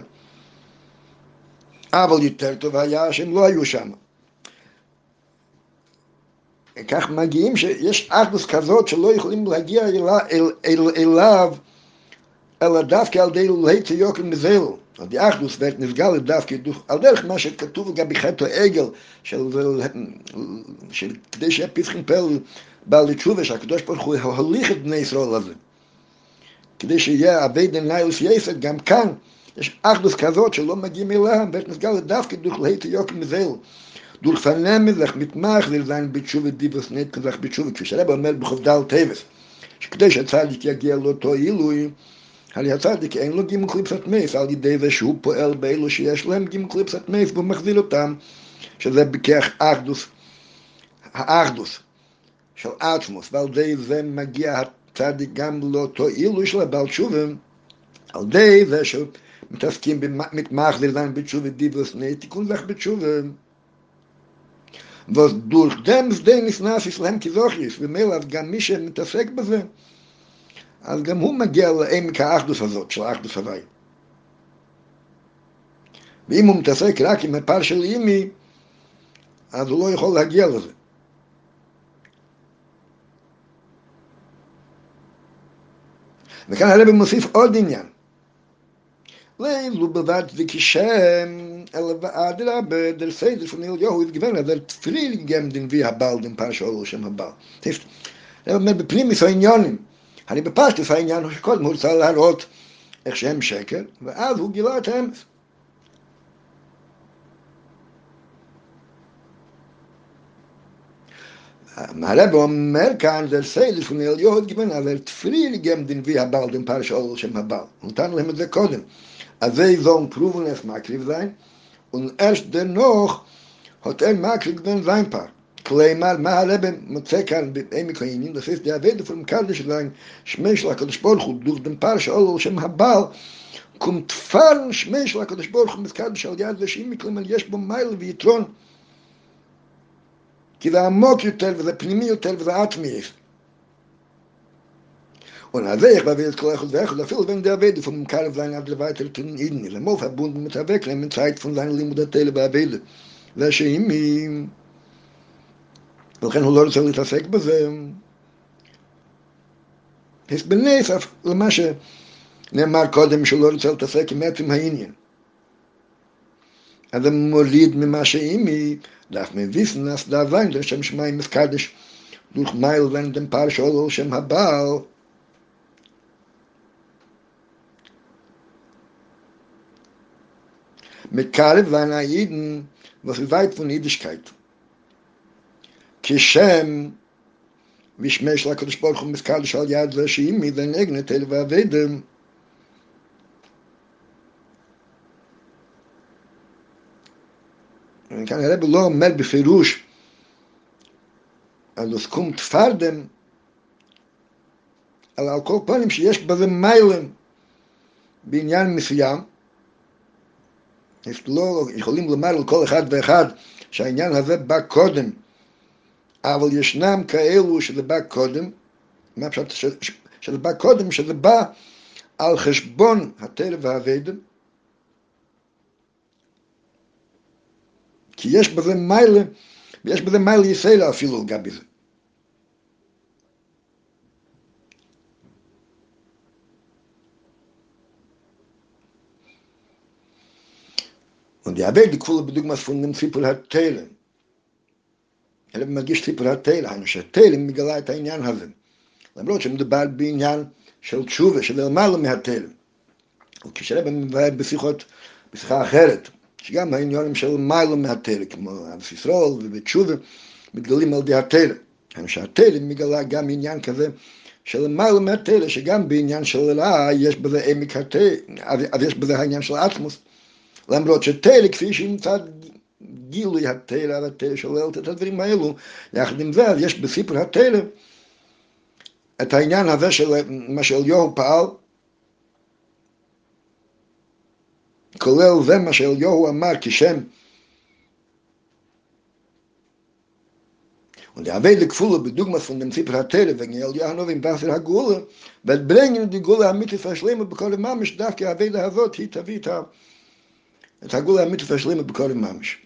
אבל יותר טוב היה שהם לא היו שם. כך מגיעים שיש אחדוס כזאת שלא יכולים להגיע אליו, אלא דווקא על די להיטי יוקל מזלו. על די אחדוס ואת נסגל דווקא על דרך מה שכתוב לגבי חטא העגל, כדי שהפיסחים פל בעל לתשובה, שהקדוש ברוך הוא הוליך את בני ישראל הזה. כדי שיהיה עבד נאילוס יסד, גם כאן יש אחדוס כזאת שלא מגיעים אליה, ואת נסגל דווקא דרך להיטי יוקל מזלו. דרך פנמד לך מתמח לזין בתשובה דיבוס נט כזך בתשובה, כפי שהרב אומר בחובדל טבס, שכדי שהצדיק יגיע לאותו עילוי, הרי הצדיק אין לו גימל קליפסת מייס, על ידי זה שהוא פועל באלו שיש להם גימל קליפסת מייס, והוא מחזיר אותם, שזה בכך האחדוס של עצמוס, ועל ידי זה מגיע הצדיק גם לאותו עילוי של הבעל תשובה, על ידי זה שמתעסקים מתמחזיר להם בתשובה דיבוס נט, תיקון לך בתשובה, ודורך דם שדה נכנס אצלם כזוכריס, ומילא גם מי שמתעסק בזה, אז גם הוא מגיע לעמק האחדוס הזאת, של האחדוס הוואי. ואם הוא מתעסק רק עם הפר של אימי, אז הוא לא יכול להגיע לזה. וכאן הרב מוסיף עוד עניין. לא בלבד וכשם, אלא ואדרבה, דר סיידר von אליהו התגוון, אז תפריל גם דנבי הבעל, דן פר שאולו שם הבעל. הרב אומר בפנימיס העניונים, הרי בפשטוס העניין הוא שקודם הוא רוצה להראות איך שהם שקר, ואז הוא גילה את האמת. הרב אומר כאן, זה סיידר von אליהו התגוון, אז תפריל גם דנבי הבעל, דן פר שאולו שם הבעל. הוא נתן להם את זה קודם. אז זה sollen proven es makriv sein, und erst dennoch hat makriv gewinnt sein Paar. Kleimar, מה הרב מוצא כאן בעמק העניין, das ist der Wede von Kaddish sein, שמי של הקדוש ברוך הוא, durch den Paar שאולו שם הבעל, kommt fahren שמי של הקדוש ברוך הוא מסקדש על יד ושאם מכלמל יש בו מייל ויתרון, כי זה עמוק יותר וזה פנימי יותר וזה עצמי יש. Und als ich bei Welt Kolach und Wechel, da viel wenn der Wede vom Karl sein ab der weiter tun in der Mo verbunden mit der Weg nehmen Zeit von seiner Limudatele bei Wede. Da scheim ihm. ולכן הוא לא רוצה להתעסק בזה. יש בנפח למה שנאמר קודם שהוא לא רוצה להתעסק עם עצם העניין. אז הוא מוריד ממה שאימי, דף מביסן, אז דה זין, זה שם שמיים מסקדש, דורך מייל ואין דם פר שאולו שם הבעל, מקרב seiner Jiden, was ist weit von Jüdischkeit. Kishem, וישמש לקדוש ברוך הוא מסקדש על יד זה שאם מדנגנה תל ועבדם. כאן הרב לא אומר בפירוש על הסכום תפרדם, אבל על כל פנים שיש בזה מיילם בעניין מסוים. לא יכולים לומר לכל אחד ואחד שהעניין הזה בא קודם, אבל ישנם כאלו שזה בא קודם. מה פשוט שזה בא קודם? שזה בא על חשבון התל והאבדם, כי יש בזה מיילה, ויש בזה מיילה ישראל אפילו על גבי זה. Und die Arbeit, die Kuhle bedeutet von dem Zippel hat Teilen. אלא במדגיש סיפור התהילה, היינו שהתהילה מגלה את העניין הזה. למרות שמדובר בעניין של תשובה, של למעלה מהתהילה. וכשרבא מבאר בשיחה אחרת, שגם העניינים של למעלה מהתהילה, כמו אבס ישראל ובתשובה, מתגלים על ידי התהילה. היינו שהתהילה מגלה גם עניין כזה של למעלה מהתהילה, שגם בעניין של אלאה יש בזה עמק התהילה, אז יש בזה העניין של עצמוס. למרות שתהילה, כפי שנמצא גילוי התהילה והתהילה שוללת את הדברים האלו, יחד עם זה, יש בסיפור התהילה את העניין הזה של מה שאליהו פעל, כולל זה מה שאליהו אמר כשם. Und die Avede Kfule bedugmas von dem Zipper HaTeile wegen Eliyahu Hanov Wasser HaGula wird bringen die Gula Amitis Verschlemme בכל הממש, דווקא Avede הזאת היא תביא את הגולה האמיתית והשלמה בכל הממש.